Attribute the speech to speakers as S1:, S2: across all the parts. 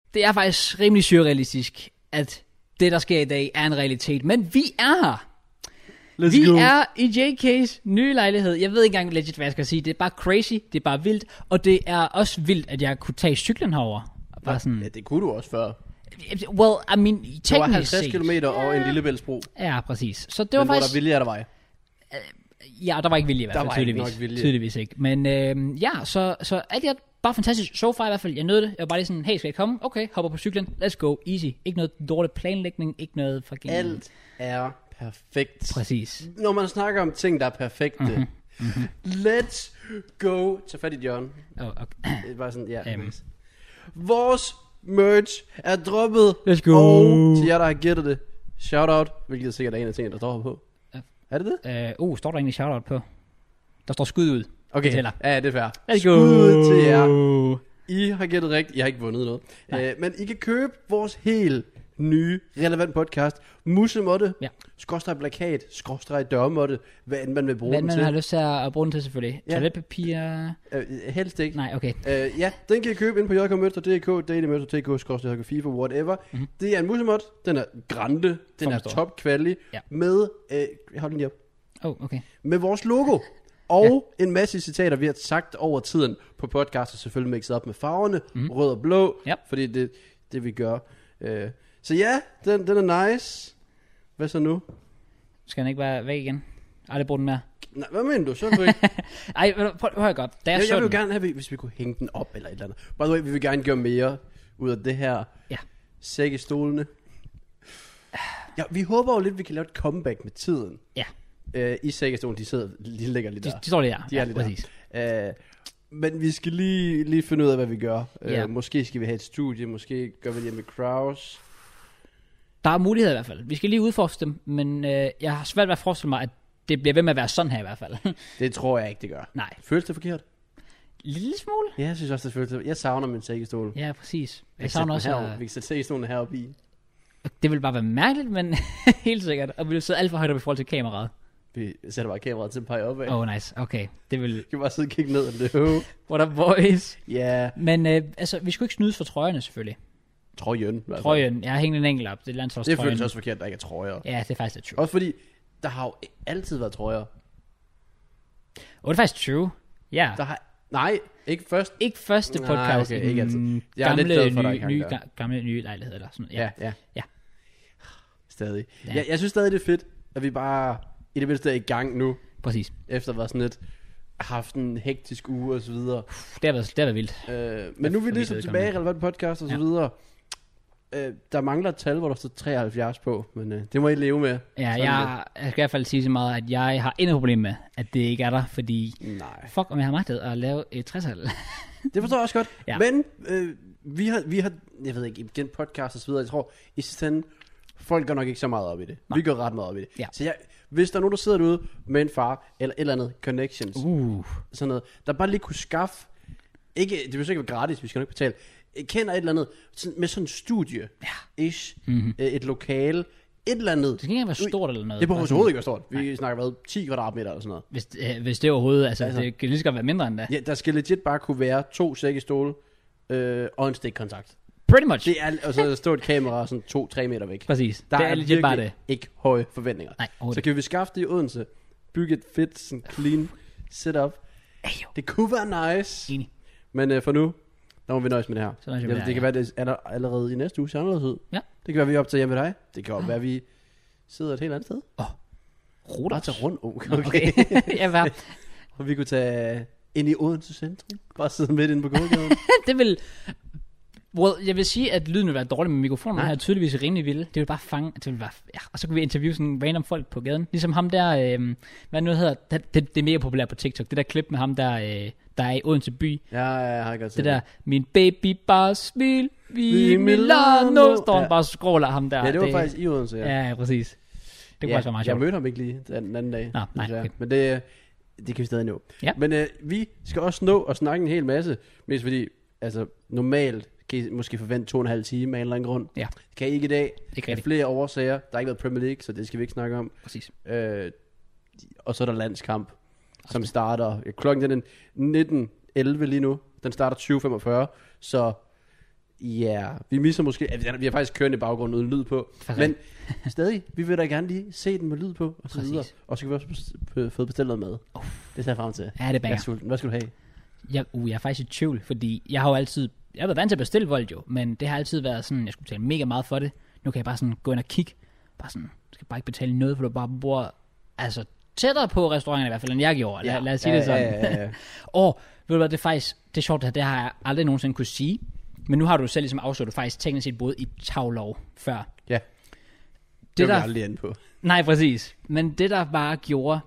S1: Det er faktisk rimelig surrealistisk, at det, der sker i dag, er en realitet. Men vi er her. Vi er i JK's nye lejlighed. Jeg ved ikke engang legit, hvad jeg skal sige. Det er bare crazy, det er bare vildt. Og det er også vildt, at jeg kunne tage cyklen herover. Bare sådan,
S2: ja, det kunne du også før.
S1: well, I mean,
S2: det var 50 kilometer og en lille bæltsbro.
S1: Ja, præcis. Så det var
S2: men
S1: faktisk...
S2: hvor der vilje er der vej.
S1: Ja, der var ikke vilje i hvert fald,
S2: der var
S1: tydeligvis.
S2: ikke nok vilje.
S1: Tydeligvis ikke. Men ja, så alt det er bare fantastisk. So far i hvert fald, jeg nød det. Jeg var bare lige sådan, hey, skal jeg komme? Okay, hopper på cyklen. Let's go, easy. Ikke noget dårlig planlægning, ikke noget fucking...
S2: Alt er perfekt.
S1: Præcis.
S2: Når man snakker om ting, der er perfekte. Let's go. Tag fat i John.
S1: Okay.
S2: Det er bare sådan, ja. Vores merch er droppet.
S1: Let's go.
S2: Og til jer, der har gættet det, shout out, hvilket er sikkert en af tingene, der står på. Er det det?
S1: Står der egentlig shoutout på? Der står skud ud.
S2: Okay, ja, det er fair.
S1: Let's go.
S2: Skud til jer. I har gættet rigtigt. Jeg har ikke vundet noget. Men I kan købe vores helt nye, relevant podcast. Musemåtte, skråstreg plakat, skråstreg dørmåtte, hvad end man vil bruge den til.
S1: Hvad man har lyst til at bruge den til selvfølgelig. Ja. Toiletpapir?
S2: Helst ikke.
S1: Nej, okay.
S2: Ja, den kan I købe ind på jkmønster.dk, dailymønster.dk, skråstreg FIFA, whatever. Det er en musemåtte. Den er grande. Den er top quality. Med, hold den lige op.
S1: Okay.
S2: Med vores logo. Og en masse citater, vi har sagt over tiden på podcast, selvfølgelig mixet op med farverne, rød og blå, fordi det vi gør. Så ja, den er nice. Hvad så nu?
S1: Skal den ikke være væk igen? Aldrig bruge den mere.
S2: Nej, hvad mener du? Så ikke.
S1: Ej, hør godt. Jeg
S2: vil jo gerne have, hvis vi kunne hænge den op eller et eller andet. By the way, vi vil gerne gøre mere ud af det her. Ja. Sækkestolene. Ja, vi håber jo lidt, vi kan lave et comeback med tiden. Ja. I sækkestolen, de ligger lige der.
S1: De står lige der.
S2: De er lige præcis. Der. Men vi skal lige finde ud af, hvad vi gør. Måske skal vi have et studie, måske gør vi det hjemme med Kraus.
S1: Der er muligheder i hvert fald. Vi skal lige udforske dem, men jeg har svært ved at forestille mig, at det bliver ved med at være sådan her i hvert fald.
S2: Det tror jeg ikke, det gør.
S1: Nej.
S2: Føles det forkert?
S1: Lille smule.
S2: Ja, jeg synes også, det føles. Jeg savner min sækkestol.
S1: Ja, præcis. Jeg savner også...
S2: Vi kan sætte sækkestolen heroppe i.
S1: Det vil bare være mærkeligt, men helt sikkert. Og vi vil sidde alt for højt op i forhold til kameraet.
S2: Vi sætter bare kameraet til at pege opad.
S1: Oh, nice. Okay. Det vil...
S2: Vi kan bare sidde og kigge ned og løbe.
S1: What up, boys?
S2: Ja. Yeah.
S1: Men altså, vi skulle ikke snydes for trøjerne, selvfølgelig. Trøjen. Jeg har hængt en enkelt op. Det er landsholdstrøjen.
S2: Det føles også forkert, at der ikke er trøjer.
S1: Ja, det er faktisk true.
S2: Også fordi, der har jo altid været trøjer.
S1: Det er faktisk true. Ja.
S2: Der har... Nej, ikke først.
S1: Ikke første podcast.
S2: Nej, okay, ikke altid. Jeg
S1: er lidt glad for, gamle nye lejlighed eller sådan noget. Ja.
S2: Stadig. Ja. Jeg synes stadig, det er fedt, at vi bare i det mindste er i gang nu.
S1: Præcis.
S2: Efter at have sådan lidt haft en hektisk uge og så videre.
S1: Det har været vildt.
S2: Men nu er vi ligesom tilbage i relevant podcast og så videre. Der mangler et tal, hvor der står 73 på, men det må I leve med. Ja,
S1: jeg skal i hvert fald sige så meget, at jeg har intet problem med, at det ikke er der, fordi fuck, om jeg har magtet at lave et 60-tal.
S2: Det forstår jeg også godt. Ja. Men vi har, jeg ved ikke, igen podcast og så videre, jeg tror, i sidste ende, folk går nok ikke så meget op i det. Vi går ret meget op i det. Ja. Så hvis der er nogen, der sidder derude med en far, eller et eller andet connections, sådan noget, der bare lige kunne skaffe, ikke, det vil så ikke være gratis, vi skal nok betale, kender et eller andet, med sådan en studie-ish, et lokale, et eller andet. Det
S1: skal ikke være stort eller noget.
S2: Det behøver overhovedet ikke være stort. Vi snakker hvad, 10 kvadratmeter eller sådan
S1: noget. Hvis det er overhovedet, altså det kan lige så godt være mindre end det.
S2: Ja, der skal legit bare kunne være 2 sækkestole og en stikkontakt.
S1: Pretty much.
S2: Det er, og så står et kamera sådan 2-3 meter væk.
S1: Præcis.
S2: Der
S1: det er legit bare det.
S2: Ikke høje forventninger.
S1: Nej,
S2: så kan vi skaffe det i Odense, bygge et fedt, sådan clean setup. Det kunne være nice.
S1: Enig.
S2: Men for nu, der må vi nøjes med det her.
S1: Det
S2: kan være, det er allerede i næste uge, anderledes ud.
S1: Ja.
S2: Det kan være, vi er op til hjemme med dig. Det kan også være, vi sidder et helt andet sted.
S1: Bare
S2: tage rundt. Okay.
S1: Ja,
S2: og vi kunne tage ind i Odense centrum. Bare sidde midt inde på gågaden.
S1: Det vil... Well, jeg vil sige, at lyden vil være dårlig, men mikrofonen her er tydeligvis rimelig vilde. Det vil bare fange... Det vil være, og så kan vi interviewe sådan random folk på gaden. Ligesom ham der... hvad nu hedder... Det er mega populært på TikTok. Det der klip med ham der... der er i Odense by.
S2: Ja, jeg har godt set
S1: det. Der, min baby bare smil, vi Milano. Står han bare og scroller ham der.
S2: Ja, det var faktisk i Odense,
S1: ja, præcis. Det kunne faktisk være meget sjovt.
S2: Jeg mødte ham ikke lige den anden dag.
S1: Nej, okay.
S2: Men det kan vi stadig nå.
S1: Ja.
S2: Men vi skal også nå at snakke en hel masse. Mest fordi, altså normalt kan I måske forvente 2,5 timer af en eller anden grund.
S1: Ja.
S2: Kan I ikke i dag.
S1: Ikke rigtig.
S2: Flere årsager. Der har ikke været Premier League, så det skal vi ikke snakke om.
S1: Præcis.
S2: Og så er der landskamp, som starter klokken den 19:11 lige nu. Den starter 20:45, så Ja, vi misser måske, vi har faktisk kørende i baggrunden uden lyd på, men stadig, vi vil da gerne lige se den med lyd på, og så videre. Og så kan vi også få bestilt noget mad. Det ser jeg frem til.
S1: Ja, det er banger.
S2: Hvad skal du have?
S1: Jeg er faktisk i tvivl, fordi jeg har været vant til at bestille Volt jo, men det har altid været sådan, jeg skulle betale mega meget for det. Nu kan jeg bare sådan gå ind og kigge, skal bare ikke betale noget, for du bare bor, altså tættere på restauranten i hvert fald, end jeg gjorde. Lad os sige det sådan.
S2: Ja.
S1: Og ved du hvad, det er sjovt, det har jeg aldrig nogensinde kunne sige. Men nu har du selv ligesom afsløret, du faktisk teknisk set boet i Tavlov før.
S2: Ja. Det var jeg aldrig inde på.
S1: Nej, præcis. Men det der bare gjorde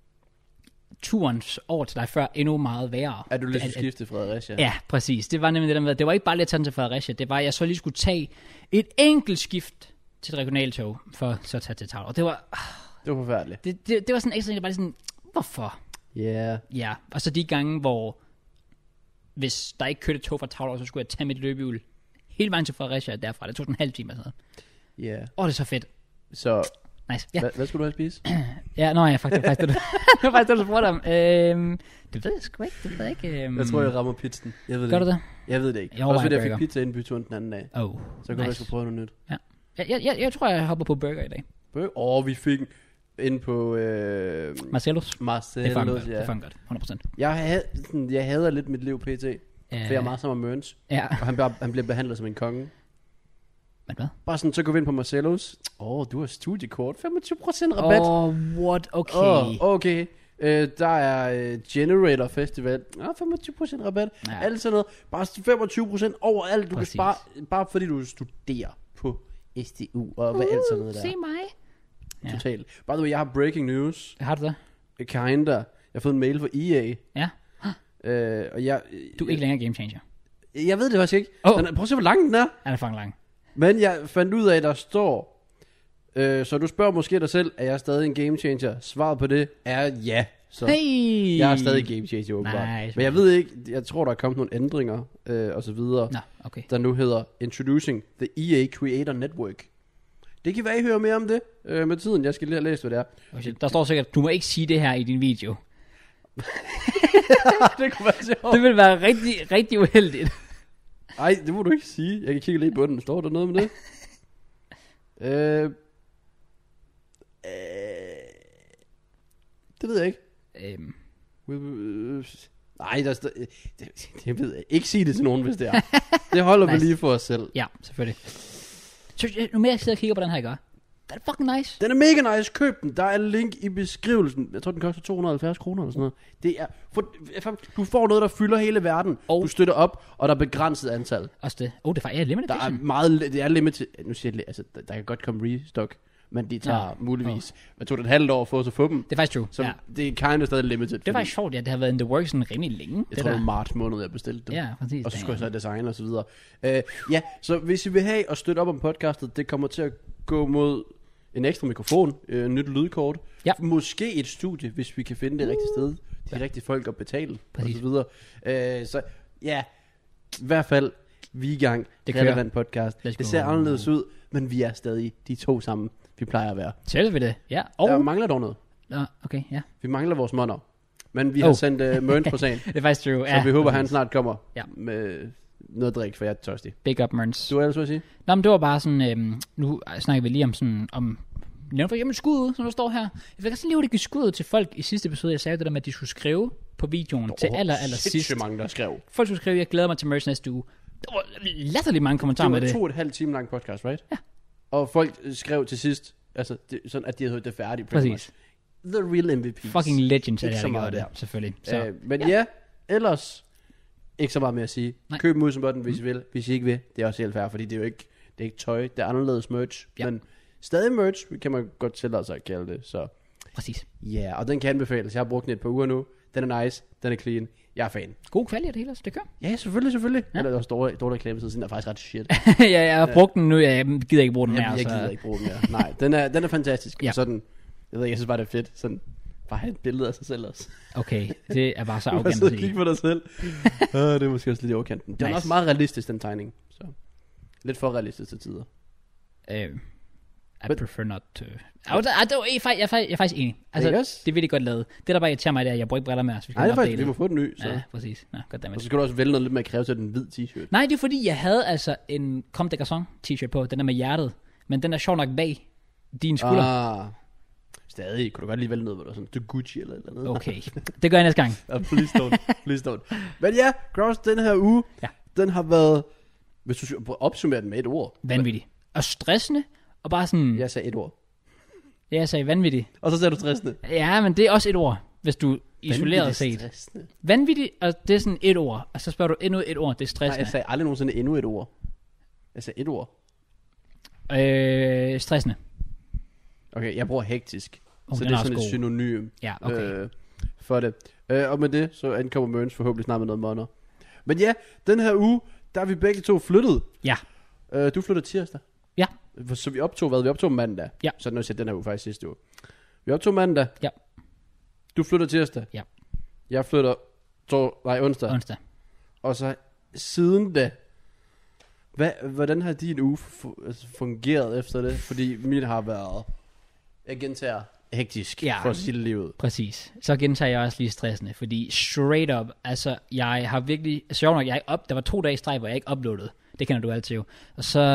S1: turens over til dig før endnu meget værre.
S2: Er du lige skiftet Fredericia?
S1: Ja, præcis. Det var nemlig det der med, det var ikke bare lige at tage den til Fredericia, det var, at jeg så lige skulle tage et enkelt skift til et regionaltog, for så at tage til Tavlov. Det var
S2: forfærdeligt.
S1: Det var sådan ekstra, bare sådan, hvorfor?
S2: Yeah.
S1: Ja, og så de gange, hvor hvis der ikke kørte tog fra Tavlov, så skulle jeg tage mit løbehjul hele vejen til Fredericia derfra. Det tog sådan en halv time eller sådan noget.
S2: Ja.
S1: Det er så fedt.
S2: Så
S1: nice. Ja.
S2: Hvad skulle du have spise?
S1: Ja, faktisk det, det var faktisk det, du spurgte om. Det ved jeg sgu ikke. Det ved jeg ikke.
S2: Jeg tror, jeg rammer pizzen. Jeg ved
S1: Gør du det?
S2: Jeg ved det ikke.
S1: Jeg
S2: også fordi jeg fik pizza inden byturen den anden dag. Så kan jeg skulle prøve noget nyt.
S1: Ja. Jeg tror, jeg hopper på burger i dag.
S2: Burger? Vi fik ind på
S1: Marcellus.
S2: Det er
S1: fandme godt. 100%.
S2: Jeg hader lidt mit liv pt. For jeg er meget sammen med Mørns.
S1: Ja.
S2: Og han bliver behandlet som en konge.
S1: Men hvad?
S2: Bare sådan, så går vi ind på Marcellus. Du har studiekort. 25% rabat.
S1: What? Okay.
S2: Okay. Der er Generator Festival. 25% rabat. Ja. Alt sådan noget. Bare 25% overalt. Du kan spare, bare fordi du studerer på SDU og hvad alt sådan noget der.
S1: Se mig.
S2: Totalt. By the way, jeg har breaking news.
S1: Har du det?
S2: Kinda. Jeg har fået en mail fra EA.
S1: Ja.
S2: Og jeg...
S1: Du er ikke længere game changer.
S2: Jeg ved det faktisk ikke. Prøv at se, hvor lang den er.
S1: Den er fucking lang.
S2: Men jeg fandt ud af, at der står... så du spørger måske dig selv, er jeg stadig en game changer? Svaret på det er ja. Så jeg er stadig game changer, åbenbart.
S1: Nice.
S2: Men jeg ved ikke, jeg tror, der er kommet nogle ændringer, og så videre,
S1: okay.
S2: Der nu hedder Introducing the EA Creator Network. Det kan være, I hører mere om det med tiden. Jeg skal lige have læst, hvad det er.
S1: Der står sikkert, du må ikke sige det her i din video.
S2: Det kunne være sjovt.
S1: Det vil være rigtig, rigtig uheldigt.
S2: Ej, det må du ikke sige. Jeg kan kigge lige på den. Står der noget med det? Det ved jeg ikke. Nej, det ved jeg ikke. Sige det til nogen, hvis det er. Det holder vi lige for os selv.
S1: Ja, selvfølgelig. Så nu mere jeg sidder og kigger på den her, ikke? Den er fucking nice.
S2: Den er mega nice. Køb den. Der er en link i beskrivelsen. Jeg tror, den koster 270 kroner eller sådan noget. Det er du får noget, der fylder hele verden. Du støtter op, og der er begrænset antal.
S1: Også det. Det er faktisk limited
S2: der
S1: edition.
S2: Er meget, det er limited. Nu siger jeg, altså, der kan godt komme restock. Men de tager muligvis. Hvad tog det et halvt år for at få dem?
S1: Det er faktisk true.
S2: Så det er kind of stadig limited.
S1: Det er faktisk sjovt, det har været in the works sådan rimelig længe.
S2: Jeg tror, det var marts måned, jeg bestilte dem.
S1: Ja, præcis.
S2: Og så skulle jeg så design og så videre. Så hvis I vil have og støtte op om podcastet, det kommer til at gå mod en ekstra mikrofon, nyt lydkort. Ja. Måske et studie, hvis vi kan finde det rigtige sted. De rigtige folk at betale. Præcis. Og så videre. Så ja, i hvert fald, vi er i gang. Det kører en podcast. Det ser anderledes ud, men vi er stadig de to sammen. Vi plejer at være.
S1: Selv vi det, ja.
S2: Der mangler dog noget.
S1: Okay, ja.
S2: Vi mangler vores monner. Men vi har sendt Mørns på sagen.
S1: Det er faktisk true.
S2: Så vi håber, han snart kommer med noget drik, for jeg er tørstig.
S1: Big up, Mørns.
S2: Du er ellers, hvad at sige?
S1: Nå, men det var bare sådan, nu snakker vi lige om sådan, nævn for eksempel skud, som der står her. Jeg vil gerne lige give skud til folk i sidste episode. Jeg sagde det der med, at de skulle skrive på videoen til aller sidst.
S2: Det mange, der skrev.
S1: Folk skulle skrive, jeg glæder mig til Mørns næste uge. Der var latterligt mange kommentarer med det.
S2: Det var 2,5 time lang podcast, right?
S1: Ja.
S2: Og folk skrev til sidst, altså sådan at de havde det færdigt.
S1: Præcis.
S2: The real MVPs.
S1: Fucking legends,
S2: ikke så meget
S1: det, selvfølgelig.
S2: Så, men ja, ellers ikke så meget mere at sige. Nej. Køb musenbotten, hvis I vil. Hvis I ikke vil, det er også helt fair, fordi det er jo ikke tøj, det er anderledes merch. Ja. Men stadig merch, kan man godt tillade sig at kalde det. Så.
S1: Præcis.
S2: Ja, og den kan anbefales. Jeg har brugt den et par uger nu. Den er nice, den er clean. Jeg er fan.
S1: God kvalitet det hele, det kører.
S2: Ja, selvfølgelig. Ja. Eller der er dårlig reklameside, den er faktisk ret shit.
S1: Ja, jeg har brugt den nu, jeg gider ikke bruge den mere.
S2: Jeg gider ikke bruge den mere. Nej, den er fantastisk. Ja. Sådan, jeg synes bare, det er fedt. Sådan, bare have et billede af sig selv også.
S1: Okay, det er bare så arrogant
S2: at sige. Kigge på dig selv. Det er måske også lidt i overkanten. Det er også meget realistisk, den tegning. Så. Lidt for realistisk til tider.
S1: I prefer not to. Jeg er faktisk enig. Altså, det er virkelig godt lavet. Det, der bare irriterer mig, det er, at jeg bruger ikke briller mere. Så
S2: nej, det er faktisk, vi må få den ny. Så.
S1: Ja, præcis. Nå, goddammit.
S2: Og så skal du også vælge noget lidt mere kræve til den hvid t-shirt.
S1: Nej, det er fordi, jeg havde altså en Comme des Garçons t-shirt på. Den er med hjertet. Men den er sjov nok bag din skulder.
S2: Stadig. Kunne du godt lige vælge noget, hvor du sådan, du Gucci eller noget.
S1: Okay, det gør jeg næste gang.
S2: Please don't. Men ja, Kraus, den her uge, den har været, hvis du skal opsummere den med et ord.
S1: Vanvittig. Og stressende, og bare sådan...
S2: Jeg sagde et ord.
S1: Ja, jeg sagde vanvittig.
S2: Og så sagde du stressende.
S1: Ja, men det er også et ord, hvis du isoleret set.
S2: Stressende.
S1: Vanvittig, og det er sådan et ord. Og så spørger du endnu et ord, det er stressende.
S2: Nej, jeg sagde aldrig nogensinde endnu et ord. Jeg sagde et ord.
S1: Stressende.
S2: Okay, jeg bruger hektisk. Så det er sådan et synonym for det. Og med det, så ankommer Mørns forhåbentlig snart med noget måneder. Men ja, den her uge, der er vi begge to flyttet.
S1: Ja.
S2: Du flyttede tirsdag.
S1: Ja.
S2: Så vi optog mandag.
S1: Ja.
S2: Så nu ser den her uge faktisk sidste uge. Vi optog mandag.
S1: Ja.
S2: Du flytter tirsdag.
S1: Ja.
S2: Jeg flytter onsdag. Og så siden da, hvordan har din uge fungeret efter det? Fordi min har været, jeg gentager, hektisk for at sige det livet.
S1: Præcis. Så gentager jeg også lige stressende, fordi straight up, altså jeg har virkelig, sjovt nok, der var 2 dage i streg, hvor jeg ikke uploadede. Det kender du altid jo. Og så,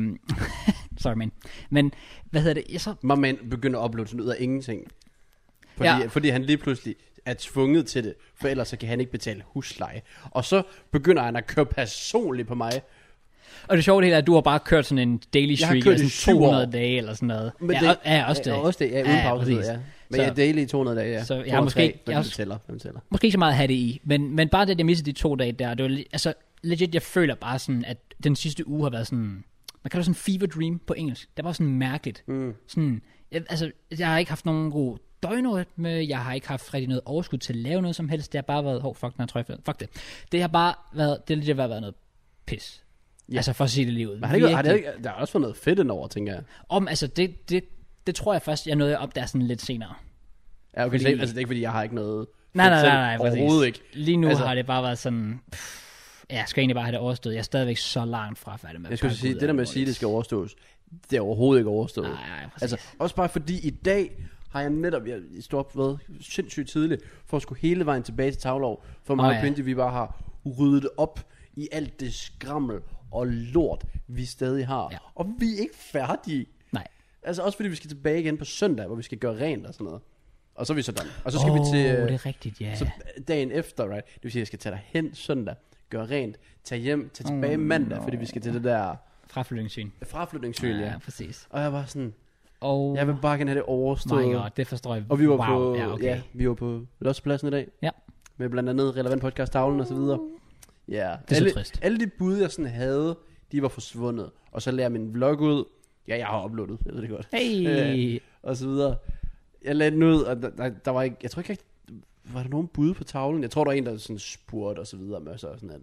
S1: sorry man. Men, hvad hedder det?
S2: Man begynder at uploade sådan ud af ingenting. Fordi han lige pludselig er tvunget til det, for ellers så kan han ikke betale husleje. Og så begynder han at køre personligt på mig.
S1: Og det sjove det er, at du har bare kørt sådan en daily streak i sådan 200 dage eller sådan noget.
S2: Men
S1: også det.
S2: Også det, uden pause. Ja. Men jeg er daily i 200 dage, ja.
S1: Så jeg har måske... Måske ikke så meget at have det i. Men bare det, jeg missede de 2 dage der, det var, altså legit, jeg føler bare sådan, at den sidste uge har været sådan... Man kalder det sådan fever dream på engelsk. Det var sådan mærkeligt. Sådan, jeg har ikke haft nogen god døgnrytme, jeg har ikke haft rigtig noget overskud til at lave noget som helst. Det har bare været, fuck det. Det har bare været, det har været noget pis. Ja. Altså for at sige det lige ud.
S2: Men der har også været noget fedt indover, tænker jeg.
S1: Altså det tror jeg først, jeg nåede op der sådan lidt senere.
S2: Ja, okay, fordi, altså det er ikke fordi, jeg har ikke noget...
S1: Nej,
S2: overhovedet ikke.
S1: Lige nu har det bare været sådan... jeg skal egentlig bare have det overstået. Jeg er stadigvæk så langt fra færdig med.
S2: Jeg skulle sige, det der med at sige, det skal overstås, det er overhovedet ikke overstået.
S1: Nej,
S2: altså, også bare fordi i dag har jeg netop, jeg stod op sindssygt tidligt, for at skulle hele vejen tilbage til Tavlov, for mig og Pinty, vi bare har ryddet op i alt det skrammel og lort, vi stadig har. Ja. Og vi er ikke færdige.
S1: Nej.
S2: Altså også fordi vi skal tilbage igen på søndag, hvor vi skal gøre rent og sådan noget. Og så er vi sådan. Og så skal vi til...
S1: det er rigtigt, ja.
S2: Så dagen efter, right? Det vil sige, at jeg skal tage dig hen søndag, gøre rent, tage hjem, tage tilbage mandag, fordi vi skal til det der... Fraflytningssyn, ja.
S1: Præcis.
S2: Og jeg var sådan... Jeg vil bare gerne have det overstået.
S1: My God, det forstår jeg.
S2: Og vi var vi var på Lossepladsen i dag.
S1: Ja.
S2: Med blandt andet Relevant Podcast Tavlen og så videre. Ja.
S1: Det er så trist.
S2: Alle de bud, jeg sådan havde, de var forsvundet. Og så lagde min vlog ud. Ja, jeg har uploadet, jeg ved det godt.
S1: Hey.
S2: Og så videre. Jeg lagde den ud, og der var ikke... Jeg tror ikke, var der nogen bud på tavlen? Jeg tror, der var en, der sådan spurgte og så videre med så sådan at...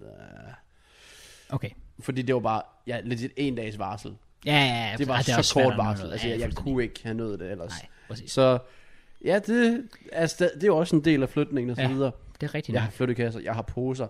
S1: Okay.
S2: Fordi det var bare... Ja, lidt 1 dags varsel.
S1: Ja.
S2: Det var så kort varsel. Altså, jeg kunne ikke have nået det ellers. Nej, præcis. Så... Ja, det er jo også en del af flytningen og så videre.
S1: Det er rigtigt.
S2: Jeg har flyttekasser, jeg har poser,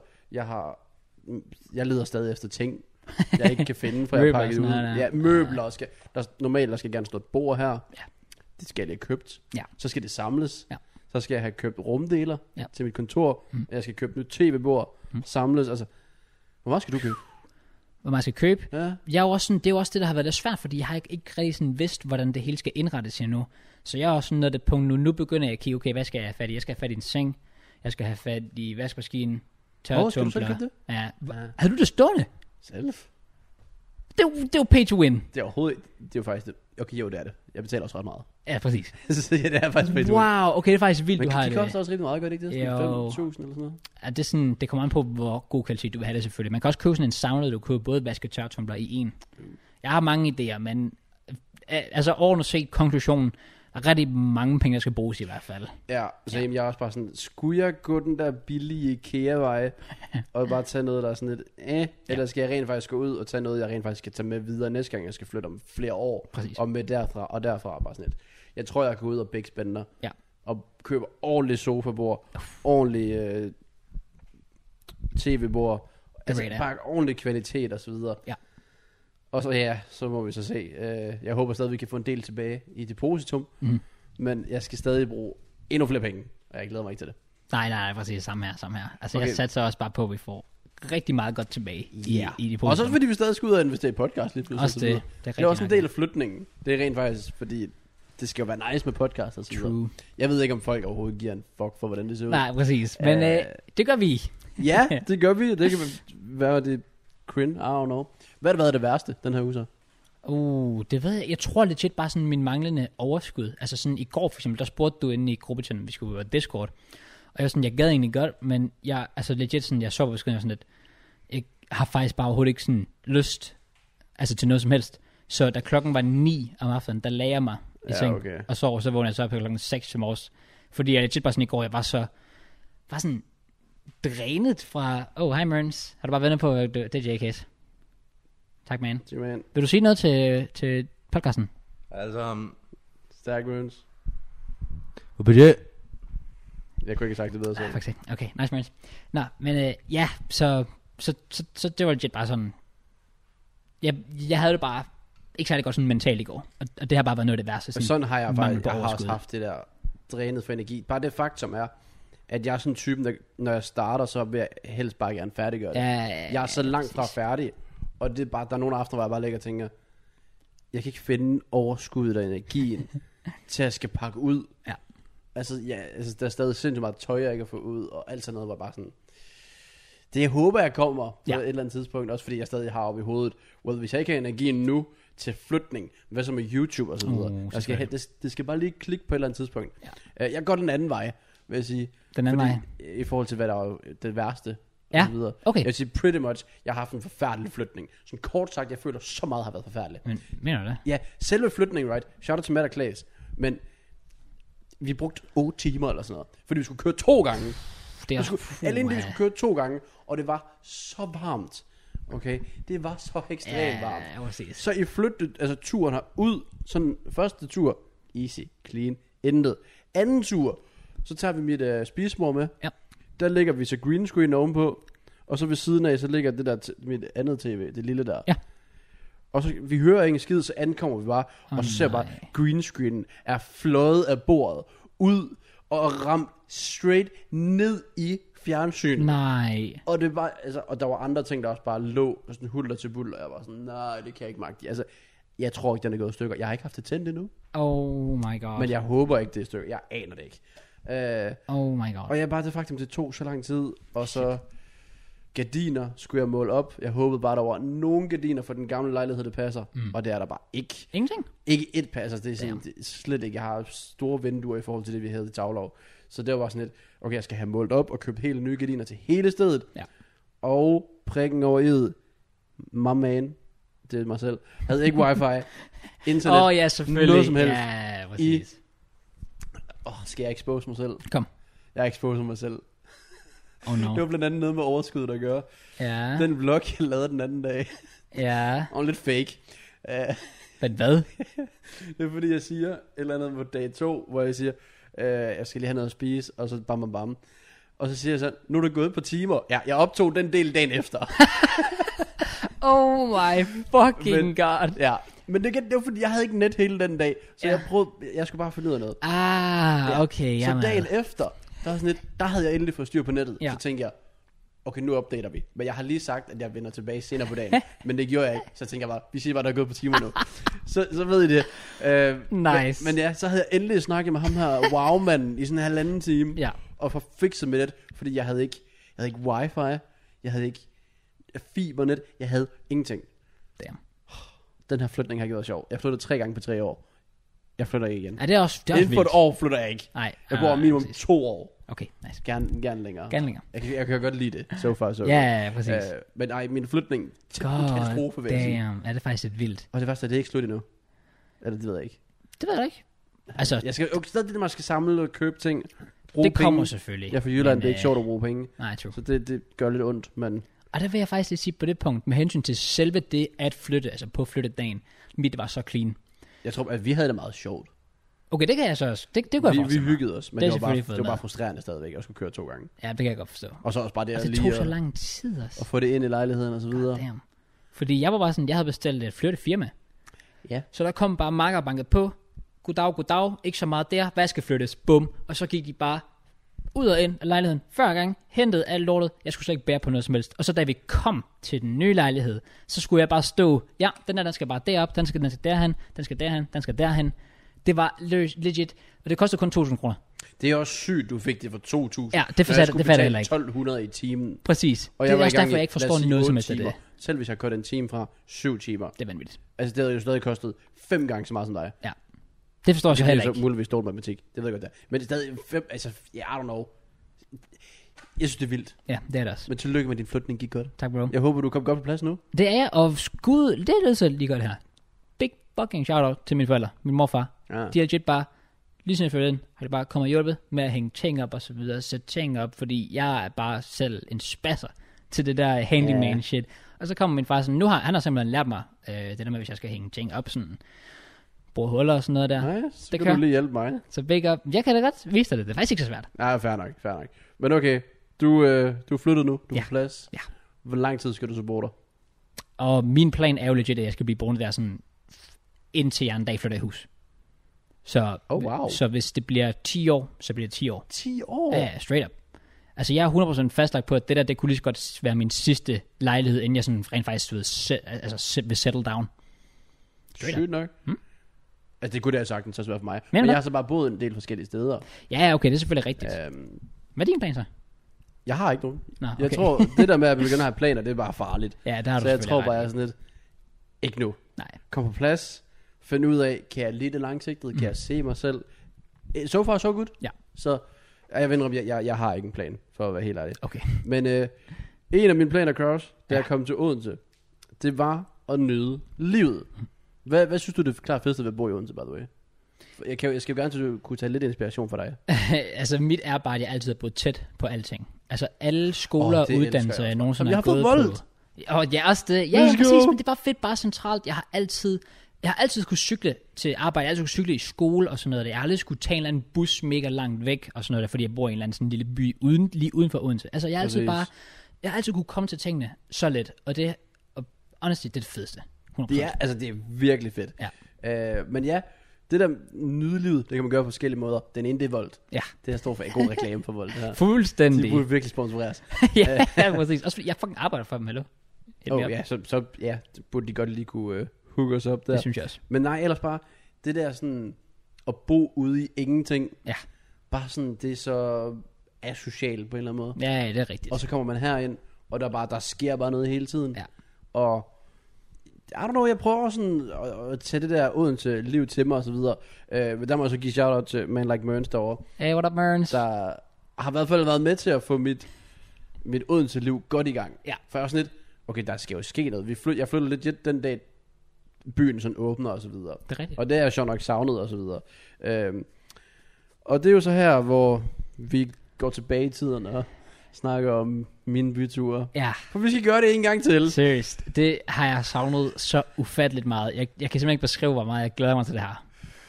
S2: jeg leder stadig efter ting, jeg ikke kan finde, for jeg har pakket ud. Ja, møbler. Normalt der skal gerne stå et bord her. Ja. Det skal jeg have købt. Ja. Så skal det samles. Ja. Så skal jeg have købt rumdeler til mit kontor. Jeg skal købe nyt tv-bord, samles. Altså, hvor meget skal du købe?
S1: Hvor man skal købe? Ja. Jeg er jo også sådan, det er jo også det, der har været lidt svært, fordi jeg har ikke rigtig sådan vidst, hvordan det hele skal indrettes endnu. Så jeg er også sådan noget det punkt nu. Nu begynder jeg at kigge, okay, hvad skal jeg have fat i? Jeg skal have fat i en seng. Jeg skal have fat i vaskemaskinen. Tørretumbler.
S2: Skal du selv købe det?
S1: Ja. Havde du det stående?
S2: Selv?
S1: Det er jo pay to win.
S2: Det er overhovedet... Det er jo faktisk det. Okay, jo, det er det. Jeg betaler også ret meget.
S1: Ja, præcis.
S2: Så ja, det er faktisk pay to win.
S1: Wow, okay, det er faktisk vildt,
S2: men
S1: du har det.
S2: Men det koster også rigtig meget, gør det ikke det? Sådan 5.000 eller sådan noget?
S1: Ja, det er sådan, det kommer an på, hvor god kvalitet du vil have det selvfølgelig. Man kan også købe sådan en samlet, du køber både vask- og tørretumbler i en. Jeg har mange idéer, men altså ordentligt set konklusionen, der er rigtig mange penge, der skal bruges i hvert fald.
S2: Ja, så jeg er også bare sådan, skulle jeg gå den der billige IKEA-vej, og bare tage noget, der er sådan lidt, eller skal jeg rent faktisk gå ud og tage noget, jeg rent faktisk skal tage med videre næste gang, jeg skal flytte om flere år, præcis. Og med derfra, og derfra bare sådan lidt. Jeg tror, jeg går ud og Big Spender, og køber ordentligt sofabord, ordentligt tv-bord, altså bare ordentlig kvalitet og så videre. Ja. Og så må vi så se. Jeg håber stadig, vi kan få en del tilbage i depositum. Men jeg skal stadig bruge endnu flere penge, og jeg glæder mig ikke til det.
S1: Nej, præcis. Samme her. Altså, okay. Jeg satser også bare på, at vi får rigtig meget godt tilbage i depositum.
S2: Og så fordi vi stadig skal ud og investere i podcast lidt.
S1: Også
S2: det er også en del af flytningen. Det er rent faktisk, fordi det skal jo være nice med podcast og så videre. Jeg ved ikke, om folk overhovedet giver en fuck for, hvordan det ser ud.
S1: Nej, præcis. Men det gør vi.
S2: Ja, det gør vi. Det kan være det cringe, I don't know. Hvad har det været det værste, den her uge så?
S1: Det ved jeg. Jeg tror legit bare sådan min manglende overskud. Altså sådan i går for eksempel, der spurgte du inde i gruppechatten, vi skulle være Discord. Og jeg var sådan, jeg gad egentlig godt, men jeg, altså legit sådan, jeg så på beskeden sådan lidt, jeg har faktisk bare overhovedet ikke sådan lyst, altså til noget som helst. Så da klokken var 9 om aftenen, der lagde jeg mig i seng, og sov, så vågnede jeg så på klokken 6 om morges. Fordi jeg legit bare sådan i går, jeg var sådan drænet fra, hej Mørns, har du bare ventet på, det er JK's. Tak, man. Vil du sige noget til podcasten?
S2: Altså, stærk Mørns.
S3: Hvad bliver det?
S2: Jeg kunne ikke have sagt det bedre selv.
S1: Faktisk ikke. Okay, nice Mørns. Nå, men ja, så det var legit bare sådan, jeg havde det bare ikke særlig godt sådan mentalt i går, og det har bare været noget af det værste.
S2: Sådan har jeg faktisk, jeg har også haft det der drænet for energi. Bare det faktum er, at jeg er sådan en typen, der, når jeg starter, så vil jeg helst bare gerne færdiggøre det. Jeg er så langt fra færdig, og det er bare, der er nogle aftener, hvor jeg bare ligger og tænker, jeg kan ikke finde overskuddet og energien til at skal pakke ud.
S1: Ja.
S2: Altså, der er stadig sindssygt meget tøj, jeg ikke har fået ud, og alt sådan noget var bare sådan. Det jeg håber, jeg kommer på et eller andet tidspunkt, også fordi jeg stadig har oppe i hovedet, hvis jeg ikke har energien nu til flytning, hvad så med YouTube og så videre. Det skal bare lige klikke på et eller andet tidspunkt. Ja. Jeg går den anden vej, vil jeg sige.
S1: Den anden vej?
S2: I forhold til, hvad der er det værste.
S1: Ja,
S2: og så videre.
S1: okay.
S2: Jeg vil sige, pretty much, jeg har haft en forfærdelig flytning. Sådan kort sagt, jeg føler så meget har været forfærdeligt.
S1: Men mener du det?
S2: Ja, selve flytningen, right? Shout out til Matt og Klaas. Men vi brugte 8 timer eller sådan noget, fordi vi skulle køre 2 gange. Vi skulle køre 2 gange, og det var så varmt. Okay, det var så ekstremt varmt. Så I flyttede, altså turen her ud, sådan første tur, easy, clean, intet. Anden tur, så tager vi mit spisebord med. Ja. Der lægger vi så green screen ovenpå, og så ved siden af, så ligger det der mit andet tv, det lille der. Ja. Og så vi hører ingen skid, så ankommer vi bare, og så ser bare, green screen er fløjet af bordet, ud og ramt straight ned i fjernsynet.
S1: Nej.
S2: Og det var, altså, og der var andre ting, der også bare lå sådan hulter til buller, og jeg var sådan, nej, det kan jeg ikke magte. Altså, jeg tror ikke, den er gået i stykker. Jeg har ikke haft det tændt endnu.
S1: Oh my god.
S2: Men jeg håber ikke, det er i stykker. Jeg aner det ikke.
S1: Oh my god.
S2: Og jeg bare det faktum, det tog så lang tid, og så gardiner skulle jeg måle op. Jeg håbede bare, der var nogle gardiner for den gamle lejlighed, det passer. Og det er der bare ikke.
S1: Ingenting?
S2: Ikke et passer. Det er sådan, det er slet ikke. Jeg har store vinduer i forhold til det, vi havde i Tavlov. Så det var bare sådan lidt, okay, jeg skal have målt op og købt hele nye gardiner til hele stedet. Ja. Og prikken over i'et, my man, det er mig selv, havde ikke wifi, internet,
S1: ja, selvfølgelig.
S2: noget som helst.
S1: Ja, præcis.
S2: Skal jeg expose mig selv?
S1: Kom.
S2: Jeg exposer mig selv.
S1: Oh no.
S2: Det var blandt andet noget med overskuddet at gøre.
S1: Ja.
S2: Den vlog, jeg lavede den anden dag.
S1: Ja.
S2: Og lidt fake.
S1: Men hvad?
S2: Det er fordi, jeg siger et eller andet på dag 2, hvor jeg siger, jeg skal lige have noget at spise, og så bam. Og så siger jeg så, nu er det gået på timer. Ja, jeg optog den del dagen efter.
S1: Oh my fucking god.
S2: Ja, men det var fordi, jeg havde ikke net hele den dag. Så jeg skulle bare finde ud af noget.
S1: Okay.
S2: Så dagen efter, der havde jeg endelig fået styr på nettet. Så tænkte jeg, okay, nu opdater vi. Men jeg har lige sagt, at jeg vender tilbage senere på dagen. Men det gjorde jeg ikke. Så tænker jeg bare, vi siger bare, der er gået på timer nu. så ved I det.
S1: Nice.
S2: Men ja, så havde jeg endelig snakket med ham her wow-manden i sådan en 1,5 time. Ja. Og få fikset med det. Fordi jeg havde ikke wifi. Jeg havde ikke fibernet. Jeg havde ingenting.
S1: Damn.
S2: Den her flytning har ikke været sjov. Jeg flyttede 3 gange på 3 år. Jeg flytter ikke igen.
S1: Ja, det er også
S2: inden for et år flytter jeg ikke.
S1: Nej.
S2: Jeg bor minimum 2 år.
S1: Okay, nice.
S2: Gerne længere. Jeg kan godt lide det. So far, so
S1: ja, præcis.
S2: Men min flytning til en katastrofe, vil jeg sige.
S1: Damn, er det faktisk lidt vildt.
S2: Og det værste er, det er ikke slut endnu. Eller det ved jeg ikke.
S1: Det ved jeg ikke. Altså,
S2: jeg skal stadig det, man skal samle og købe ting.
S1: Bruge det kommer penge. Selvfølgelig.
S2: Ja, for Jylland, det er ikke sjovt at bruge penge.
S1: Nej, true.
S2: Så det gør lidt ondt, men...
S1: Og der vil jeg faktisk lige sige på det punkt, med hensyn til selve det at flytte, altså på flyttedagen, mit var så clean.
S2: Jeg tror, at vi havde det meget sjovt.
S1: Okay, det kan jeg så også. Det kunne jeg forstå.
S2: Vi hyggede os, men det var bare frustrerende stadigvæk, at skulle køre 2 gange.
S1: Ja, det kan jeg godt forstå.
S2: Og så også bare det,
S1: og det tog så lang tid også.
S2: Og få det ind i lejligheden og så videre.
S1: Damn. Fordi jeg var bare sådan, jeg havde bestilt et flyttefirma.
S2: Ja.
S1: Så der kom bare marker banket på. Goddag, ikke så meget der. Hvad skal flyttes? Bum. Og så gik de bare ud og ind af lejligheden hver gang, hentede alt lortet. Jeg skulle slet ikke bære på noget som helst. Og så da vi kom til den nye lejlighed, så skulle jeg bare stå, ja, den skal bare derop, den skal derhen, den skal derhen. Det var legit, og det kostede kun 2.000 kroner.
S2: Det er også sygt, du fik det for 2.000.
S1: Ja, det fatter jeg heller ikke.
S2: 1.200 i timen.
S1: Præcis. Og det er også derfor, jeg ikke forstår noget som helst af det.
S2: Selv hvis jeg kørte en time fra 7 timer.
S1: Det er vanvittigt.
S2: Altså, det havde jo stadig kostet 5 gange så meget som dig.
S1: Ja. Det forstår jeg så heller ikke.
S2: Det er så muligvis dårlig matematik. Det ved jeg godt der. Men det er stadig 5, altså, I don't know. Jeg synes, det er vildt.
S1: Ja, det er det også.
S2: Men tillykke med din flytning, gik godt.
S1: Tak, bro.
S2: Jeg håber, du kom godt på plads nu.
S1: Det er jeg, og skud, det er så lige godt her. Big fucking shout-out til mine forældre, min morfar. Ja. De har legit bare, lige sådan jeg følte ind, har de bare kommet og hjulpet med at hænge ting op og så videre, sætte ting op, fordi jeg er bare selv en spasser til det der handyman shit. Og så kommer min far sådan, han har simpelthen lært mig, det der med, hvis jeg skal hænge ting op sådan, bruge huller og sådan noget der.
S2: Nej, så det kan du lige hjælpe mig.
S1: Så big up. Jeg kan da godt vise dig det. Det er faktisk ikke så svært.
S2: Nej, fair nok. Men okay, du er flyttet nu. Du er på plads.
S1: Ja.
S2: Hvor lang tid skal du så bo der?
S1: Og min plan er jo legit, at jeg skal blive boende der sådan, indtil jeg en dag flytter i hus. Så, så hvis det bliver 10 år, så bliver det 10 år.
S2: 10 år?
S1: Ja, straight up. Altså jeg er 100% fastlagt på, at det kunne lige så godt være min sidste lejlighed, inden jeg sådan rent faktisk vil settle down.
S2: Sygt nok. Altså det kunne det have sagt, så svært for mig. Men jeg har så bare boet en del forskellige steder.
S1: Ja, okay, det er selvfølgelig rigtigt. Hvad er din plan så?
S2: Jeg har ikke nogen.
S1: Nå, okay.
S2: Jeg tror, det der med at begynde at have planer, det er bare farligt.
S1: Ja, det har du.
S2: Så jeg tror bare, jeg er sådan lidt, ikke nu.
S1: Nej.
S2: Kom på plads, find ud af, kan jeg lide det langsigtet, kan jeg se mig selv. So far, so good.
S1: Ja.
S2: Så jeg ved ikke, jeg har ikke en plan, for at være helt ærlig.
S1: Okay.
S2: Men en af mine planer, Cross, da jeg kom til Odense, det var at nyde livet. Hvad synes du, det er klart fedeste ved at bo i Odense, by the way? Jeg skal jo gerne til, at du kunne tage lidt inspiration for dig.
S1: Altså mit er bare, at jeg altid har boet tæt på alting. Altså alle skoler og uddannelser, jeg nogensinde har gået på. Og ja, også det. Ja, præcis, men det er bare fedt, bare centralt. Jeg har altid skulle cykle til arbejde, jeg har altid skulle cykle i skole og sådan noget. Jeg har aldrig skulle tage en eller anden bus mega langt væk og sådan noget, fordi jeg bor i en eller anden sådan lille by lige uden for Odense. Altså jeg har altid kunne komme til tingene så let, og honestly, det er det fedeste. 100%.
S2: Det er virkelig fedt.
S1: Ja.
S2: Men ja, det der nydelivet, det kan man gøre på forskellige måder. Den ene, det er Volt.
S1: Ja.
S2: Det er stor for en god reklame for Volt.
S1: Fuldstændig.
S2: De burde virkelig sponsoreres.
S1: Ja, præcis. Også fordi jeg fucking arbejder for dem, hallo.
S2: Så burde de godt lige kunne hook os op der.
S1: Det synes jeg også.
S2: Men nej, ellers bare, det der sådan, at bo ude i ingenting.
S1: Ja.
S2: Bare sådan, det er så asocialt på en eller anden måde.
S1: Ja, det er rigtigt.
S2: Og så kommer man herind, og der sker bare noget hele tiden.
S1: Ja.
S2: Og I don't know, jeg prøver sådan at tage det der Odense liv til mig og så videre. Men der må jeg så give shout-out til Man Like Mørns derovre.
S1: Hey, what up, Mørns?
S2: Der har i hvert fald været med til at få mit Odense liv godt i gang.
S1: Ja.
S2: For jeg var sådan lidt, okay, der skal jo ske noget. Jeg flyttede lidt den dag, byen sådan åbner og så videre.
S1: Det er rigtigt.
S2: Og det er jeg sjovt nok savnet og så videre. Og det er jo så her, hvor vi går tilbage i tiden og snakker om mine byture.
S1: Ja.
S2: For vi skal gøre det en gang til.
S1: Seriøst. Det har jeg savnet så ufatteligt meget. Jeg kan simpelthen ikke beskrive, hvor meget jeg glæder mig til det her.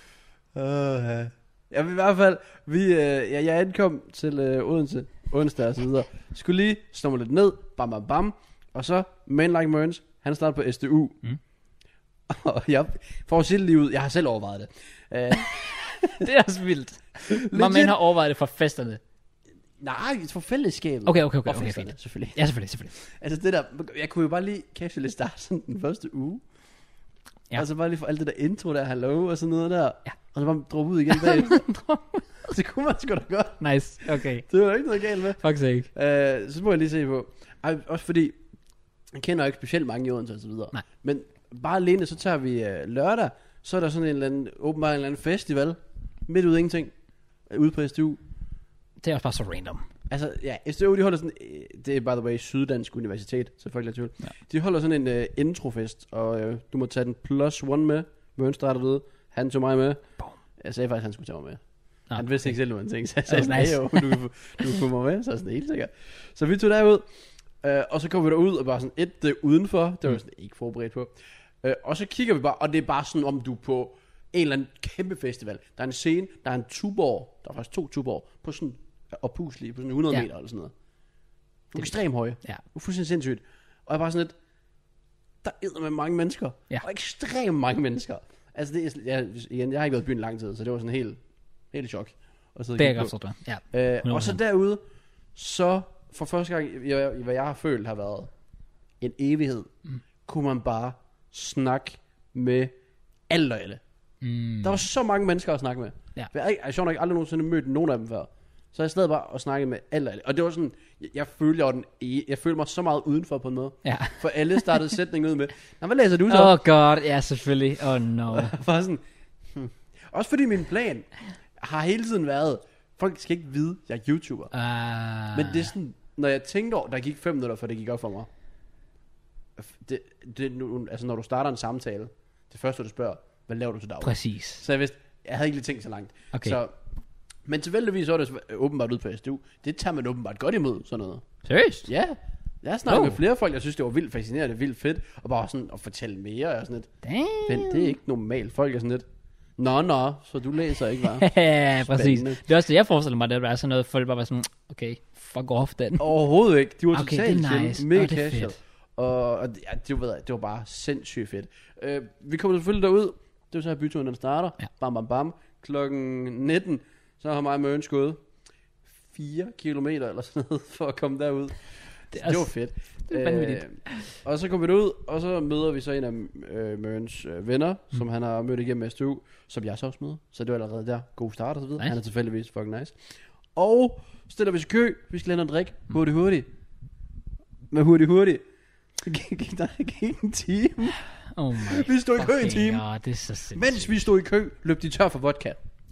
S2: Ja, i hvert fald, jeg ankom til Odense onsdag og så videre. Skulle lige slå mig lidt ned, bam, og så Man Like Mørns, han startede på SDU. Og jeg får sit liv ud, jeg har selv overvejet det.
S1: Det er også vildt. Man har overvejet det for festerne.
S2: Nej, for fællesskabet.
S1: Okay,
S2: og festerne, selvfølgelig.
S1: Ja, selvfølgelig.
S2: Altså det der, jeg kunne jo bare lige casually starte sådan den første uge. Ja. Og så bare lige få alt det der intro der, hello og sådan noget der. Ja. Og så bare droppe ud igen bagefter. Det kunne man sgu da godt.
S1: Nice, okay.
S2: Det var ikke noget galt med.
S1: Fuck sake.
S2: Så må jeg lige se på. Også fordi, jeg kender ikke specielt mange i Odense og så videre.
S1: Nej.
S2: Men bare alene, så tager vi lørdag, så er der sådan en eller anden, åbenbart en eller anden festival, midt ud af ingenting, ude på SDU.
S1: Det er også bare så random.
S2: Altså, ja, SDU, de holder sådan, det er by the way Syddansk Universitet, så folk er tvivl. Ja. De holder sådan en introfest, og du må tage den +1 med. Mørns starter ved, han tog mig med.
S1: Boom.
S2: Jeg sagde faktisk, han skulle tage mig med.
S1: Nå,
S2: han vidste ikke selv, hvad han tænkte, så jeg
S1: sagde,
S2: nice. Du kan få mig med, så er sådan helt sikkert. Så vi tog derud, og så kom vi derud, og bare sådan det udenfor, det var sådan ikke forberedt på. Og så kigger vi bare, og det er bare sådan, om du på en eller anden kæmpe festival. Der er en scene, der er en tuborg, der er faktisk 2 tuborg, på sådan oppuslige, på sådan 100 meter eller sådan noget. Det er ekstremt høje.
S1: Ja.
S2: Det er fuldstændig sindssygt. Og jeg bare sådan lidt, der er med mange mennesker.
S1: Ja.
S2: Og ekstremt mange mennesker. Altså, jeg har ikke været i byen lang tid, så det var sådan helt chok.
S1: Det er godt forstået, ja.
S2: Og så derude, så for første gang, hvad jeg har følt har været en evighed, kunne man bare snakke med alt og alle. Der var så mange mennesker at snakke med.
S1: Ja.
S2: Jeg har sjovt nok aldrig nogensinde mødt nogen af dem før. Så jeg stadig bare og snakke med alle og alle. Og det var sådan, jeg følte mig så meget udenfor på en måde.
S1: Ja.
S2: For alle startede sætningen ud med, hvad læser du så?
S1: Oh god, ja selvfølgelig. Oh no.
S2: Bare sådan, Også fordi min plan har hele tiden været, folk skal ikke vide, jeg er YouTuber. Men det er sådan, når jeg tænkte over, der gik 5 minutter, før det gik op for mig. Altså når du starter en samtale, det første du spørger, hvad laver du til daglig?
S1: Præcis.
S2: Så jeg vidste, jeg havde ikke lige tænkt så langt.
S1: Okay.
S2: Så, men tilfældigvis så er det åbenbart ud på SDU. Det tager man åbenbart godt imod, sådan noget.
S1: Seriøst?
S2: Ja. Jeg har snakket med flere folk, jeg synes det var vildt fascinerende, vildt fedt, og bare sådan at fortælle mere og sådan lidt.
S1: Damn.
S2: Det er ikke normalt. Folk er sådan lidt, nå, så du læser ikke, hva'?
S1: Ja, præcis. Det er også det, jeg forestiller mig, det er sådan noget, folk bare var sådan, okay, fuck off den.
S2: Overhovedet ikke. De var
S1: okay,
S2: totalt
S1: nice.
S2: mega casual. Og ja, det var bare sindssygt fedt. Vi kommer selvfølgelig derud. Det var så her byturen, den starter. Ja. Bam. Klokken 19, så har mig og Mørens gået 4 kilometer eller sådan noget, for at komme derud. Det var fedt.
S1: Det er vanvittigt.
S2: Og så kommer vi derud, og så møder vi så en af Mørens venner, som han har mødt igennem SDU, som jeg så også møder. Så det var allerede der. God start og så videre. Nice. Han er tilfældigvis fucking nice. Og stiller vi til kø. Vi skal hen og drikke. Hurtigt. Med hurtigt. Gik der ikke en time.
S1: Oh my
S2: vi stod i kø en time.
S1: God, det er så sindssygt.
S2: Mens vi stod i kø, løb de tør for vodka.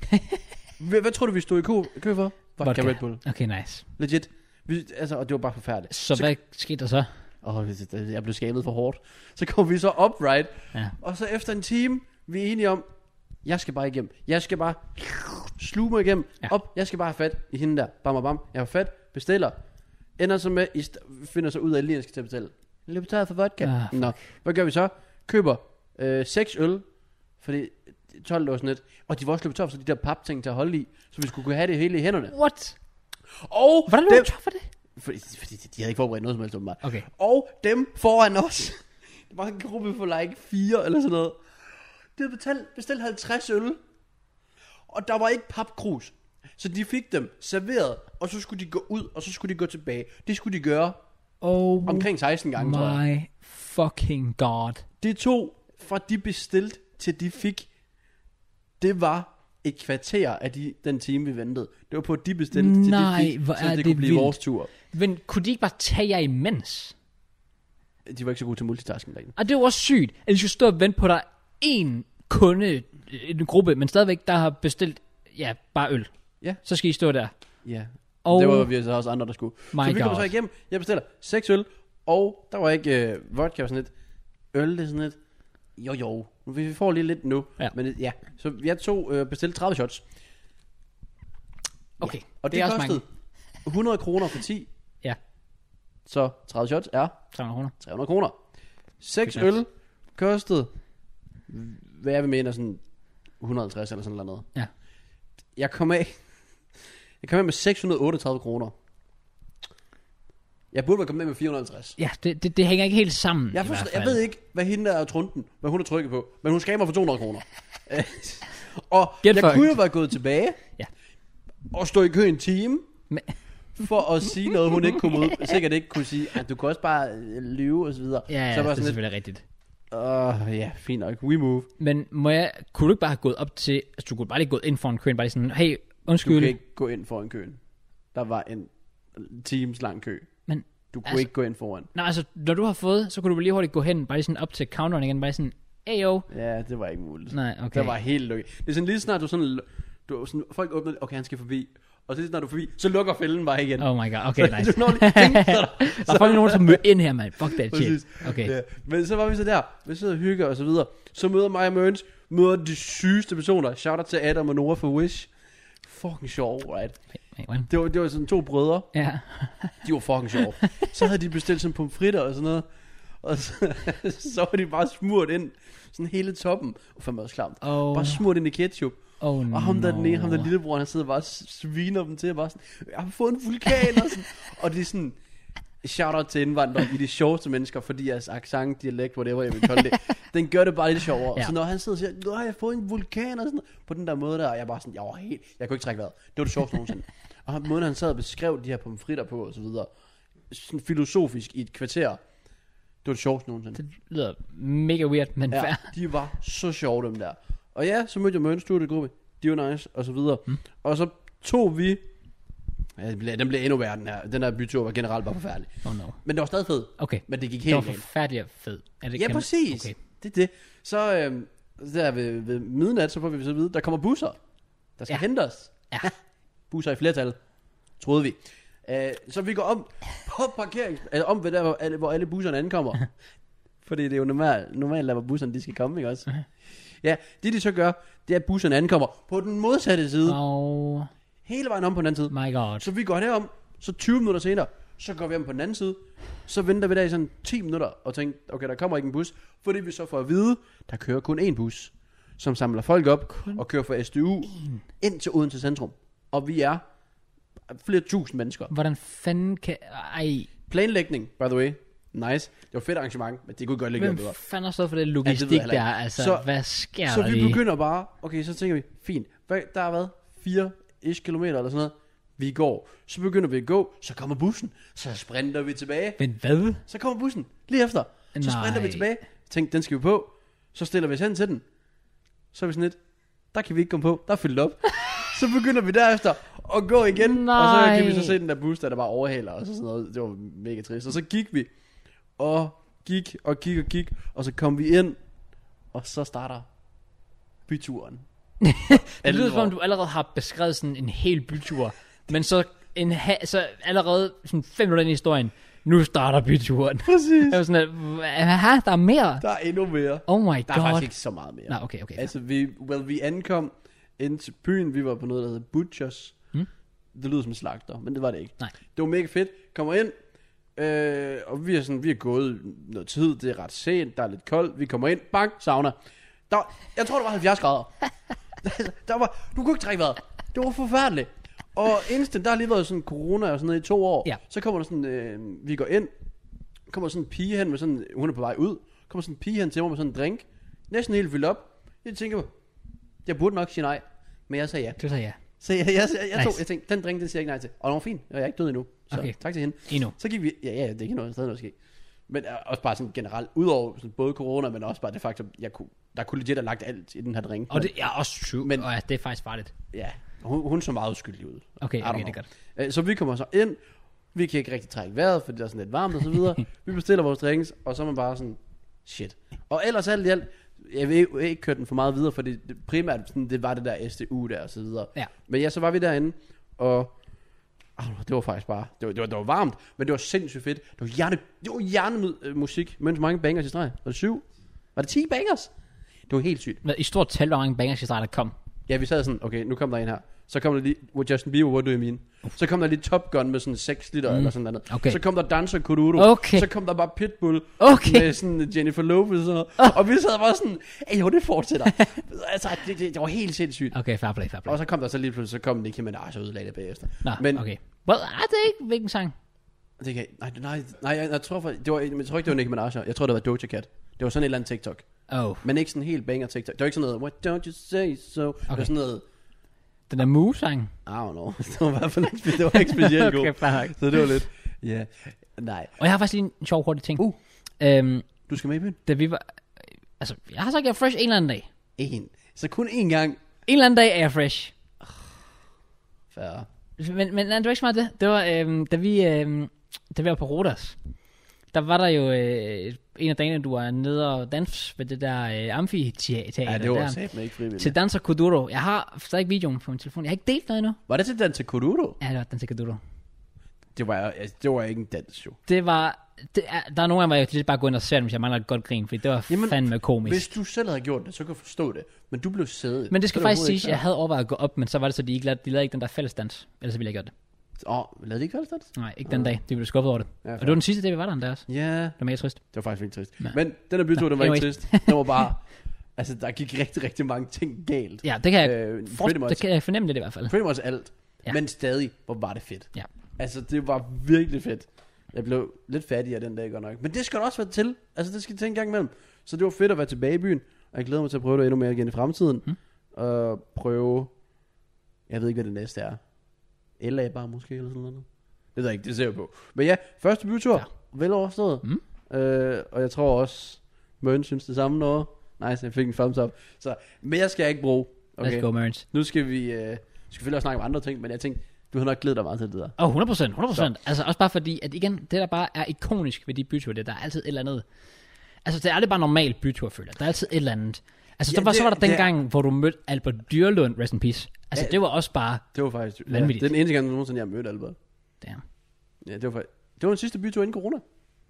S2: Hvad tror du, vi stod i kø for? Vodka Red Bull.
S1: Okay, nice.
S2: Legit. Og det var bare forfærdeligt.
S1: Så hvad skete der så?
S2: Jeg blev skamet for hårdt. Så kom vi så upright.
S1: Ja.
S2: Og så efter en time, vi er enige om, jeg skal bare igennem. Jeg skal bare sluge mig igennem. Ja. Op, jeg skal bare have fat i hende der. Bam. Jeg har fat, bestiller. Ender så med, finder så ud af, at jeg skal til at betale. Løb tør for vodka. Nå, hvad gør vi så? Køber 6 øl, fordi 12 år sådan lidt. Og de var også løbet tør for de der papting til at holde i, så vi skulle kunne have det hele i hænderne.
S1: What?
S2: Og
S1: hvordan løb tør for det?
S2: Fordi de havde ikke forberedt noget som helst åbenbart.
S1: Okay.
S2: Og dem foran os, det var en gruppe for like 4 eller sådan noget. De havde bestilt 50 øl, og der var ikke papkrus. Så de fik dem serveret, og så skulle de gå ud, og så skulle de gå tilbage. Det skulle de gøre omkring 16 gange, tror jeg.
S1: My fucking god.
S2: Det tog fra de bestilt til de fik, det var et kvarter af den time, vi ventede. Det var på, at de bestilte til de fik, så det kunne blive vores tur.
S1: Men kunne de ikke bare tage jer imens?
S2: De var ikke så gode til multitasking derinde.
S1: Og det var også sygt, at de skulle stå og vente på, der en kunde, en gruppe, men stadigvæk, der har bestilt, bare øl.
S2: Ja.
S1: Så skal I stå der.
S2: Ja. Og det var vi så også andre, der skulle. Så vi kommer så igennem. Jeg bestiller 6 øl, og der var ikke vodka og sådan lidt. Øl, det er sådan lidt. Jo. Vi får lige lidt nu. Ja. Men ja, så jeg bestilte 30 shots.
S1: Okay.
S2: Ja. Og det kostede 100 kroner for 10.
S1: Ja.
S2: Så 30 shots er 300 kroner. 6 øl kostede, hvad jeg vil mene, sådan 150 eller sådan noget.
S1: Ja.
S2: Jeg kom af med 638 kroner. Jeg burde være kommet med 450.
S1: Ja, det hænger ikke helt sammen.
S2: Jeg ved ikke, hvad hende der er trunden, hvad hun har trykket på, men hun skal mig for 200 kroner. Og jeg kunne jo være gået tilbage og stå i kø en time for at sige noget, hun ikke kunne ud. Sikkert ikke kunne sige, at du kan også bare lyve og så videre.
S1: Ja, så det er selvfølgelig rigtigt.
S2: Ja, fint nok. We move.
S1: Men kunne du ikke bare have gået op til, altså du kunne bare lige gået ind for en køen, bare lige sådan, hey, undskyld.
S2: Du kan ikke gå ind for en køen. Der var en times lang kø.
S1: Men
S2: du kunne ikke gå ind foran.
S1: Nej, altså, når du har fået, så kunne du lige hurtigt gå hen, bare lige sådan op til counteren igen, bare sådan, ayo.
S2: Ja, det var ikke muligt.
S1: Nej, okay.
S2: Det var helt lukket. Det er sådan lige snart du sådan folk åbner, okay, han skal forbi. Og så lige snart du er forbi, så lukker fælden bare igen.
S1: Oh my god, okay, nice.
S2: Der
S1: er faktisk nogen, som møder ind her, man. Fuck that shit. Okay.
S2: Ja. Men så var vi så der, vi sidder og hygger og så videre. Så møder mig og Mørens, møder de sygeste personer. Shout out til Adam og Nora for Wish. Fucking sjov, right? Det var sådan 2 brødre.
S1: Ja.
S2: De var fucking sjov. Så havde de bestilt sådan pomfritter og sådan noget. Og så var de bare smurt ind, sådan hele toppen. Og fandme også klamt. Bare smurt ind i ketchup. Og ham der lillebror, han sidder bare og sviner dem til. Bare sådan, jeg har fået en vulkan og sådan. Og de er sådan, shout out til indvandrere, I de sjoveste mennesker, fordi jeres accent, dialekt, whatever jeg vil kalde det, den gør det bare lidt sjovere. Ja. Så når han sidder og siger, nu har jeg fået en vulkan og sådan på den der måde der, og jeg bare sådan, jeg kunne ikke trække vejret. Det var det sjoveste nogensinde. Og måden han sad og beskrev de her pomfritter på og så videre, sådan filosofisk i et kvarter, det var det sjoveste nogensinde.
S1: Det lyder mega weird, men fair.
S2: De var så sjove dem der. Og ja, så mødte jeg med en studiegruppe, de var nice og så videre. Og så tog vi, den blev endnu værre den her bytur var generelt bare forfærdelig.
S1: Oh no.
S2: Men det var stadig fed.
S1: Okay.
S2: Men det gik helt
S1: galt. Det var forfærdeligt fed.
S2: Ja, præcis. Okay. Det. Så der ved midnat, så får vi så at vide, der kommer busser, der skal hente os. Ja. Busser i flertal, troede vi. Så vi går om på om ved der, hvor alle busserne ankommer. Fordi det er jo normalt der hvor busserne de skal komme, ikke også? Ja, det de så gør, det er at busserne ankommer på den modsatte side. Hele vejen om på den anden side.
S1: My God.
S2: Så vi går derom, så 20 minutter senere, så går vi om på den anden side. Så venter vi der i sådan 10 minutter og tænker, okay, der kommer ikke en bus. Fordi vi så får at vide, der kører kun én bus, som samler folk op og kører fra SDU ind til Odense Centrum. Og vi er flere tusind mennesker.
S1: Hvordan fanden kan...
S2: Planlægning, by the way. Nice. Det var et fedt arrangement, men det kunne godt ligge bedre.
S1: Hvem fanden har stået for det logistik der? Altså, så, hvad sker der
S2: lige? Så vi begynder bare, okay, så tænker vi, fint. Der har været 4-ish kilometer eller sådan noget. Vi går. Så begynder vi at gå, så kommer bussen. Så sprinter vi tilbage.
S1: Men hvad?
S2: Så kommer bussen lige efter. Så sprinter vi tilbage. Tænk, den skal vi på. Så stiller vi os hen til den. Så er vi sådan lidt, der kan vi ikke komme på. Der er fyldt op. Så begynder vi derefter at gå igen.
S1: Nej.
S2: Og så kan vi så se den der bus, der bare overhaler og sådan noget. Det var mega trist. Og så gik vi. Og gik. Og så kom vi ind. Og så starter byturen.
S1: Det lyder som om du allerede har beskrevet sådan en hel bytur. Men så, så allerede sådan 5 minutter ind i historien, nu starter byturen.
S2: Præcis.
S1: Jeg var sådan, der er mere.
S2: Der er endnu mere.
S1: Oh my god.
S2: Der er faktisk ikke så meget mere.
S1: Nej, okay.
S2: Altså vi ankom ind til byen. Vi var på noget der hedder Butchers. Det lyder som en slagter, men det var det ikke.
S1: Nej.
S2: Det var mega fedt. Kommer ind. Og vi er gået noget tid. Det er ret sent. Der er lidt koldt. Vi kommer ind. Bang, sauna. Jeg tror det var 70 grader. Du kunne ikke drikke vejret. Det var forfærdeligt. Og instant, der har lige været sådan corona og sådan noget i 2 år.
S1: Ja.
S2: Så kommer der sådan, vi går ind. Kommer sådan en pige hen med sådan, hun er på vej ud. Kommer sådan en pige hen til mig med sådan en drink. Næsten helt fyldt op. Jeg tænker på, jeg burde nok sige nej. Men jeg sagde ja.
S1: Du sagde ja.
S2: Så jeg tænkte, den drink, den siger jeg ikke nej til. Og den var fin, og jeg er ikke død endnu. Så okay. Tak til hende.
S1: Endnu.
S2: Så gik vi, ja, det er ikke noget, stadig noget ske. Men også bare sådan generelt, udover sådan både corona, men også bare det faktum, der kunne legit have lagt alt i den her drink.
S1: Og det er også true, men ja, det er faktisk farligt.
S2: Ja, hun så meget uskyldig ud.
S1: Okay, det er godt.
S2: Så vi kommer så ind, vi kan ikke rigtig trække vejret, fordi det er sådan lidt varmt og så videre. Vi bestiller vores drinks, og så er man bare sådan, shit. Og ellers alt i alt, jeg vil ikke køre den for meget videre, fordi primært sådan, det var det der SDU der og så videre. Ja. Men ja, så var vi derinde, og det var faktisk bare, det var varmt, men det var sindssygt fedt. Det var hjernemusik, mens mange bangers i streg. Var det 7? Var det 10 bangers? Det var helt sygt.
S1: I stort tal, hvor mange bangers i streg der kom.
S2: Ja, vi sad sådan, okay, nu kom der en her. Så kom der lige Justin Bieber, What Do You Mean? Så kom der lige Top Gun med sådan 6 liter eller sådan noget.
S1: Okay.
S2: Så kom der Dancer Kuduro.
S1: Okay.
S2: Så kom der bare Pitbull med sådan Jennifer Lopez og sådan noget. Og vi sad bare sådan, det fortsætter. Altså, det var helt sindssygt.
S1: Okay, fair play.
S2: Og så kom der så lige pludselig, så kom Nicki Minaj og ødelagde det bagefter.
S1: Men okay. Det er ikke hvilken sang?
S2: Det kan, nej, jeg tror jeg tror ikke det var Nicki Minaj. Jeg tror det var Doja Cat. Det var sådan et eller andet TikTok. Men ikke sådan helt banger TikTok. Det var ikke sådan noget, what don't you say so. Okay. Det var sådan noget.
S1: Den der Moo-sang?
S2: I don't know. Det var i hvert fald det var ikke specielt god.
S1: Okay,
S2: så det var lidt, ja, nej.
S1: Og jeg har faktisk lige en sjov hurtig ting.
S2: Du skal med i byen?
S1: Da vi var, altså, jeg har sagt, jeg er fresh en eller anden dag.
S2: Så kun én gang?
S1: En eller anden dag er jeg fresh.
S2: Fair.
S1: Men det var ikke så meget det. Det var, da vi var på Rodas. Der var der jo en af dagene, du var nede og dans ved det der amfiteater.
S2: Ja, det var sæt med ikke frivilligt.
S1: Til Dancer Kuduro. Jeg har stadig videoen på min telefon. Jeg har ikke delt noget endnu.
S2: Var det til Dancer Kuduro?
S1: Ja, det var Dancer Kuduro.
S2: Det var ikke en dans, jo.
S1: Det var... der er nogle af mig, jeg bare gå ind og se, hvis jeg mangler et godt grin, fordi det var fandme komisk.
S2: Hvis du selv havde gjort det, så kan jeg forstå det. Men du blev sædet.
S1: Men det skal faktisk sige, at jeg havde overvejet at gå op, men så var det så, de lavede ikke den der fællesdans. Ellers ville jeg gøre det.
S2: Lavede de ikke fællesdans?
S1: Nej, ikke den dag. De blev skuffet over det. Ja, og det var den sidste dag, vi var der endda også.
S2: Ja.
S1: Det var mega trist.
S2: Det var faktisk virkelig trist. Ja. Men den her bytur, den var ikke trist. Den var bare... Altså, der gik rigtig, rigtig mange ting galt.
S1: Ja, det kan jeg fornemme det i hvert fald.
S2: Pretty much alt. Ja. Men stadig, hvor var det fedt.
S1: Ja.
S2: Altså, det var virkelig fedt. Jeg blev lidt fattigere den dag godt nok. Men det skal da også være til. Altså, det skal til en gang imellem. Så det var fedt at være tilbage i byen. Og jeg glæder mig til at prøve det endnu mere igen i fremtiden. Og prøve... Jeg ved ikke, hvad det næste er. LA bare måske, eller sådan noget. Det ved jeg ikke, det ser jeg på. Men ja, første bytur. Ja. Vel overstået. Og jeg tror også, Mørn synes det samme noget. Nice, jeg fik en thumbs up. Så mere skal jeg ikke bruge. Okay.
S1: Let's go, Mørns.
S2: Nu skal vi selvfølgelig også snakke om andre ting, men jeg tænkte, du har nok glædet dig meget til det der.
S1: 100%. Altså også bare fordi, at igen, det der bare er ikonisk ved de byture, det der er altid et eller andet. Altså det er aldrig bare normalt bytur, føler jeg. Der er altid et eller andet. Altså ja, så var der den gang, hvor du mødte Albert Dyrlund, rest in peace. Altså det var også bare
S2: det var faktisk
S1: vanvittigt.
S2: Det er den eneste gang, nogensinde jeg mødte Albert.
S1: Damn.
S2: Ja, det var den sidste bytur inden corona.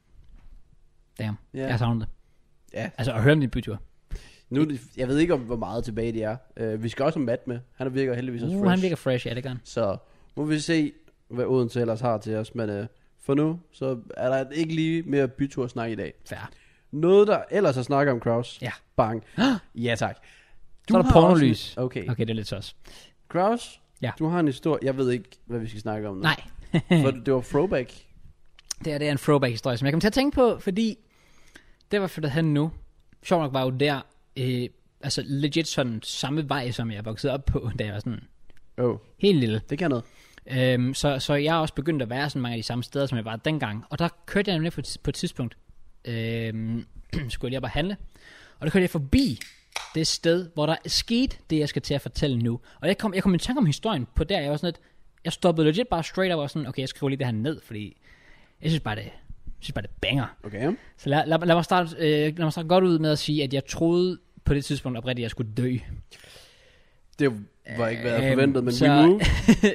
S1: Damn, jeg savner det.
S2: Ja.
S1: Altså at høre om din bytur.
S2: Nu, jeg ved ikke, hvor meget tilbage de er. Vi skal også have Matt med. Han virker heldigvis også fresh.
S1: Han virker fresh, ja, det gør han.
S2: Så må vi se, hvad Odense ellers har til os. Men for nu, så er der ikke lige mere bytursnak i dag.
S1: Fair.
S2: Noget, der ellers har snakket om, Kraus.
S1: Ja.
S2: Bang. Ja, tak.
S1: Så er der pornolys.
S2: Okay,
S1: det er lidt sås.
S2: Kraus,
S1: ja.
S2: Du har en historie. Jeg ved ikke, hvad vi skal snakke om nu.
S1: Nej.
S2: For det var throwback. Det
S1: er en throwback-historie, som jeg kom til at tænke på, fordi det var flyttet hen nu. Sjovt nok var jo der, altså legit sådan samme vej, som jeg voksede op på, da jeg var sådan helt lille.
S2: Det kan noget.
S1: Så jeg er også begyndt at være sådan mange af de samme steder, som jeg var dengang. Og der kørte jeg nemlig på et tidspunkt, skulle jeg bare handle. Og der kørte jeg forbi det sted, hvor der skete det, jeg skal til at fortælle nu. Og jeg kom i tanke om historien på der. Jeg var sådan lidt, jeg stoppede legit bare straight up og sådan, okay, jeg skriver lige det her ned, fordi jeg synes bare det banger.
S2: Okay.
S1: Så lad mig starte godt ud med at sige, at jeg troede på det tidspunkt oprigtigt, at jeg skulle dø.
S2: Det var ikke, hvad jeg forventede, men
S1: så,
S2: we move.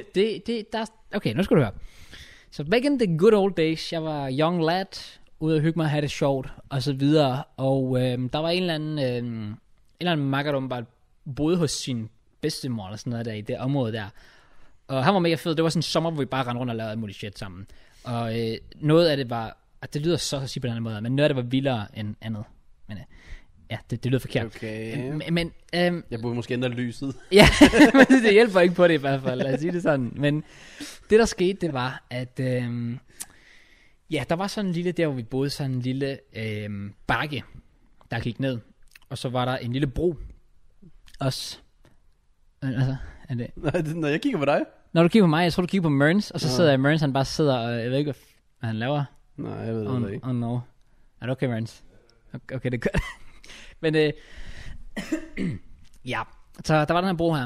S1: Okay, nu skal du høre. Så back in the good old days, jeg var young lad, ude at hygge mig, have det sjovt, og så videre. Og der var en eller anden makker, der bare boede hos sin bedstemor, eller sådan noget der, i det område der. Og han var mega fed. Det var sådan en sommer, hvor vi bare rendte rundt og lavede alt muligt shit sammen. Og noget af det var, at det lyder så at sige på den anden måde, men noget af det var vildere end andet. Men ja, det lyder forkert.
S2: Okay.
S1: Men
S2: jeg burde måske ændre lyset.
S1: Ja, men det hjælper ikke på det i hvert fald. Lad os sige det sådan. Men det der skete, det var, at ja, der var sådan en lille, der hvor vi boede, sådan en lille bakke, der gik ned. Og så var der en lille bro. Også. Altså, er det...
S2: Nej, når jeg kigger på dig.
S1: Når du kigger på mig, jeg tror du kigger på Mørns, og så sidder jeg Mørns, han bare sidder, og jeg ved ikke, hvad han laver.
S2: Nej, jeg ved det ikke.
S1: Oh no. Er det okay, Mørns? Okay, det er godt. Men ja, så der var den her bro her.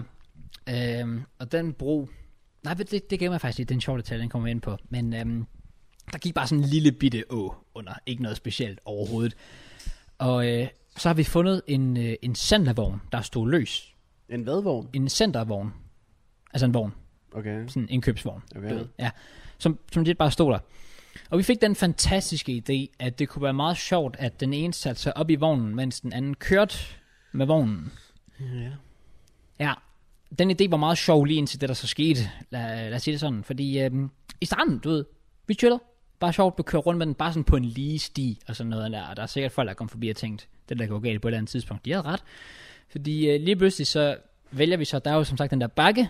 S1: Og den bro, nej, det gav mig faktisk lidt, den sjove detalje, den kommer vi ind på. Men der gik bare sådan en lille bitte å under, ikke noget specielt overhovedet. Og så har vi fundet en centervogn, der stod løs.
S2: En hvad vogn?
S1: En centervogn. Altså en vogn.
S2: Okay.
S1: Sådan en indkøbsvogn.
S2: Okay.
S1: Ja. Som lidt bare stod der. Og vi fik den fantastiske idé, at det kunne være meget sjovt, at den ene satte sig op i vognen, mens den anden kørte med vognen.
S2: Ja.
S1: Ja. Den idé var meget sjov lige indtil det, der så skete. Lad os sige det sådan. Fordi i starten, du ved, vi chiller. Bare sjovt at køre rundt med den, bare sådan på en lige sti og sådan noget der. Og der er sikkert folk, der kom forbi og tænkt, det der går galt på et eller andet tidspunkt. De havde ret. Fordi lige pludselig så vælger vi så, der er jo som sagt den der bakke.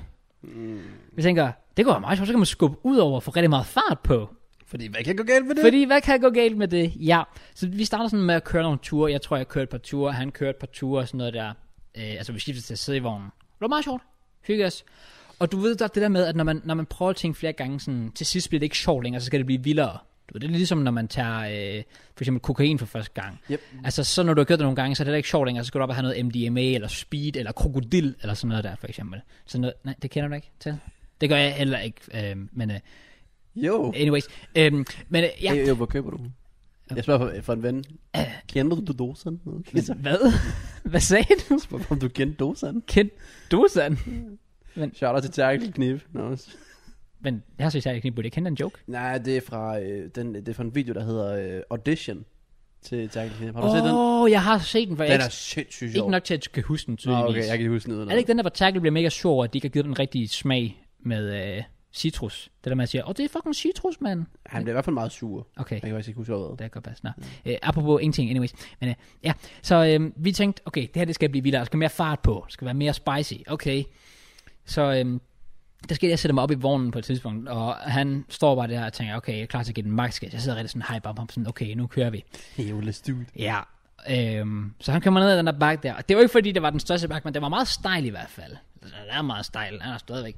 S1: Vi tænker, det går meget sjovt, så kan man skubbe ud over og få rigtig meget fart på.
S2: Fordi hvad kan gå galt med det?
S1: Fordi hvad kan gå galt med det? Ja. Så vi starter sådan med at køre nogle ture. Jeg tror, jeg kørte et par ture. Han kørte et par ture og sådan noget der. Altså vi skiftede til at sidde i vognen. Det var meget sjovt. Hygge os. Og du ved godt det der med, at når man prøver ting flere gange, sådan, til sidst bliver det ikke sjovt længere, så skal det blive vildere. Du ved, det er ligesom når man tager for eksempel kokain for første gang.
S2: Yep.
S1: Altså så når du har gjort det nogle gange, så er det ikke sjovt længere, så skal du op og have noget MDMA eller speed eller krokodil eller sådan noget der for eksempel. Så noget, nej, det kender du ikke til. Det gør jeg heller ikke, men
S2: jo.
S1: Anyways, men ja.
S2: Jo, hvor køber du? Jeg spørger for en ven. Kender du Dosan?
S1: Hvad? Hvad sagde du?
S2: Jeg spørger om du kendte Dosan.
S1: Kendte Dosan?
S2: Shout out til Tærkelkniv.
S1: Men jeg har så Tærkelkniv, burde jeg kende den joke?
S2: Nej, det er fra en video, der hedder Audition til Tærkelkniv. Har du set den?
S1: Jeg har set den. For
S2: den er sindssygt sjov.
S1: Ikke nok til, at du kan huske den tydeligvis.
S2: Okay, jeg kan huske den.
S1: Er det ikke den der, hvor Tærkel bliver mega sur over, at de ikke har givet den rigtige smag med citrus? Det der, man siger, det er fucking citrus, mand.
S2: Han bliver i hvert fald meget sur.
S1: Okay.
S2: Jeg kan faktisk ikke huske, hvad
S1: det kan godt passe. Apropos ingenting, anyways. Men ja, så vi tænkte, okay, det her det skal blive vildere. Der skal mere fart på. Der skal være mere spicy. Okay. Så Der skete, jeg sætter mig op i vognen på et tidspunkt, og han står bare der og tænker, okay, jeg er klar til at give den max gas. Jeg sidder rigtig sådan hype op ham, sådan, okay, nu kører vi.
S2: Jo, let's do it.
S1: Ja, så han kommer ned ad den der bakke der. Det var ikke fordi, det var den største bakke, men det var meget stejl i hvert fald. Den er meget stejl, han er stadigvæk.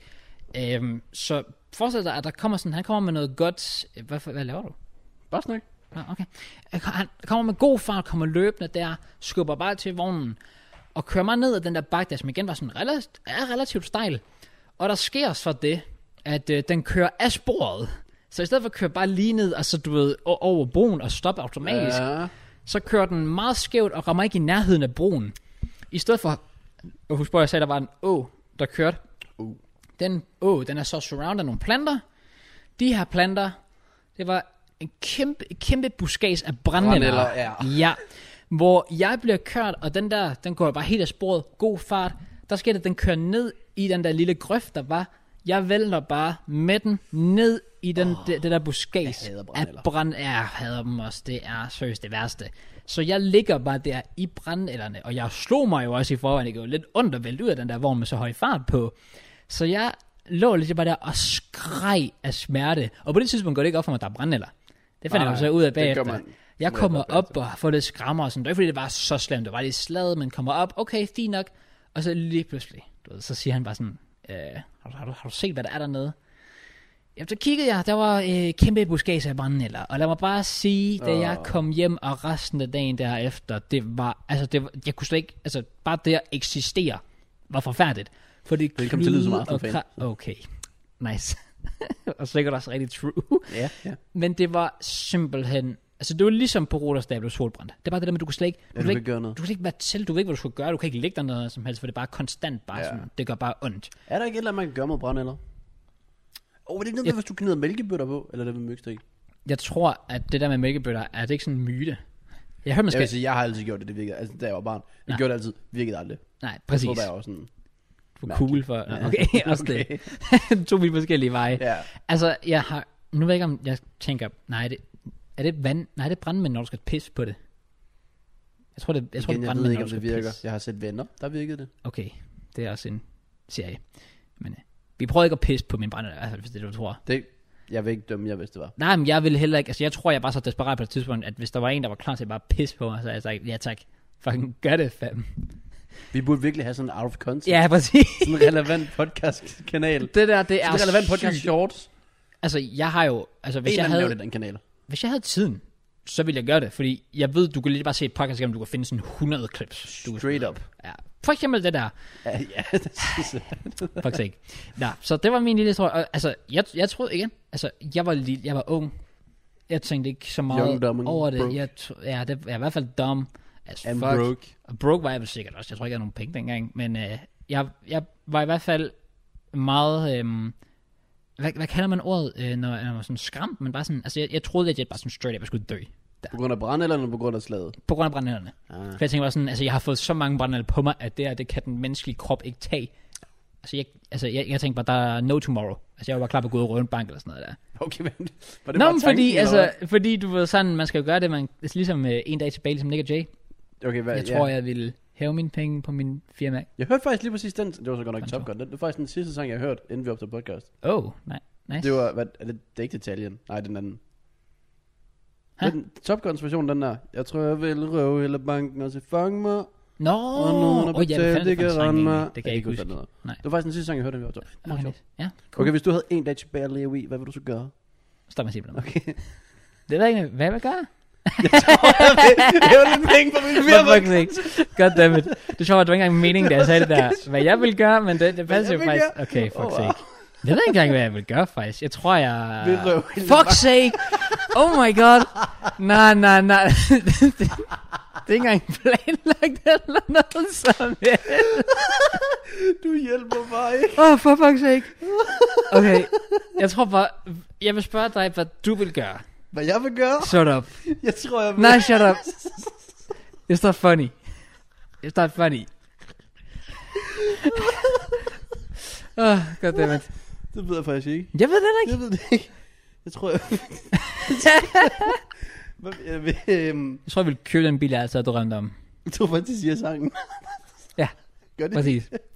S1: Så forestil dig, at der kommer sådan, han kommer med noget godt. Hvad laver du?
S2: Bare snak.
S1: Ja, okay. Han kommer med god fart, kommer løbende der, skubber bare til vognen, og kører mig ned ad den der bakke der, som igen var sådan relativt stejl. Og der sker så det, at den kører af sporet. Så i stedet for at køre bare lige ned, altså du ved, over broen og stoppe automatisk, så kører den meget skævt og rammer ikke i nærheden af broen. I stedet for, husk på, jeg sagde, der var en å, der kørte. Den er så surrounded af nogle planter. De her planter, det var en kæmpe buskads af brændenælder. Ja. Hvor jeg bliver kørt, og den går bare helt af sporet, god fart. Der sker det, den kører ned i den der lille grøft, der var. Jeg vælter bare med den ned i det der buskads af brændenælder. Jeg hader dem også, det er seriøst det værste. Så jeg ligger bare der i brændenælderne, og jeg slog mig jo også i forvejen, det går lidt ondt at vælte ud af den der vogn med så høj fart på. Så jeg lå lidt bare der og skreg af smerte. Og på det tidspunkt går det ikke op for mig, at der er brændenælder. Det fandt jeg jo så ud af bagefter. Jeg kommer op og får lidt skrammer og sådan. Det var ikke fordi det var så slemt, det var lidt slaget, men kommer op, okay, fint nok. Og så lige pludselig, så siger han bare sådan, har du set, hvad der er dernede? Jamen, så kiggede jeg, der var kæmpe buskads af brændenælder. Og lad mig bare sige, da jeg kom hjem og resten af dagen derefter, jeg kunne slet ikke, altså bare det at eksistere var forfærdeligt. For det
S2: kom til at lyde som Arsenal-fan.
S1: Okay, nice. Og sikkert også rigtig true.
S2: Ja.
S1: Men det var simpelthen, altså det var ligesom på Rodersdag, du solbrændt. Det er bare det der med, du kunne slet ikke, du kunne ikke være til, du ved ikke, hvad du skulle gøre, du kan ikke ligge der noget som helst, for det er bare konstant, bare sådan, det gør bare ondt.
S2: Er der ikke et eller andet, man kan gøre mod brændenælder? Var det ikke noget, hvis du knider mælkebøtter på, eller det med møgstik?
S1: Jeg tror, at det der med mælkebøtter, er det ikke sådan en myte? Jeg vil
S2: sige, jeg har altid gjort det virkede, altså da jeg var barn. Jeg gjorde det altid, virkede aldrig.
S1: Nej, præcis.
S2: Jeg tror, der var sådan
S1: cool for, okay, også det. 2 vidt forskellige veje.
S2: Ja.
S1: Altså, nu ved jeg ikke, om jeg tænker, er det vand? Nej, det er brandmænd, når du skal pisse på det. Jeg tror, det er brandmænd,
S2: jeg ved ikke, om det virker. Jeg har set Venner, der virkede det.
S1: Okay, det er også en serie. Men vi prøver ikke at pisse på min brandmænd, i hvert fald, hvis det er, du tror.
S2: Jeg vil ikke dømme jer, hvis det var.
S1: Nej, men jeg vil heller ikke, altså jeg tror, jeg bare så desperat på et tidspunkt, at hvis der var en, der var klar til at bare pisse på mig, så jeg sagde, ja tak, fucking gør det, fam.
S2: Vi burde virkelig have sådan en out of context.
S1: Ja, præcis.
S2: Sådan en relevant podcast-kanal.
S1: Det er
S2: sådan en relevant podcast shorts.
S1: Altså, jeg har jo, altså hvis jeg havde
S2: den kanal.
S1: Hvis jeg havde tiden, så ville jeg gøre det, fordi jeg ved, du kan lige bare se et podcast, om du kan finde sådan 100 clips.
S2: Straight up.
S1: Ja. For eksempel det der.
S2: Ja, det synes jeg.
S1: Faktisk ikke. Nå, så det var min lille historie. Altså, jeg troede igen, altså, jeg var ung. Jeg tænkte ikke så meget over det. Det er i hvert fald dumb as fuck.
S2: Broke.
S1: Og broke var jeg vel sikkert også. Jeg tror ikke, jeg havde nogen penge dengang. Men jeg var i hvert fald meget... Hvad kalder man ordet, når man var sådan skræmt? Men bare sådan, altså jeg troede, at jeg bare sådan straight up, jeg skulle dø. Der.
S2: På grund af brændenælderne eller på grund af slaget?
S1: På grund af brændenælderne. For jeg tænkte bare sådan, altså jeg har fået så mange brændenælder på mig, at det kan den menneskelige krop ikke tage. Altså jeg tænkte bare, der er no tomorrow. Altså jeg var bare klar på at gå ud og røve en bank eller sådan noget der.
S2: Okay, men var det bare
S1: tanken, fordi du ved sådan, man skal jo gøre det, det er ligesom en dag tilbage, ligesom Nick og Jay.
S2: Okay,
S1: jeg tror, jeg vil hæve mine penge på min firma.
S2: Jeg hørte faktisk lige præcis den, det var så godt nok Top Gun. Det var faktisk den sidste sang, jeg hørte, inden vi optog podcast.
S1: Nej, nice.
S2: Det var, det er ikke detaljen. Nej, den anden. Den Top Guns version, den der. Jeg tror, jeg vil røve hele banken og så fange mig.
S1: Det kan jeg ikke huske.
S2: Det var faktisk den sidste sang, jeg hørte, inden vi optog.
S1: Ja, cool.
S2: Okay, hvis du havde en dag tilbage at leve i, hvad vil du så gøre?
S1: Stop med at sige det.
S2: Okay.
S1: Det ved jeg ikke, hvad jeg vil gøre?
S2: Jeg tror, jeg vil lidt penge på min firma.
S1: Goddammit. Det tror jeg, det var ikke engang meningen, da jeg sagde det der. Hvad jeg vil gøre, men det passer jo faktisk. Okay, fuck sake. Jeg ved ikke engang, hvad jeg vil gøre, faktisk. Jeg tror, jeg... Fuck sake! Oh my god! Nej. Det er ikke engang planlagt eller noget som helst.
S2: Du hjælper mig ikke.
S1: For fuck's sake. Okay, jeg tror bare... Jeg vil spørge dig, hvad du vil gøre.
S2: Hvad jeg vil gøre?
S1: Shut up.
S2: Jeg tror, jeg vil...
S1: Nej, shut up. It's not funny. It's not funny. Goddammit.
S2: Det ved jeg faktisk ikke.
S1: Jeg ved det ikke.
S2: Jeg ved det ikke. Jeg tror, jeg
S1: tror, jeg vil købe den bil, jeg altid har drømt om.
S2: Jeg tror faktisk, de siger sangen.
S1: Ja,
S2: gør det?
S1: Præcis.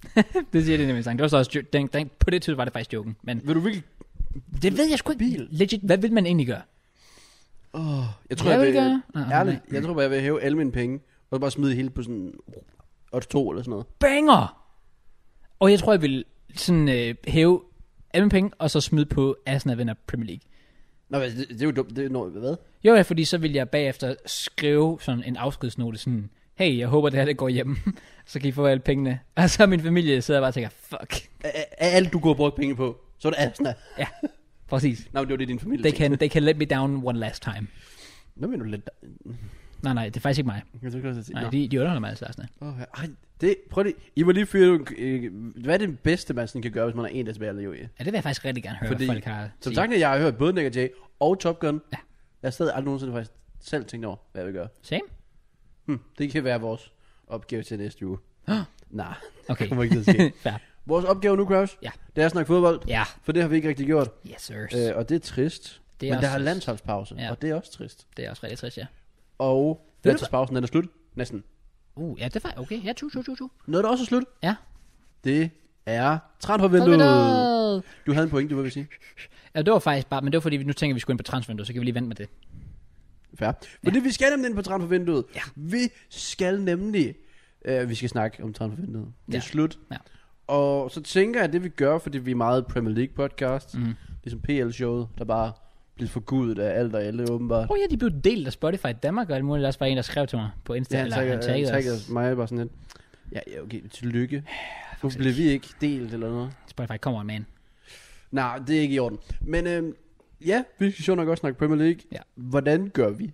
S1: Det siger det nemlig sang. Det var så også på det tidspunkt var det faktisk joken. Men
S2: vil du virkelig...
S1: Det ved jeg sgu ikke. Legit, hvad vil man egentlig gøre?
S2: Jeg tror, jeg tror bare, jeg vil hæve alle mine penge, og så bare smide hele på sådan 2 eller sådan noget.
S1: Banger! Og jeg tror, jeg vil sådan hæve alle mine penge, og så smide på Arsenal vinder Premier League.
S2: Nå, det er jo dumt. Det er noget, hvad?
S1: Jo, ja, fordi så vil jeg bagefter skrive sådan en afskedsnote, sådan, hey, jeg håber, det her det går hjem, så kan I få alle pengene. Og så min familie sidder bare og tænker, fuck.
S2: Alt du går og brugt penge på, så er det Arsenal.
S1: Ja, præcis.
S2: Nå, det var det, din familie
S1: they can let me down one last time.
S2: Nå, men du lidt...
S1: Nej, det er faktisk ikke mig. Nej, de underholder mig altså, Arsenal.
S2: Prøv lige, I må lige fyre, hvad er det bedste, man sådan kan gøre, hvis man er en, der spiller jo i?
S1: Ja, det vil jeg faktisk rigtig gerne høre,
S2: fordi,
S1: hvad folk har.
S2: Som sagt, jeg har hørt både Nick Jay og Top Gun. Ja. Jeg har stadig aldrig nogensinde faktisk selv tænkt over, hvad jeg vil gøre.
S1: Same.
S2: Det kan være vores opgave til næste uge. Nej,
S1: okay.
S2: Det kommer ikke til at ske. Vores opgave nu, Kraus, det er at snakke fodbold.
S1: Ja.
S2: For det har vi ikke rigtig gjort.
S1: Yes, sir.
S2: Og det er trist. Men der er landsholdspause, og det er også trist.
S1: Det er også rigtig trist, ja.
S2: Og landsholdspausen er slut, næsten.
S1: Ja, det var okay. Ja, 2.
S2: Noget, der også er slut.
S1: Ja.
S2: Det er transfervinduet. Du havde en point, du vil sige.
S1: Ja, det var faktisk bare, men det var fordi, nu tænker vi skulle ind på transfervinduet, så kan vi lige vente med det.
S2: Fair. Fordi vi skal nemlig ind på transfervinduet. Ja. Vi skal nemlig, vi skal snakke om transfervinduet. Det er slut. Ja. Og så tænker jeg, at det vi gør, fordi vi er meget Premier League podcast, ligesom PL-showet, der bare bliver forgudet af alt og alle, åbenbart.
S1: Ja, de blev delt af Spotify i Danmark, og det muligt også var en, der skrev til mig på Insta, eller han taggede os.
S2: Mig bare sådan lidt. Ja, okay, tillykke. Hvorfor blev vi ikke delt eller noget?
S1: Spotify kommer man.
S2: Nej, det er ikke i orden. Men vi skal sjovt nok også snakke Premier League. Ja. Hvordan gør vi?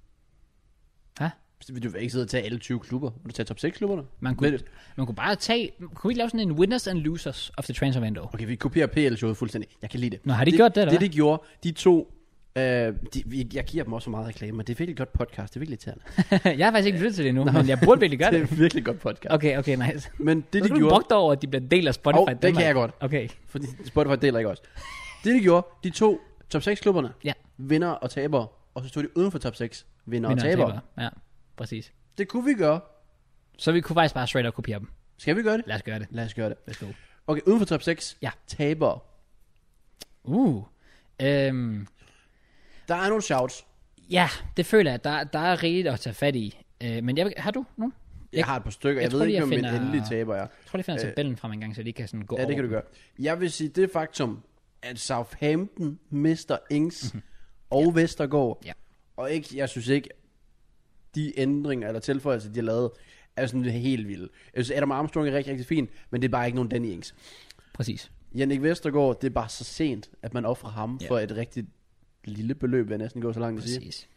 S2: Vil du ikke sidde og tage alle 20 klubber? Vil du tage top 6 klubberne? Man
S1: kunne bare tage... Kunne vi lave sådan en winners and losers of the transfer window?
S2: Okay, vi kopierer PL-showet fuldstændig. Jeg kan lide det.
S1: Nå, har de gjort det, eller
S2: det, de gjorde, de to... jeg giver dem også så meget reklame, men det er virkelig godt podcast. Det er virkelig irriterende.
S1: Jeg har faktisk ikke lyttet til det endnu, men jeg burde virkelig gøre det.
S2: Det er virkelig godt podcast.
S1: Okay, nice.
S2: Men det,
S1: de gjorde... Du brugte over, at de bliver delt af Spotify.
S2: Det kan jeg godt.
S1: Okay.
S2: Fordi Spotify deler ikke også. Det, de gjorde, de to top 6 klubberne, vinder og taber, og så stod de uden for top 6, vinder og taber.
S1: Ja, præcis.
S2: Det kunne vi gøre.
S1: Så vi kunne faktisk bare straight up kopiere dem.
S2: Skal vi gøre det?
S1: Lad os gøre det.
S2: Let's go. Okay, uden for top 6.
S1: Ja.
S2: Taber. Der er nogle shouts.
S1: Ja, det føler jeg, der er rigeligt at tage fat i. Men har du nogen?
S2: Jeg har et par stykker. Jeg ved ikke, om min endelige taber er.
S1: Jeg tror, jeg finder tabellen frem en gang, så de kan sådan gå over.
S2: Ja, det kan du gøre. Jeg vil sige, det faktum, at Southampton mister Ings og Vestergaard. Ja. Og jeg synes ikke, de ændringer eller tilføjelser, de har lavet, er sådan helt vilde. Jeg synes, Adam Armstrong er rigtig, rigtig fin, men det er bare ikke nogen Danny Ings.
S1: Præcis.
S2: Jannik Vestergaard, det er bare så sent, at man offrer ham for et rigtig lille beløb, vil jeg næsten gå så langt at sige.
S1: Præcis.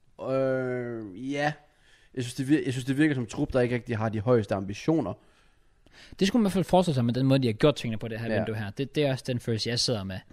S2: Jeg synes, det virker som trup, der ikke rigtig har de højeste ambitioner.
S1: Det skulle man i hvert fald forestille sig med den måde, de har gjort tingene på det her vindue her. Det er også den følelse, jeg sidder med.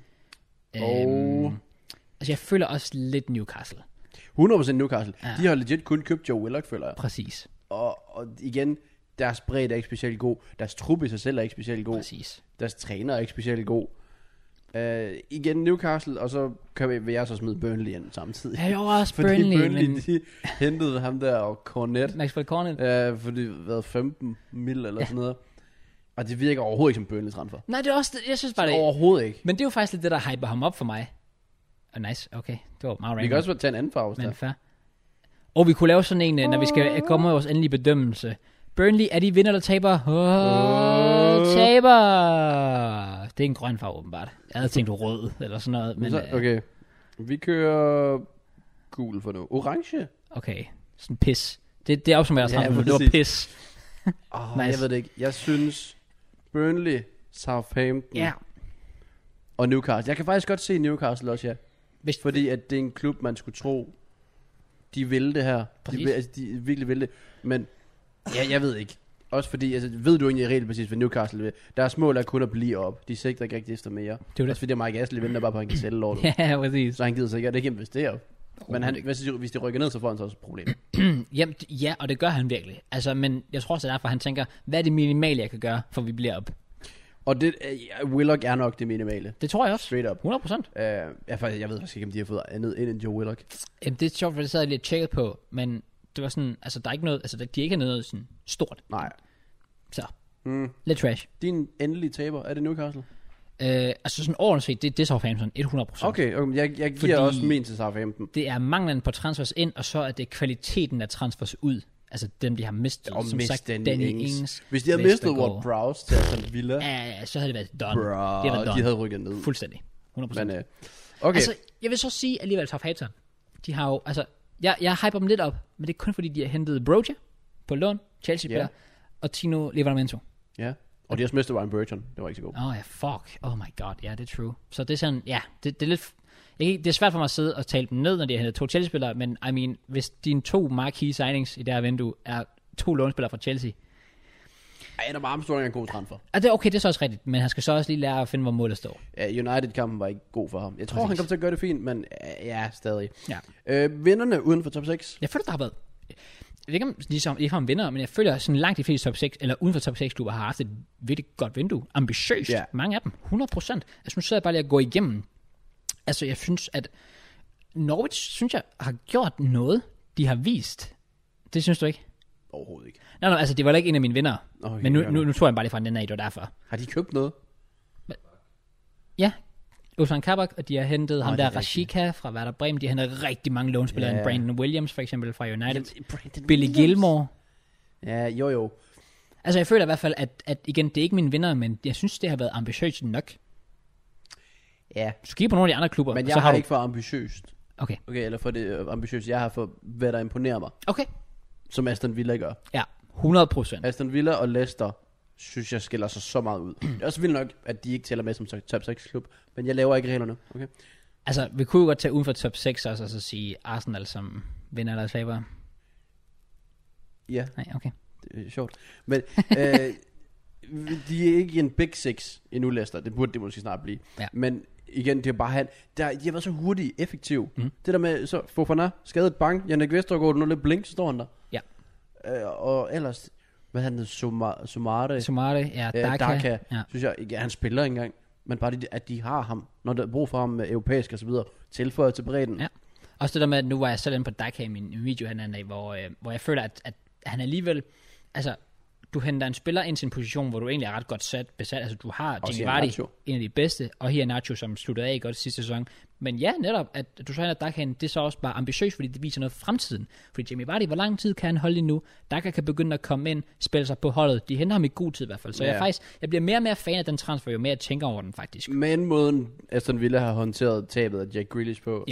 S1: Altså, jeg føler også lidt Newcastle.
S2: 100% Newcastle. Ja. De har legit kun købt Joe Willock, føler jeg.
S1: Præcis.
S2: Og igen, deres bredde er ikke specielt god. Deres trup i sig selv er ikke specielt god.
S1: Præcis.
S2: Deres træner er ikke specielt god. Igen Newcastle, og så vil jeg så smide Burnley ind samtidig.
S1: Ja, jo også
S2: fordi
S1: Burnley,
S2: men... de hentede ham der og Cornet.
S1: Maxwell Cornet.
S2: Fordi været 15 mil eller sådan noget. Og det virker overhovedet ikke som Burnley transfer.
S1: Nej, det er også, jeg synes bare det.
S2: Overhovedet ikke.
S1: Men det er jo faktisk lidt det, der hyper ham op for mig. Nice, okay. Det var meget random.
S2: Vi kan også tage en anden farve.
S1: Men fair. Og vi kunne lave sådan en, når vi skal komme med vores endelige bedømmelse. Burnley, er de vinder eller taber? Taber! Det er en grøn farve, åbenbart. Jeg havde tænkt rød, eller sådan noget. Men,
S2: okay. Vi kører gul for nu. Orange?
S1: Okay. Sådan pis. Det opsummerer sig, det var pis.
S2: Nice. Jeg ved det ikke. Jeg synes, Burnley, Southampton og Newcastle. Jeg kan faktisk godt se Newcastle også, ja. Fordi at det er en klub, man skulle tro, de vil det her. De virkelig vil det. Men jeg ved ikke. Også fordi, ved du egentlig helt præcis, hvad Newcastle vil? Deres mål er kun at blive op. De sigter ikke rigtig efter mere. Det er også fordi, Mike Ashley venter bare på, at han kan sælge lortet.
S1: Ja, præcis.
S2: Så han gider sig ikke, at det ikke investere. Men hvis de rykker ned, så får han så også et problem.
S1: Jamen, ja, og det gør han virkelig. Altså, men jeg tror også, derfor han tænker, hvad er det minimale, jeg kan gøre, for vi bliver op?
S2: Og det, Willock er nok det minimale.
S1: Det tror jeg også.
S2: Straight up.
S1: 100%.
S2: Jeg ved faktisk ikke, om de har fået andet end Joe Willock.
S1: Jamen, det er sjovt, for det sad jeg lidt tjekket på, men det var sådan, altså der er ikke noget, altså de ikke er noget sådan stort.
S2: Nej.
S1: Så, Lidt trash.
S2: Din endelige taber, er det Newcastle?
S1: Altså sådan overordnet set, det er Southampton, 100%.
S2: Okay, jeg giver også min til Southampton.
S1: Det er manglen på transfers ind, og så er det kvaliteten af transfers ud. Altså dem, de har mistet, som sagt, Danny Ings.
S2: Hvis de havde mistet Ward-Prowse til Aston Villa,
S1: ja, så havde det været done.
S2: Det var done. De havde rykket ned.
S1: Fuldstændig. 100%.
S2: Men, okay.
S1: Altså, jeg vil så sige alligevel Southampton. De har jo, altså, jeg hyper dem lidt op, men det er kun fordi, de har hentet Broja på lån, Chelsea-spiller, og Tino Livramento.
S2: Ja, og de har også mistet Ryan Bertrand. Det var ikke så godt.
S1: Ja, fuck. Oh my god, ja, det er true. Så det er sådan, ja, det er lidt... Det er svært for mig at sidde og tale dem ned, når de har hentet 2 Chelsea-spillere, men I mean, hvis dine 2 marquee signings i det her vindue er 2 lånespillere fra Chelsea...
S2: Adam Armstrong er en god transfer.
S1: Det er okay, det er så også rigtigt, men han skal så også lige lære at finde, hvor målet står.
S2: Ja, United-kampen var ikke god for ham. Jeg tror, han kommer til at gøre det fint, men ja, stadig. Ja. Vinderne uden for top 6?
S1: Jeg føler, der har været... Jeg ved ikke, om de har en vinder, men jeg føler, sådan langt de fleste top 6, eller uden for top 6-klubber, har haft et virkelig godt vindue. Ambitiøst. Yeah. Mange af dem. 100%. Altså, nu sidder jeg bare lige at gå igennem. Altså, jeg synes, at Norwich, synes jeg, har gjort noget, de har vist. Det synes du ikke?
S2: Overhovedet ikke.
S1: Nej, altså, det var ikke en af mine vinder. Okay, men nu tror jeg bare lige fra den af, det var derfor.
S2: Har de købt noget?
S1: Ja. Ozan Kabak, og de har hentet ham der Rashica fra Werder Bremen. De har hentet rigtig mange lånespillere. Yeah. Brandon Williams, for eksempel, fra United. Billy Gilmore.
S2: Ja, jo.
S1: Altså, jeg føler i hvert fald, at igen, det er ikke mine vinder, men jeg synes, det har været ambitiøst nok.
S2: Ja.
S1: Du skal kigge på nogle af de andre klubber.
S2: Men jeg har ikke for ambitiøst.
S1: Okay,
S2: eller for det ambitiøst. Jeg har for, hvad der imponerer mig.
S1: Okay.
S2: Som Aston Villa gør.
S1: Ja, 100%.
S2: Aston Villa og Leicester, synes jeg skiller sig så meget ud. Det er også vildt nok, at de ikke tæller med som top 6-klub. Men jeg laver ikke reglerne. Okay.
S1: Altså, vi kunne jo godt tage uden for top 6 også, og så sige Arsenal som vinder eller taber.
S2: Ja.
S1: Nej, okay.
S2: Det er sjovt. Men de er ikke en Big Six endnu, Leicester. Det burde det måske snart blive. Ja. Men igen, det er bare de har været så hurtige, effektive. Det der med, så Fofana, skadet bang, Jannik Vestergaard, nu lidt blink, så står han der. Ja. Og ellers, hvad han hedder, Somare,
S1: ja,
S2: Daka. Ja. Synes jeg ikke, han spiller engang. Men bare det, at de har ham, når der er brug for ham europæisk og så videre, tilføjet til bredden.
S1: Ja. Også det der med, at nu var jeg selv inde på Daka i min video han anden dag, hvor jeg føler, at han alligevel, altså, du henter en spiller ind til en position, hvor du egentlig er ret godt besat. Altså, du har Jamie Vardy, en af de bedste, og her Nacho, som sluttede af godt sidste sæson. Men ja, netop, at du så henter Daka ind, det er så også bare ambitiøst, fordi det viser noget for fremtiden. Fordi Jamie Vardy, hvor lang tid kan han holde nu? Daka kan begynde at komme ind, spille sig på holdet. De henter ham i god tid i hvert fald. Så jeg bliver mere og mere fan af den transfer, jo mere jeg tænker over den faktisk.
S2: Men måden Aston Villa har håndteret tabet af Jack Grealish på,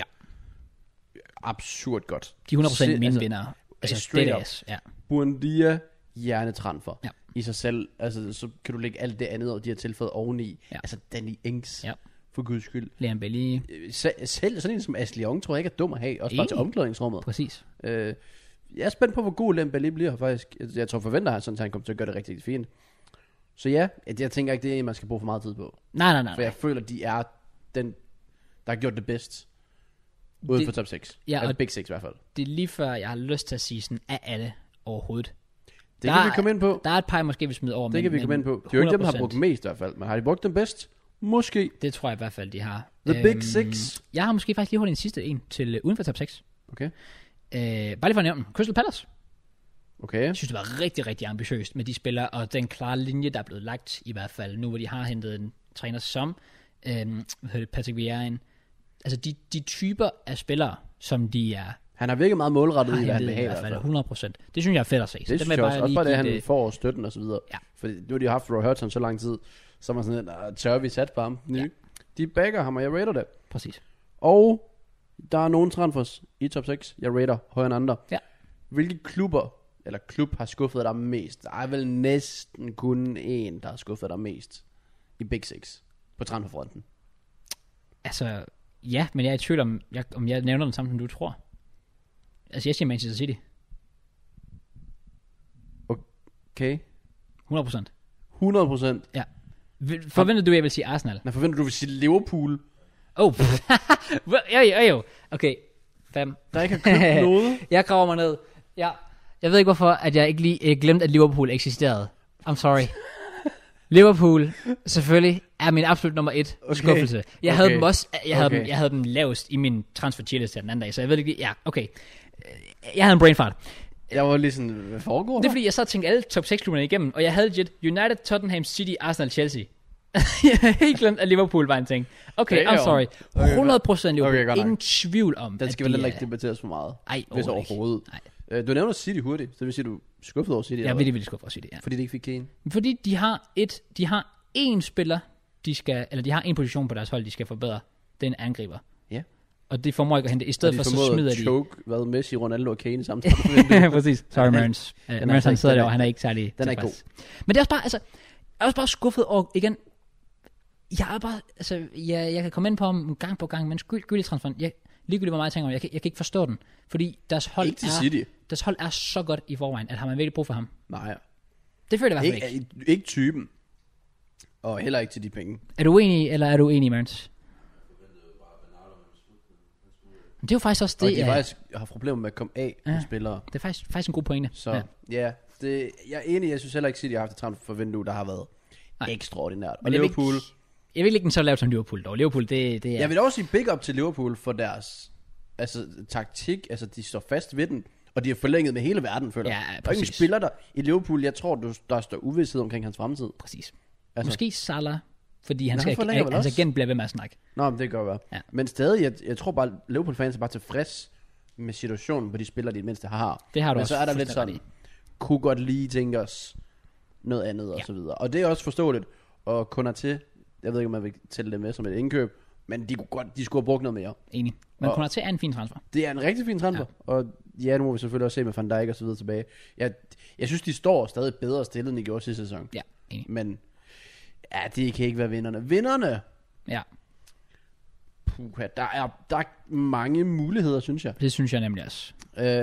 S2: absurd godt.
S1: De 100% mine vinder. Altså, det
S2: er Buendia, hjernetransfer i sig selv. Altså, så kan du lægge alt det andet, og de har tilføjet oveni. Ja. Altså, Danny Ings, for guds skyld.
S1: Leon Bailey.
S2: Selv sådan en som Ashley Young, tror jeg ikke er dum at have. Også bare til omklædningsrummet.
S1: Præcis.
S2: Jeg er spændt på, hvor god Leon Bailey bliver faktisk. Jeg tror forventer, at han kommer til at gøre det rigtig fint. Så ja, jeg tænker ikke, det er en, man skal bruge for meget tid på.
S1: Nej.
S2: For jeg føler, de er den, der har gjort det bedst. Uden for top 6. Ja, altså Big 6 i hvert fald.
S1: Det er lige før, jeg har lyst til at sige sådan, af alle overhovedet.
S2: Det kan vi komme ind på.
S1: Der er et par, måske vi smider over.
S2: Det kan vi komme ind på. Det er jo ikke dem, der har brugt mest i hvert fald. Men har de brugt dem bedst? Måske.
S1: Det tror jeg i hvert fald, de har.
S2: The Big 6.
S1: Jeg har måske faktisk lige holdt en sidste en til uden for top 6.
S2: Okay.
S1: Bare lige for at nævne den. Crystal Palace.
S2: Okay.
S1: Jeg synes, det var rigtig, rigtig ambitiøst med de spillere, og den klare linje, der er blevet lagt i hvert fald. Nu hvor de har hentet en træner som Patrick Vieira. Altså de typer af spillere, som de er.
S2: Han har virket meget målrettet i, hvad han vil have.
S1: I hvert fald 100%. Det synes jeg er fedt at se.
S2: Det synes jeg også bare det, han får støtten og så videre. Ja. For nu har de haft Roy Hodgson så lang tid, så man sådan en tør vi sat på ham. Ja. De bagger ham, og jeg rater det.
S1: Præcis.
S2: Og der er nogle transfers i top 6, jeg rater højere end andre.
S1: Ja.
S2: Hvilke klub har skuffet dig mest? Der er vel næsten kun en, der har skuffet dig mest i Big 6 på transferfronten.
S1: Altså, ja, men jeg er i tvivl om jeg nævner den samme, som du tror. Altså, jeg siger Manchester City.
S2: Okay.
S1: 100%.
S2: 100%?
S1: Ja. Forventer du, at jeg vil sige Arsenal?
S2: Nej, forventer du, at vil sige Liverpool?
S1: Jo. Okay. 5.
S2: Der ikke har købt noget?
S1: Jeg graver mig ned. Jeg ved ikke, hvorfor at jeg ikke lige glemte, at Liverpool eksisterede. I'm sorry. Liverpool, selvfølgelig, er min absolut nummer 1 skuffelse. Jeg havde dem også, jeg havde dem lavest i min transfer checkliste den anden dag, så jeg ved ikke, okay. Jeg havde en brain fart.
S2: Jeg var lige sådan, hvad foregår
S1: Det er fordi, jeg så tænkte alle top 6-klubberne igennem, og jeg havde legit United, Tottenham, City, Arsenal, Chelsea. Jeg havde helt glemt, at Liverpool var en ting. Okay, I'm sorry. 100% Liverpool. Ingen tvivl om,
S2: den skal vel heller ikke debatteres for meget.
S1: Ej,
S2: hvis overhovedet. Du nævner City hurtigt, så vil sige, du er skuffet over City.
S1: Jeg er virkelig skuffet over City, ja.
S2: Fordi de ikke fik Kane?
S1: Fordi de har én spiller, de har en position på deres hold, de skal forbedre. Det er en angriber.
S2: Ja.
S1: Og det formår ikke at hente. I stedet for, så smider de...
S2: choke, hvad Messi, Ronaldo og Kane sammen.
S1: Præcis. Sorry, Marins. Marins, han sidder derovre, han er ikke særlig
S2: den er god.
S1: Men det er også bare, altså... Jeg er også bare skuffet over, igen... Jeg er bare... Altså, jeg kan komme ind på ham gang på gang, men skyldig transferen... Ligegyldigt hvor meget jeg tænker om, jeg kan ikke forstå den. Fordi deres hold er så godt i forvejen, at har man virkelig brug for ham?
S2: Nej.
S1: Det føler jeg i hvert fald ikke.
S2: Ikke typen. Og heller ikke til de penge.
S1: Er du uenig, eller er du enig, Marins? Det er jo faktisk også det.
S2: Og de faktisk har problemer med at komme af med spillere.
S1: Det er faktisk en god pointe.
S2: Så ja, jeg er enig. Jeg synes heller ikke, City har haft et transfervindue, der har været ekstraordinært. Og Liverpool...
S1: Jeg vil ikke den så lavt som Liverpool dog. Liverpool, det er...
S2: Jeg vil også sige big up til Liverpool for deres taktik. Altså, de står fast ved den. Og de har forlænget med hele verden, føler jeg.
S1: Ja,
S2: der er ingen spiller der i Liverpool. Jeg tror, der står uvidshed omkring hans fremtid.
S1: Præcis. Altså. Måske Salah, fordi hans agent bliver ved med at snakke.
S2: Nå, men det gør være. Ja. Men stadig, jeg tror bare, Liverpool-fans er bare tilfreds med situationen, hvor de spiller, de mindste har.
S1: Det har du
S2: men
S1: også.
S2: Så er der lidt sådan, kunne godt lige tænke os noget andet og så videre. Og det er også forståeligt. Og kunder til, jeg ved ikke, om man vil tælle det med som et indkøb, men de skulle have brugt noget mere.
S1: Enig. Men kunder til er en fin transfer.
S2: Det er en rigtig fin transfer. Ja. Og ja, nu må vi selvfølgelig også se med Van Dijk og så videre tilbage. Jeg synes, de står stadig bedre stillet, end de gjorde sidste sæson.
S1: Ja, enig.
S2: Men ja, det kan ikke være vinderne. Vinderne!
S1: Ja.
S2: Puha, der er mange muligheder, synes jeg.
S1: Det synes jeg nemlig også.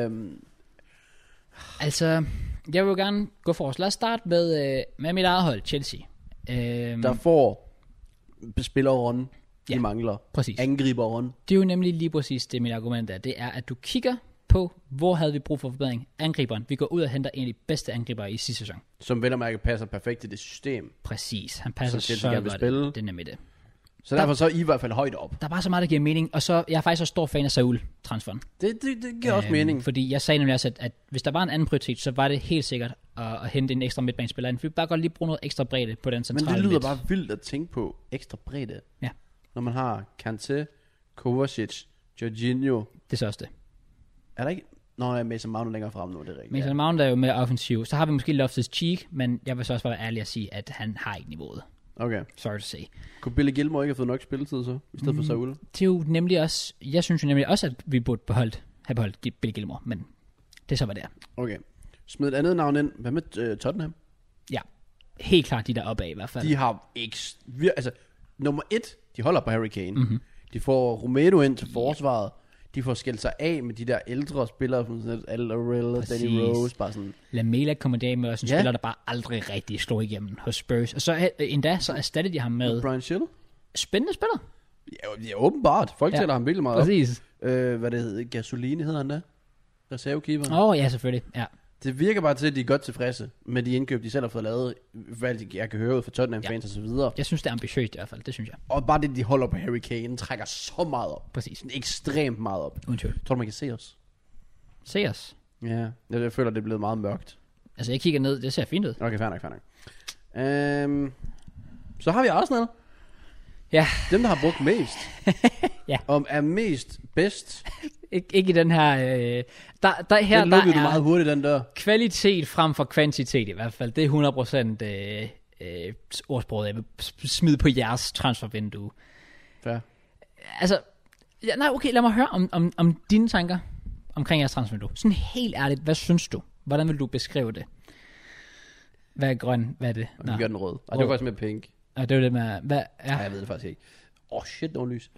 S1: Altså, jeg vil gerne gå for os. Lad os starte med mit eget hold, Chelsea.
S2: Der får spillerånden, de mangler.
S1: Præcis.
S2: Angriberånden.
S1: Det er jo nemlig lige præcis det, mit argument er. Det er, at du kigger på, hvor havde vi brug for forbedring. Angriberen. Vi går ud og henter en af de bedste angriber i sidste sæson.
S2: Som vel og mærke passer perfekt til det system.
S1: Præcis. Han passer så godt. Det er nemlig det.
S2: Så derfor så er I hvert fald højt op.
S1: Der er bare så meget, der giver mening. Og så jeg er faktisk også stor fan af Saul-transferen.
S2: Det giver også mening.
S1: Fordi jeg sagde nemlig også, at hvis der var en anden prioritet, så var det helt sikkert at hente en ekstra midtbanespiller. Vi bare godt lige bruge noget ekstra bredde på den centrale.
S2: Men det lyder bare vildt at tænke på ekstra bredde.
S1: Ja.
S2: Når man har Kanté, Kovacic, Jorginho.
S1: Det er så også det.
S2: Er der ikke... Nå, jeg er Mason Mount længere frem nu, det er rigtigt.
S1: Mason Mount er jo med offensiv. Så har vi måske Loftus-Cheek, men jeg vil så også være ærlig at sige, at han har ikke niveauet.
S2: Okay.
S1: Sorry to say.
S2: Kunne Billy Gilmore ikke have fået nok spilletid så, i stedet for Saul?
S1: Det er jo nemlig også... Jeg synes jo nemlig også, at vi burde have beholdt Billy Gilmore, men det er så, hvad det er.
S2: Okay. Smid et andet navn ind. Hvad med Tottenham?
S1: Ja. Helt klart de der opad i hvert fald.
S2: De har altså, nummer 1, de holder på Harry Kane. Mm-hmm. De får Romero ind til forsvaret. De får skilt sig af med de der ældre spillere, som Alderweireld, Danny Rose, bare sådan.
S1: Lamela kommer der med også en spiller, der bare aldrig rigtig slog igennem hos Spurs. Og så endda så erstattede de ham med
S2: Brian Shill.
S1: Spændende spiller.
S2: Ja, åbenbart. Folk taler ham virkelig meget
S1: præcis.
S2: Hvad det hedder, Gasolini hedder han da? Reservekeeper.
S1: Ja, selvfølgelig. Ja.
S2: Det virker bare til, at de er godt tilfredse med de indkøb, de selv har fået lavet, hvad jeg kan høre ud fra Tottenham-fans og så videre.
S1: Jeg synes, det er ambitiøst i hvert fald, det synes jeg.
S2: Og bare det, de holder på Harry Kane, trækker så meget op.
S1: Præcis.
S2: Ekstremt meget op.
S1: Undskyld.
S2: Tror du, man kan se os?
S1: Se os?
S2: Ja, jeg føler, det er blevet meget mørkt.
S1: Altså, jeg kigger ned, det ser fint ud.
S2: Okay, fair nok. Så har vi Arsenal.
S1: Ja.
S2: Dem, der har brugt mest.
S1: Ja.
S2: Om er mest bedst.
S1: Ikke i den her... her
S2: den lukkede du meget hurtigt, den der.
S1: Kvalitet frem for kvantitet i hvert fald. Det er 100% ordsproget, jeg vil smide på jeres transfervindue.
S2: Fair.
S1: Altså... Ja, nej, okay, lad mig høre om dine tanker omkring jeres transfervindue. Sådan helt ærligt, hvad synes du? Hvordan vil du beskrive det? Hvad er grøn? Hvad er det?
S2: Vi gør den rød. Og det var faktisk med pink.
S1: Og det var det med... Hvad? Ja.
S2: Nej, jeg ved det faktisk ikke. Shit, no lys.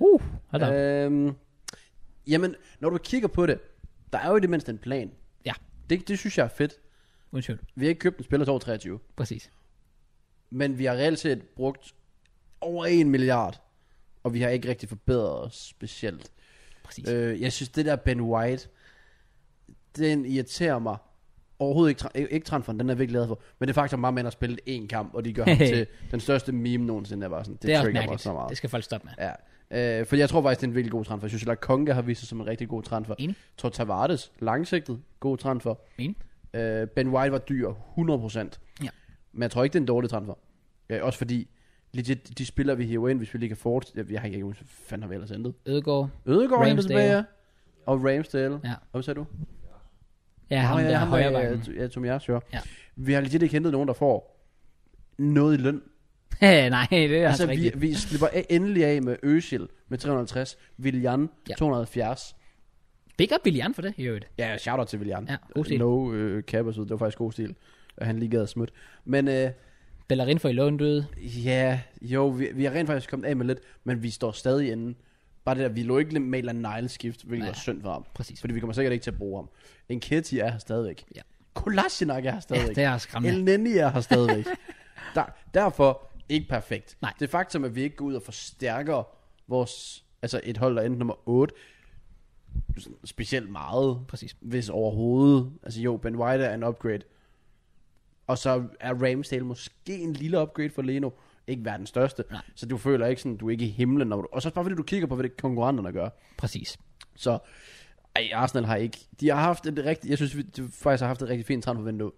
S2: Jamen, når du kigger på det, der er jo i det mindste en plan.
S1: Ja.
S2: Det synes jeg er fedt.
S1: Undskyld.
S2: Vi har ikke købt en spiller til over 23.
S1: Præcis.
S2: Men vi har reelt set brugt over 1 milliard. Og vi har ikke rigtig forbedret os specielt.
S1: Præcis.
S2: Jeg synes, det der Ben White, den irriterer mig overhovedet ikke transferen, den er virkelig lavet for. Men det er faktisk meget, man har spillet én kamp, og de gør ham til den største meme nogensinde. Det er bare sådan, det trigger mig så meget.
S1: Det skal folk stoppe med.
S2: Ja. For jeg tror faktisk, det er en virkelig god transfer. Jeg synes, at Konga har vist sig som en rigtig god transfer.
S1: Enig.
S2: Jeg tror, Tavares, langsigtet, god transfer.
S1: Enig.
S2: Ben White var dyr, 100%.
S1: Ja.
S2: Men jeg tror ikke, det er en dårlig transfer. Også fordi, legit, de spillere, vi hiver ind, hvis vi lige kan fortsætte. Jeg har ikke hvad fanden har vi ellers hentet?
S1: Ødegaard,
S2: Ramsdale tilbage, og Ramsdale.
S1: Ja.
S2: Og hvad sagde du?
S1: Ja, ham der højre bakken.
S2: Ja, Tomias, sure.
S1: Ja.
S2: Vi har legit ikke hentet nogen, der får noget i løn.
S1: Nej, det er
S2: altså
S1: rigtigt.
S2: vi slipper endelig af med Özil med 350, Willian 270.
S1: Big up Willian for det, i øvrigt.
S2: Ja, shout-out til Willian.
S1: Ja, god stil.
S2: No cappers ud, det var faktisk god stil. Og han lige gad smut. Men
S1: Bellerin for i lån døde.
S2: ja, jo, vi har rent faktisk kommet af med lidt, men vi står stadig inde. Bare det der, vi lå ikke med Maitland-Niles skift, hvilket var synd for ham.
S1: Præcis.
S2: Fordi vi kommer sikkert ikke til at bruge ham. Enketia er her stadigvæk.
S1: Ja.
S2: Kolasinac er her stadigvæk.
S1: Ja, det er skræmmende.
S2: El Neni er her stadigvæk. Derfor ikke perfekt.
S1: Nej.
S2: Det faktum, at vi ikke går ud og forstærker vores, altså et hold, der endte nummer 8, specielt meget.
S1: Præcis.
S2: Hvis overhovedet. Altså jo, Ben White er en upgrade. Og så er Ramsdale måske en lille upgrade for Leno. Ikke verdens største.
S1: Nej.
S2: Så du føler ikke sådan, du er ikke i himlen. Når du, og så bare fordi du kigger på, hvad det konkurrenterne gør.
S1: Præcis.
S2: Så Arsenal har ikke. De har haft et rigtig. Jeg synes de faktisk har haft et rigtig fint transfervindue.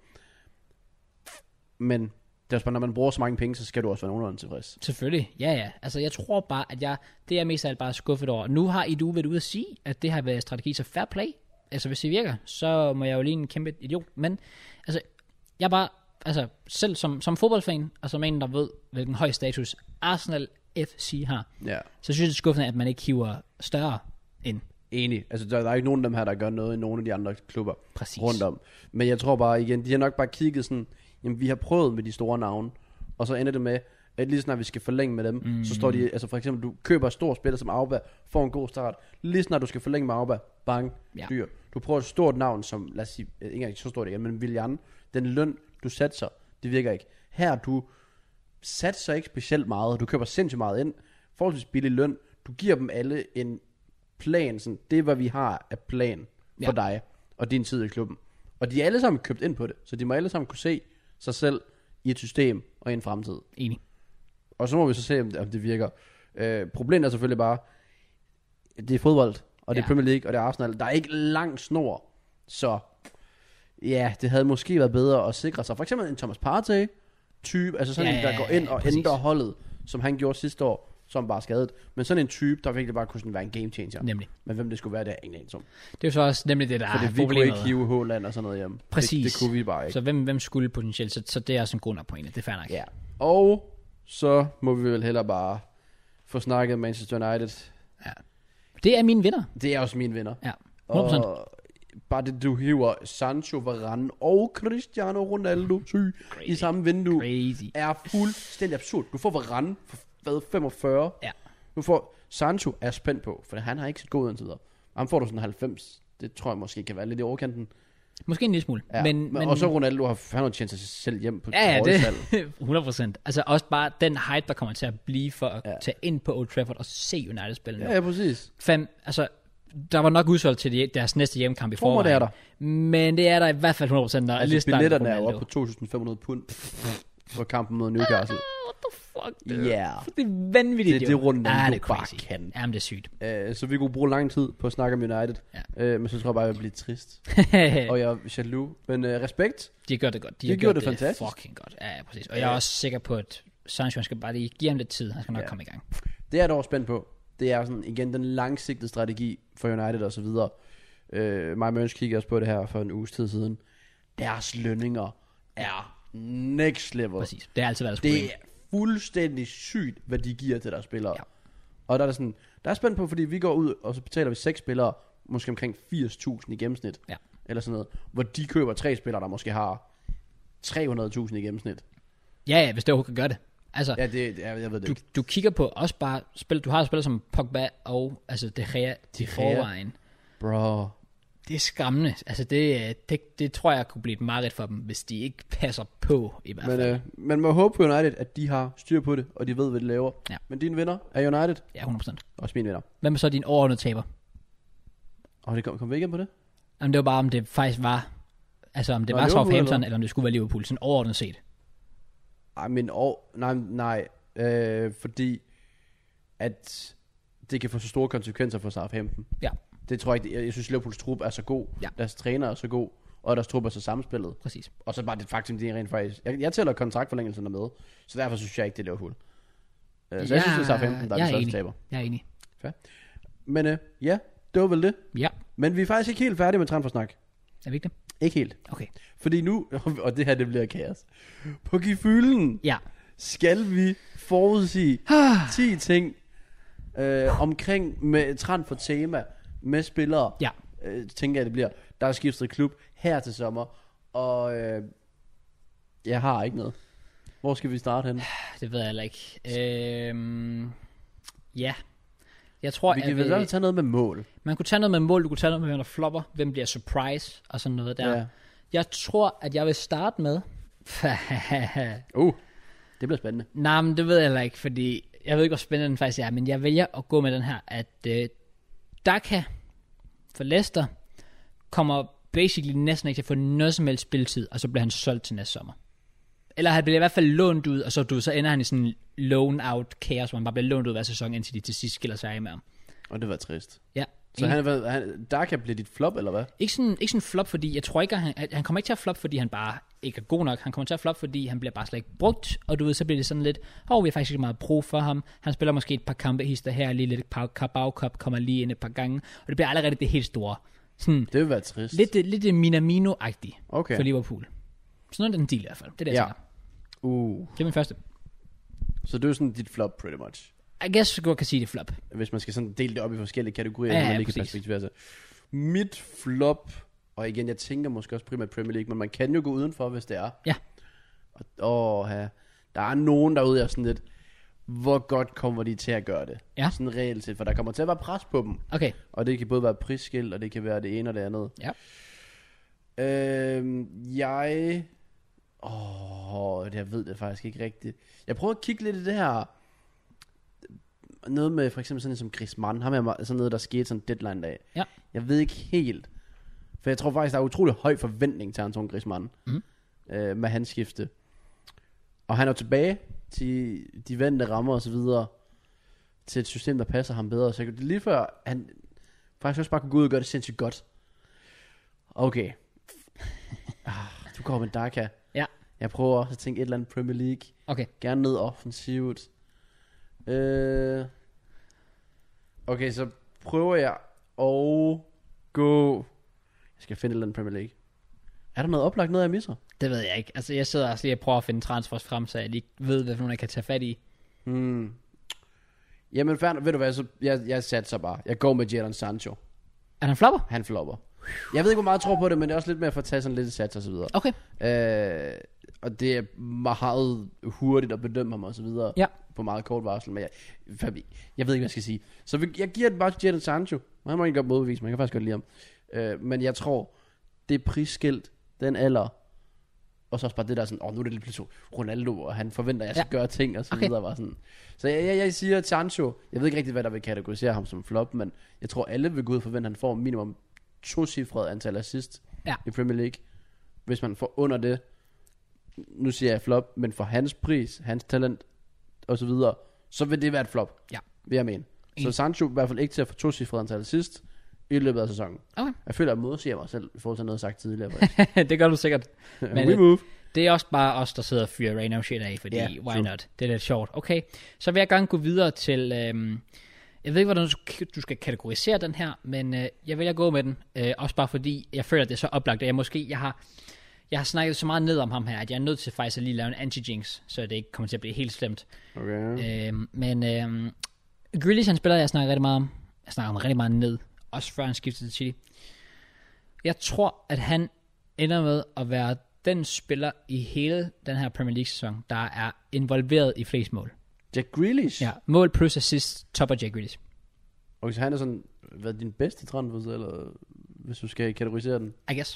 S2: Men det er også bare, når man bruger så mange penge, så skal du også være nogenlunde tilfreds.
S1: Selvfølgelig, ja. Altså jeg tror bare, at det er mest af alt bare skuffet over. Nu har I været ude at sige, at det har været strategi, så fair play. Altså hvis det virker, så må jeg jo lige en kæmpe idiot. Men altså, jeg bare, altså selv som fodboldfan, og som en, der ved, hvilken høj status Arsenal FC har,
S2: Ja.
S1: så synes jeg, det er skuffende, at man ikke hiver større ind.
S2: Enig. Altså der er ikke nogen af dem her, der gør noget i nogle af de andre klubber.
S1: Præcis.
S2: Rundt om. Men jeg tror bare igen, de har nok bare kigget sådan, jamen vi har prøvet med de store navne, og så ender det med, at lige snart vi skal forlænge med dem, så står de, altså for eksempel, du køber et stort spiller som Auba, får en god start, lige snart du skal forlænge med Auba, bang, dyr. Du prøver et stort navn som, lad os sige, ikke engang så stort igen, men Willian, den løn, du satser, det virker ikke. Her, du satser ikke specielt meget, du køber sindssygt meget ind, forholdsvis billig løn, du giver dem alle en plan, sådan, det er hvad vi har af plan for dig, og din tid i klubben. Og de er alle sammen købt ind på det, så de må alle sammen kunne se sig selv i et system og i en fremtid.
S1: Enig.
S2: Og så må vi så se, om det virker. Problemet er selvfølgelig bare, det er fodbold, og det er Premier League, og det er Arsenal. Der er ikke lang snor, så ja, det havde måske været bedre at sikre sig. For eksempel en Thomas Partey type, altså sådan en, der går ind og ændrer holdet, som han gjorde sidste år, som bare skadet. Men sådan en type, der virkelig bare kunne sådan være en game changer.
S1: Nemlig.
S2: Men hvem det skulle være, det er ingen anelse om.
S1: Det er jo så også nemlig det, der er
S2: problemet.
S1: problemet.
S2: For vi kunne ikke hive Haaland og sådan noget hjem.
S1: Præcis.
S2: Det kunne vi bare ikke.
S1: Så hvem skulle potentielt, så det er også en god nok pointe. Det er fair nok.
S2: Ja. Og så må vi vel heller bare få snakket Manchester United.
S1: Ja. Det er mine vinder.
S2: Det er også mine vinder.
S1: Ja, 100%.
S2: Og bare det, du hiver Sancho, Varane og Cristiano Ronaldo i samme vindue,
S1: Crazy.
S2: er fuldstændig absurd. Du får Varane for 45.
S1: Ja.
S2: Du får Sancho er spændt på, for han har ikke set god indtil videre. Ham får du sådan 90. Det tror jeg måske kan være lidt i overkanten.
S1: Måske en lille smule.
S2: Ja. Men og så Ronaldo han har tjent sig selv hjem på
S1: det 100%. Altså også bare den hype, der kommer til at blive for at tage ind på Old Trafford og se United spille nu.
S2: Ja, præcis.
S1: Altså, der var nok udsolgt til deres næste hjemmekamp i forvejen.
S2: Det er der.
S1: Men det er der i hvert fald 100%. Der
S2: altså billetterne er jo oppe på 2.500 pund for kampen mod Newcastle.
S1: What the fuck,
S2: dude? Yeah.
S1: Det er vanvittigt.
S2: Det er Ronaldo
S1: det
S2: bare kan.
S1: Jamen, det er sygt.
S2: Så vi kunne bruge lang tid på at snakke om United.
S1: Ja.
S2: Men så tror jeg bare, at jeg bliver trist. Og jeg er jaloux. Men respekt.
S1: De gør det godt.
S2: De gjorde det fantastisk.
S1: Fucking godt. Ja, præcis. Og jeg er også sikker på, at Sancho skal bare lige give ham lidt tid. Han skal nok komme i gang.
S2: Det er jeg dog spændt på. Det er sådan igen den langsigtede strategi for United og så videre. Mig Møns kiggede også på det her for en uges tid siden. Deres lønninger er next level.
S1: Præcis. Det er altid været
S2: det er fuldstændig sygt, hvad de giver til deres spillere. Ja. Og der er sådan, der er spændt på, fordi vi går ud, og så betaler vi 6 spillere, måske omkring 80.000 i gennemsnit.
S1: Ja.
S2: Eller sådan noget. Hvor de køber 3 spillere, der måske har 300.000 i gennemsnit.
S1: Ja, hvis det overhovedet kan gøre det. Altså,
S2: ja, jeg ved det ikke.
S1: Du kigger på også bare spil. Du har spillere som Pogba og altså De Gea i forvejen.
S2: Bro.
S1: Det er skræmmende. Altså det tror jeg kunne blive et mareridt for dem, hvis de ikke passer på i hvert fald.
S2: Men man må håbe på United, at de har styr på det, og de ved, hvad de laver.
S1: Ja.
S2: Men dine venner er United?
S1: Ja, 100%.
S2: Også mine venner.
S1: Hvem er så din overordnede taber?
S2: Det kom vi ikke ind på det?
S1: Jamen det var bare, om det faktisk var, altså om det var Southampton, eller om det skulle være Liverpool, sådan overordnet set.
S2: Nej, fordi at det kan få så store konsekvenser for Southampton.
S1: Ja.
S2: Det tror jeg ikke. Jeg synes, Liverpools trup er så god.
S1: Ja.
S2: Deres træner er så god. Og deres trup er så samspillet.
S1: Præcis.
S2: Og så bare det faktum, det er rent faktisk... Jeg tæller kontraktforlængelserne med. Så derfor synes jeg ikke, det er Liverpool. Så jeg synes, det er Southampton, der er den største taber.
S1: Jeg er enig.
S2: Fair. Men ja, det var vel det.
S1: Ja.
S2: Men vi er faktisk ikke helt færdige med transfersnak.
S1: Er vi ikke det?
S2: Ikke helt.
S1: Okay.
S2: Fordi nu, og det her, det bliver kaos. På gefylen skal vi forudsige 10 ting omkring med transfer-tema med spillere.
S1: Ja.
S2: Tænker jeg, det bliver. Der er skiftet klub her til sommer. Og jeg har ikke noget. Hvor skal vi starte hen?
S1: Det ved jeg heller ikke. Ja. Jeg tror,
S2: vi kan vel tage noget med mål.
S1: Man kunne tage noget med mål, du kunne tage noget med, hvem der flopper, hvem bliver surprise, og sådan noget der. Ja. Jeg tror, at jeg vil starte med...
S2: det bliver spændende.
S1: Nej, men det ved jeg heller ikke, fordi... Jeg ved ikke, hvor spændende den faktisk er, men jeg vælger at gå med den her, at Daka for Leicester kommer basically næsten ikke til at få noget som helst spilletid, og så bliver han solgt til næste sommer. Eller han bliver i hvert fald lånt ud, og så ender han i sådan en loan-out kaos, hvor han bare bliver lånt ud hver sæson, indtil de til sidst skiller sig af med ham.
S2: Og det var trist.
S1: Ja.
S2: Så Daka bliver dit flop, eller hvad?
S1: Ikke sådan flop, fordi jeg tror ikke, han kommer ikke til at flop, fordi han bare ikke er god nok. Han kommer til at flop, fordi han bliver bare slet ikke brugt, og du ved, så bliver det sådan lidt, vi har faktisk ikke meget brug for ham. Han spiller måske et par kampe hister her, lige lidt Carabao Cup, kommer lige ind et par gange, og det bliver allerede det helt store. Sådan,
S2: det vil være trist.
S1: Lidt Minamino-agtigt for Liverpool. Sådan noget er den deal i hvert fald. Det er det, jeg tænker. Det er min første.
S2: Så det er sådan dit flop, pretty much.
S1: I guess du kan sige det flop.
S2: Hvis man skal sådan dele det op i forskellige kategorier, man ikke kan perspektivere sig. Mit flop, og igen, jeg tænker måske også primært Premier League, men man kan jo gå udenfor, hvis det er.
S1: Ja.
S2: Der er nogen derude, der er sådan lidt, hvor godt kommer de til at gøre det?
S1: Ja.
S2: Sådan reelt set, for der kommer til at være pres på dem.
S1: Okay.
S2: Og det kan både være prisskilt, og det kan være det ene og det andet.
S1: Ja.
S2: Jeg ved det faktisk ikke rigtigt. Jeg prøver at kigge lidt i det her. Noget med for eksempel sådan som Griezmann. Ham er sådan noget, der skete sådan deadline dag.
S1: Ja.
S2: Jeg ved ikke helt. For jeg tror faktisk, der er utrolig høj forventning til Antoine Griezmann. Med hans skifte. Og han er tilbage til de vante rammer og så videre. Til et system, der passer ham bedre. Så lige før han faktisk også bare kunne gå ud og gøre det sindssygt godt. Okay. Du går med Daka.
S1: Ja.
S2: Jeg prøver også at tænke et eller andet Premier League.
S1: Okay.
S2: Gerne noget offensivt. Okay, så prøver jeg at gå... Jeg skal finde et eller andet Premier League. Er der noget oplagt, noget jeg misser?
S1: Det ved jeg ikke. Altså jeg sidder også lige og prøver at finde transfers frem, så jeg lige ved, hvad nogen jeg kan tage fat i.
S2: Jamen ved du hvad, så jeg satser bare. Jeg går med Jadon Sancho.
S1: Er han flopper?
S2: Han flopper. Jeg ved ikke, hvor meget jeg tror på det, men det er også lidt mere for at tage sådan lidt sats og så videre.
S1: Okay.
S2: Og det er meget hurtigt at bedømme ham og så videre.
S1: Ja.
S2: På meget kort varsel. Men jeg ved ikke, hvad jeg skal sige. Så jeg giver den bare til Jadon Sancho. Han må ikke godt modbevise, man kan faktisk godt lide ham. Men jeg tror, det er prisskilt, den alder, og så også bare det der sådan, nu er det lige pludselig Ronaldo, og han forventer, at jeg skal gøre ting, og så videre. Var sådan. Så jeg siger Sancho, jeg ved ikke rigtig, hvad der vil kategorisere ham som flop, men jeg tror, alle vil gå ud og forvente, at han får minimum 2-cifret antal assist i Premier League. Hvis man får under det, nu siger jeg flop, men for hans pris, hans talent, og så videre, så vil det være et flop, vil jeg mene. Så Sancho i hvert fald ikke til at få 2-cifret antal assist, i løbet af sæsonen. Okay. Jeg føler, at jeg modsiger mig selv, i forhold til noget sagt tidligere.
S1: Det gør du sikkert. Men det er også bare os, der sidder og fyrer Rain of shit af, fordi why not? Det er lidt sjovt. Okay, så vil jeg gerne gå videre til... jeg ved ikke, hvordan du skal kategorisere den her, men jeg vil gå med den. Også bare fordi, jeg føler, at det er så oplagt, at jeg har snakket så meget ned om ham her, at jeg er nødt til faktisk at lige lave en anti-jinx, så det ikke kommer til at blive helt slemt.
S2: Okay.
S1: Grealish, han spiller, jeg snakker rigtig meget om. Jeg snakker om rigtig meget ned. Også før han skiftede til City. Jeg tror, at han ender med at være den spiller i hele den her Premier League-sæson, der er involveret i flest mål.
S2: Jack Grealish?
S1: Ja, mål plus assist, topper Jack Grealish.
S2: Okay, så han er sådan, hvad din bedste transfer, eller hvis du skal kategorisere den?
S1: I guess.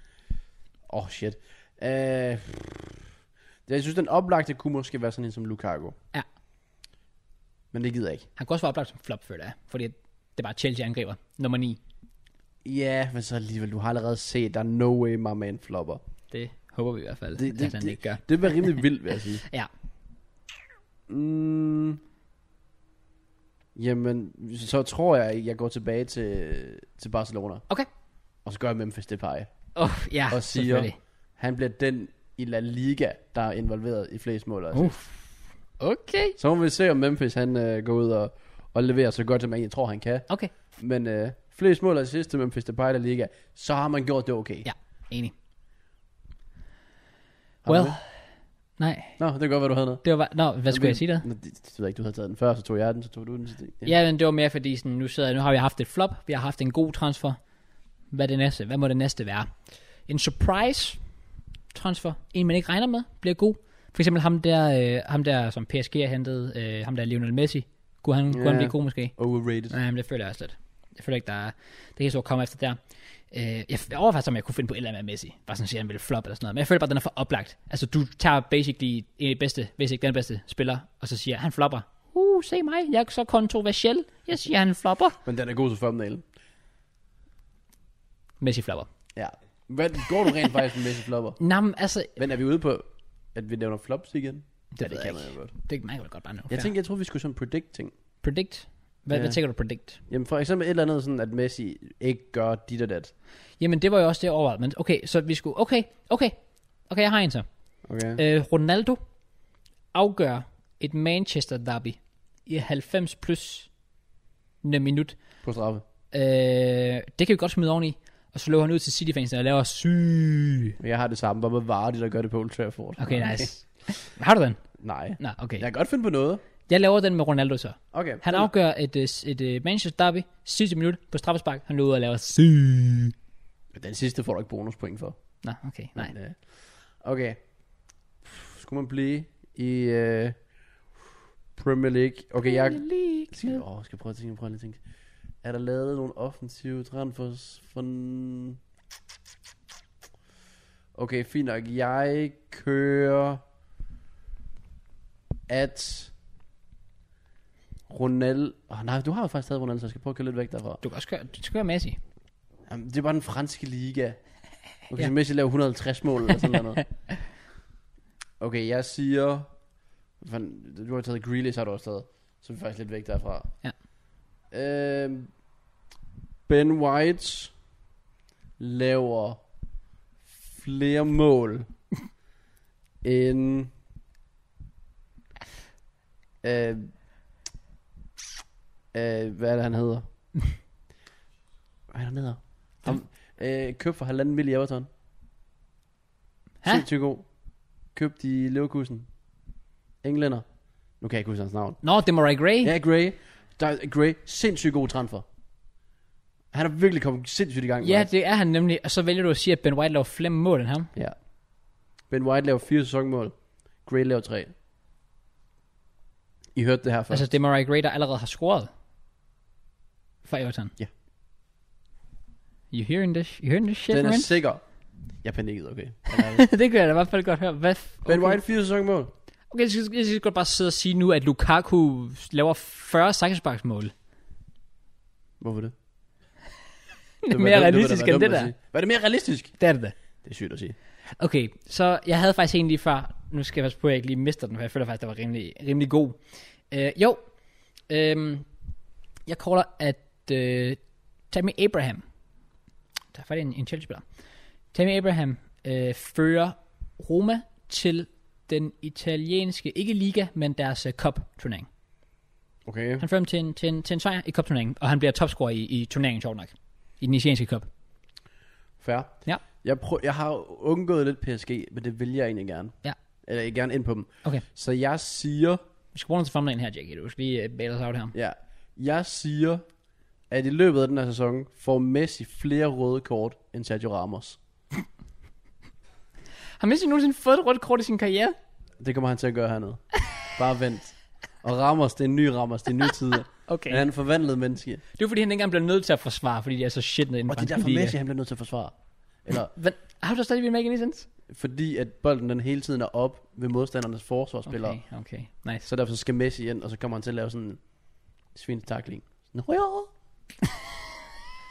S2: Shit. Jeg synes, den oplagte kunne måske være sådan en som Lukaku.
S1: Ja.
S2: Men det gider jeg ikke.
S1: Han kunne også være oplagt som flop, føler jeg. Fordi det er bare Chelsea angriber. Nummer 9.
S2: Ja, men så alligevel, du har allerede set, der er no way, my man flopper.
S1: Det håber vi i hvert fald, at han ikke gør.
S2: Det bliver rimelig vildt, vil jeg sige.
S1: Ja.
S2: Jamen, så tror jeg går tilbage til Barcelona.
S1: Okay.
S2: Og så gør jeg Memphis Depay.
S1: Ja,
S2: og siger, han bliver den i La Liga, der er involveret i flest mål. Altså.
S1: Okay.
S2: Så må vi se, om Memphis han går ud og leverer så godt, som jeg tror, han kan.
S1: Okay.
S2: Men flest mål af sidste Memphis Depay i La Liga, så har man gjort det okay.
S1: Ja, enig.
S2: Well,
S1: nej.
S2: Nå, det kan godt være, du havde noget.
S1: Det var hvad skulle jeg sige der?
S2: Det ved jeg ikke, du havde taget den før, så tog jeg den, så tog du den.
S1: Ja, men det var mere fordi, sådan, nu har vi haft et flop, vi har haft en god transfer. Hvad må det næste være? En surprise transfer, en man ikke regner med, bliver god. For eksempel ham der som PSG har hentet, ham der Lionel Messi. Kunne han blive god måske?
S2: Overrated.
S1: Nej, men det føler jeg også lidt. Jeg føler ikke, der er helt så at komme efter der. Jeg overvejer, om jeg kunne finde på et eller andet med Messi. Bare sådan at sige, at han ville flop eller sådan noget. Men jeg føler bare, at den er for oplagt. Altså, du tager basically hvis ikke den bedste spiller, og så siger han flopper. Se mig, jeg er så kontroversiel. Jeg siger, han flopper.
S2: Men den er god til thumbnail.
S1: Messi flopper.
S2: Ja. Hvad går du rent faktisk med Messi flopper?
S1: Nå, men altså...
S2: Men er vi ude på, at vi nævner flops igen?
S1: Det kan man jo godt. Det kan man jo godt bare nævne.
S2: Jeg tror, vi skulle sådan predict ting.
S1: Predict? Hvad tænker du predict?
S2: Jamen for eksempel et eller andet sådan, at Messi ikke gør dit og dat.
S1: Jamen det var jo også det overvejet. Men okay, så vi skulle... Okay, jeg har en så.
S2: Okay.
S1: Ronaldo afgør et Manchester derby i 90 plus minut.
S2: På straffe.
S1: Det kan vi godt smide oveni. Og så løber han ud til City-fansene og laver syg.
S2: Jeg har det samme, bare med Vardy, der gør det på Old Trafford.
S1: Okay, nice. Har du den?
S2: Nej.
S1: Nå, okay.
S2: Jeg kan godt finde på noget.
S1: Jeg laver den med Ronaldo så.
S2: Okay.
S1: Han afgør et Manchester derby, sidste minut på straffespark. Han løber ud og laver syg.
S2: Den sidste får du ikke bonuspoint for.
S1: Nå, okay, nej.
S2: Men, okay. Skulle man blive i Premier League? Okay, skal jeg prøve at tænke. Er der lavet nogle offensive transfers for... Okay, fint nok. Jeg kører at Ronaldo... nej, du har jo faktisk taget Ronaldo, så jeg skal prøve at køre lidt væk derfra.
S1: Du skal køre Messi.
S2: Jamen, det er bare den franske liga. Okay, så Messi laver 150 mål eller sådan noget. Okay, jeg siger... Du har taget Grealish, har du også taget. Så er vi faktisk lidt væk derfra.
S1: Ja.
S2: Ben White laver flere mål end hvad er det han hedder? Hvad er det han hedder? Køb for 1,5 million i Everton. Sindssygt god. Køb de Leverkusen. Englænder. Nu kan jeg ikke huske hans navn.
S1: Nå, Demarai Gray.
S2: Ja, Gray. Gray, sindssygt god transfer. Han har virkelig kommet sindssygt i gang.
S1: Ja, det er han nemlig. Og så vælger du at sige, at Ben White laver flere mål end ham.
S2: Ja. Ben White laver 4 sæsonmål. Gray laver 3. I hørte det her først.
S1: Altså Demarai Gray, der allerede har scoret for Everton.
S2: Ja.
S1: You hearing this shit,
S2: den er
S1: man?
S2: sikker. Jeg panikkede, okay.
S1: Det kan jeg da i hvert fald godt høre. Hvad? Okay.
S2: Ben White 4 sæsonmål.
S1: Okay, jeg skal godt bare sidde og sige nu, at Lukaku laver 40 straffesparksmål.
S2: Hvorfor det?
S1: Det er mere realistisk end det der.
S2: Var det mere realistisk?
S1: Det er det da.
S2: Det er sygt at sige.
S1: Okay, så jeg havde faktisk en lige før. Nu skal jeg passe på, at jeg ikke lige mister den, for jeg føler faktisk, at det var rimelig god. Jeg caller, at Tammy Abraham, der er faktisk en Chelsea-spiller. Tammy Abraham fører Roma til den italienske, ikke liga, men deres cup-turnering.
S2: Okay.
S1: Han fører dem til en sejr i cup-turneringen, og han bliver topscorer i turneringen, sjovt nok. I den italienske cup.
S2: Fair.
S1: Ja.
S2: Jeg har undgået lidt PSG, men det vil jeg egentlig gerne.
S1: Ja.
S2: Eller jeg gerne ind på dem.
S1: Okay.
S2: Så jeg siger...
S1: Vi skal bruge noget til thumbnail her, Jackie. Du skal lige bail os out her.
S2: Ja. Jeg siger, at i løbet af den her sæson får Messi flere røde kort end Sergio Ramos.
S1: Har Messi nogensinde fået et rødt kort i sin karriere?
S2: Det kommer han til at gøre hernede. Bare vent. Og Ramos, det er en ny Ramos, det er en ny tider.
S1: Okay.
S2: Men han er en forvandlet menneske.
S1: Det er fordi han ikke engang bliver nødt til at forsvare, fordi de er så shit nede i den
S2: franske liga. Og det er derfor Messi, han bliver nødt til at forsvare. Eller,
S1: har du stadig vil make any sense?
S2: Fordi at bolden den hele tiden er op ved modstandernes forsvarsspillere.
S1: Okay, nice.
S2: Så derfor skal Messi ind, og så kommer han til at lave sådan en svintakling.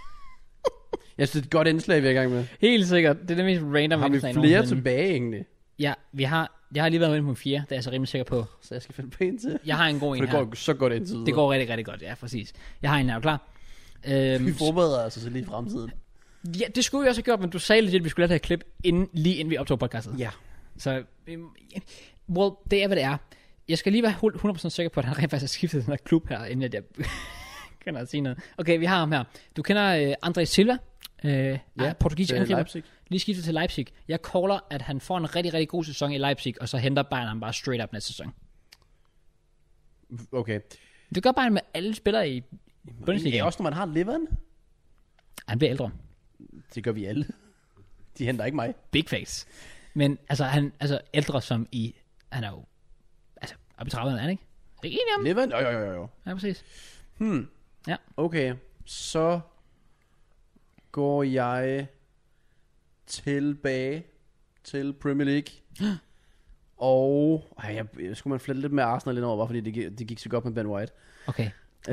S2: Jeg synes, det er et godt indslag, vi er i gang med.
S1: Helt sikkert. Det er det mest random
S2: indslag. Har vi flere tilbage egentlig?
S1: Ja, jeg har lige været med på 4, det er jeg så rimelig sikker på.
S2: Så jeg skal finde på en til.
S1: Jeg har en god en
S2: her. Det går så godt indtil videre.
S1: Det går rigtig, rigtig godt, ja, præcis. Jeg har en, er du klar?
S2: Vi forbereder os så lige i fremtiden.
S1: Ja, det skulle vi også have gjort, men du sagde legit, at vi skulle have et klip lige inden vi optog podcastet.
S2: Ja.
S1: Så, well, det er, hvad det er. Jeg skal lige være 100% sikker på, at han rent faktisk har skiftet den her klub her, inden jeg kan sige noget. Okay, vi har ham her. Du kender André Silva, portugisisk angriber. Lige skiftet til Leipzig. Jeg caller, at han får en rigtig, rigtig god sæson i Leipzig, og så henter Bayern ham bare straight up næste sæson.
S2: Okay.
S1: Det gør Bayern med alle spillere i Bundesliga.
S2: Ja, også når man har leveren.
S1: Han bliver ældre.
S2: Det gør vi alle. De henter ikke mig.
S1: Big face. Men altså, han ældre som i... Han er jo... Altså, op i 30'erne, er han ikke? Er det ikke enig om?
S2: Leveren? Jo.
S1: Ja, præcis.
S2: Ja. Okay, så går jeg tilbage til Premier League. Og jeg skulle man flette lidt med Arsenal lidt over, bare fordi det gik så godt med Ben White.
S1: Okay.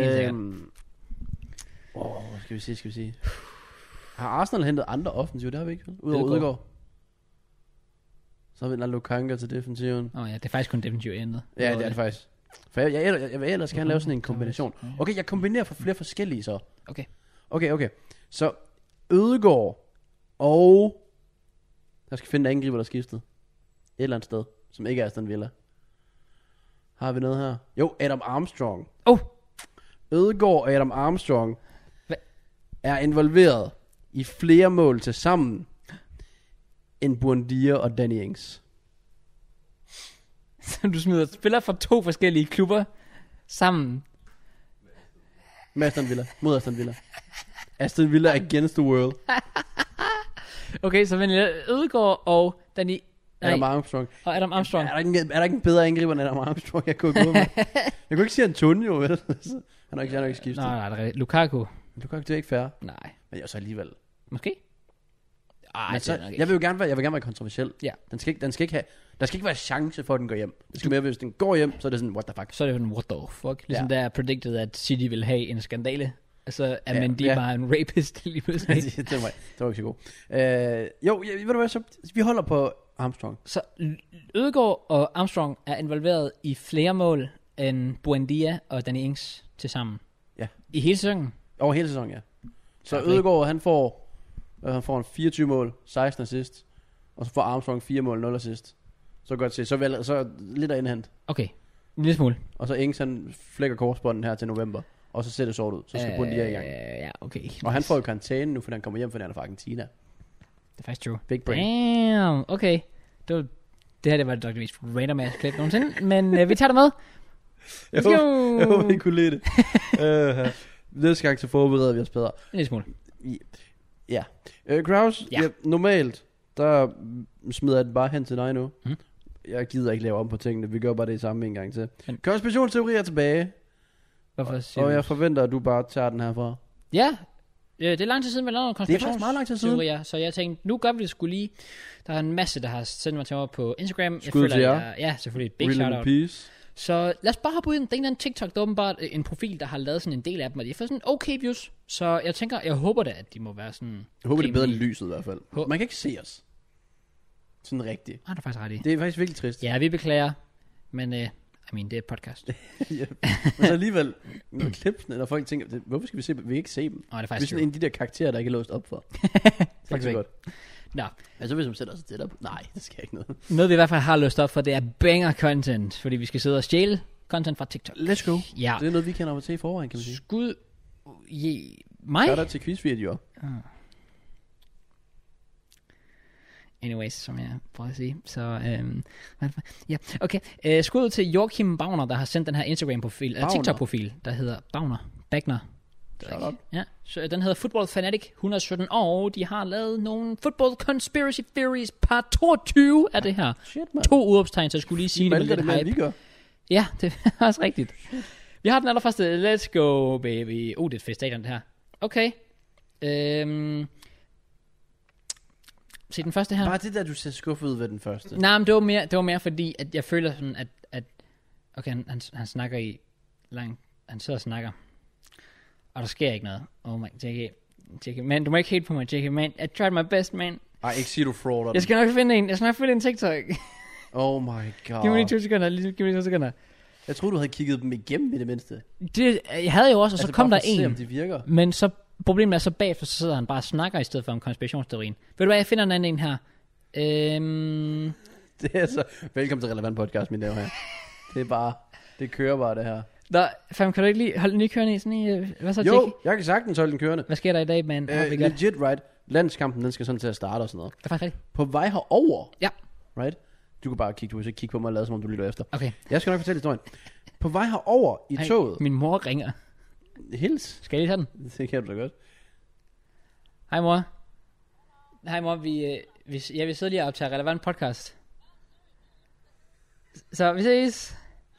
S2: Skal vi se. Har Arsenal hentet andre offensive? Det har vi ikke. Udover Ødegaard. Så har vi Lukaku til defensiven.
S1: Ja, det er faktisk kun defensiv endet.
S2: Ja, det er det faktisk. For jeg vil ellers gerne lave sådan en kombination. Okay, jeg kombinerer for flere forskellige så. Okay. Så Ødegaard og... Jeg skal finde en angriber, der er skiftet. Et eller andet sted, som ikke er Aston Villa. Har vi noget her? Jo, Adam Armstrong. Ødegaard og Adam Armstrong er involveret i flere mål til sammen end Buendia og Danny Ings.
S1: Så du smider spillere fra 2 forskellige klubber sammen?
S2: Med Aston Villa. Mod Aston Villa. Aston Villa against the world.
S1: Okay, så vender jeg Ødegaard og Danny...
S2: Adam Armstrong.
S1: Og Adam Armstrong.
S2: Er der ikke en bedre angriber end Adam Armstrong, jeg kunne gå med? Jeg kunne ikke sige Antonio, vel? Han har ikke skiftet.
S1: Nej, det er Lukaku.
S2: Lukaku, det er ikke fair.
S1: Nej.
S2: Men jeg så alligevel.
S1: Måske?
S2: Jeg vil gerne være kontroversiel.
S1: Ja.
S2: Der skal ikke være chance for, at den går hjem. Det skal mere, hvis den går hjem, så er det sådan, what the fuck.
S1: Så er det sådan, what the fuck. Ligesom der er predicted, at City vil have en skandale. Altså, at Mendy bare en rapist lige pludselig.
S2: det var ikke så god. Ved du hvad, så vi holder på Armstrong.
S1: Så Ødegaard og Armstrong er involveret i flere mål end Buendia og Danny Ings til sammen. Ja. I hele sæsonen?
S2: Over hele sæsonen, ja. Så Ødegaard, han får en 24 mål, 16 assist, og så får Armstrong 4 mål, 0 assist. Så godt se. Så lidt at indhente.
S1: Okay. En lille smule.
S2: Og så Ings, han flækker korsbånden her til november, og så ser det sort ud. Så skal Buendia i gang.
S1: Ja, okay.
S2: Og han får jo karantæne nu, fordi han kommer hjem, fordi han er fra Argentina.
S1: Det er faktisk true.
S2: Big brain.
S1: Damn, okay. Det her var det mest random ass klip nogensinde, men vi tager det med.
S2: Jeg håber, I kunne lide det. Næste gang så forbereder vi os bedre.
S1: En lille smule.
S2: Ja. Kraus, normalt, der smider jeg den bare hen til dig nu. Jeg gider ikke lave om på tingene. Vi gør bare det samme en gang til. Konspirationsteori er tilbage.
S1: Hvorfor siger
S2: og jeg forventer, at du bare tager den herfra.
S1: Ja. Det er lang tid siden, vi lavede en konspirationsteori.
S2: Det er faktisk meget lang tid siden.
S1: Så jeg tænkte, nu gør vi det sgu lige. Der er en masse, der har sendt mig til over på Instagram.
S2: Skud til jer.
S1: Ja, selvfølgelig. Big shout out. Så lad os bare hoppe ud i den. Det er en TikTok, der er åbenbart en profil, der har lavet sådan en del af dem, og de har fået sådan okay views. Så jeg håber da, at de må være sådan...
S2: Jeg håber, det er bedre end lyset i hvert fald. Man kan ikke se os. Sådan rigtigt.
S1: Ah, det er faktisk ret i.
S2: Det er faktisk virkelig trist.
S1: Ja, vi beklager. Men, det er et podcast.
S2: Ja. Men så alligevel, når klipsene, når folk tænker, hvorfor skal vi se dem? Vi kan ikke se dem.
S1: Det er faktisk
S2: vi er sådan en af de der karakterer, der ikke er låst op for.
S1: Det er så godt.
S2: Nå. Altså hvis man sætter sig tættere på. Nej, det skal ikke noget.
S1: Noget vi i hvert fald har løst op for, det er banger content. Fordi vi skal sidde og stjæle content fra TikTok.
S2: Let's go.
S1: Ja.
S2: Det er noget, vi kender over til i forvejen, kan man sige.
S1: Skud. Mig?
S2: Gør der til quizvideoer.
S1: Anyways, som jeg prøver at sige. Så, ja, okay. Skud til Joachim Bagner, der har sendt den her Instagram-profil, TikTok-profil, der hedder Bagner. Ja, så den hedder Football Fanatic 117, og de har lavet nogle Football Conspiracy Theories part 22 af det her.
S2: Shit, man.
S1: 2 udopstegn, så jeg skulle lige sige det med lidt hype. Ja, det er også rigtigt. Vi har den allerførste. Let's go, baby. Det er et fedt stadion, det her. Okay. Se den første her.
S2: Bare det der, du ser skuffet ud ved den første.
S1: Nej, men det var mere fordi, at jeg føler sådan, at okay, han snakker i lang... Han sidder og snakker. Og der sker ikke noget. Oh my, JK, man, du må ikke hate på mig, JK, man. I tried my best, man.
S2: Ej, ikke sige du frauder.
S1: Jeg skal nok finde en TikTok.
S2: Oh my god.
S1: Giv mig lige 2 sekunder.
S2: Jeg troede, du havde kigget dem igennem i det mindste.
S1: Det jeg havde jo også, og så kom der en.
S2: Se, om de virker.
S1: Men så problemet er så bagefter, så sidder han bare og snakker i stedet for om konspirationsteorien. Ved du hvad, jeg finder en anden en her.
S2: Det er så... Velkommen til Relevant Podcast, mine damer her. Det er bare... Det kører bare, det her.
S1: Nå, fam, kan du ikke lige holde den lige kørende i sådan i... Hvad så,
S2: Jo,
S1: Jackie?
S2: jeg kan sagtens holde den kørende.
S1: Hvad sker der i dag, man?
S2: Legit, right? Landskampen, den skal sådan til at starte og sådan noget.
S1: Det er faktisk rigtigt.
S2: På vej herover.
S1: Ja.
S2: Right? Du kan bare kigge, du kan så kigge på mig og lade, som om du lytter efter.
S1: Okay.
S2: Jeg skal nok fortælle historien. På vej herover i toget.
S1: Min mor ringer.
S2: Hils.
S1: Skal jeg lige tage den?
S2: Det kan du da godt.
S1: Hej mor. Hej mor, vi sidder lige og optager Relevant Podcast. Så vi ses.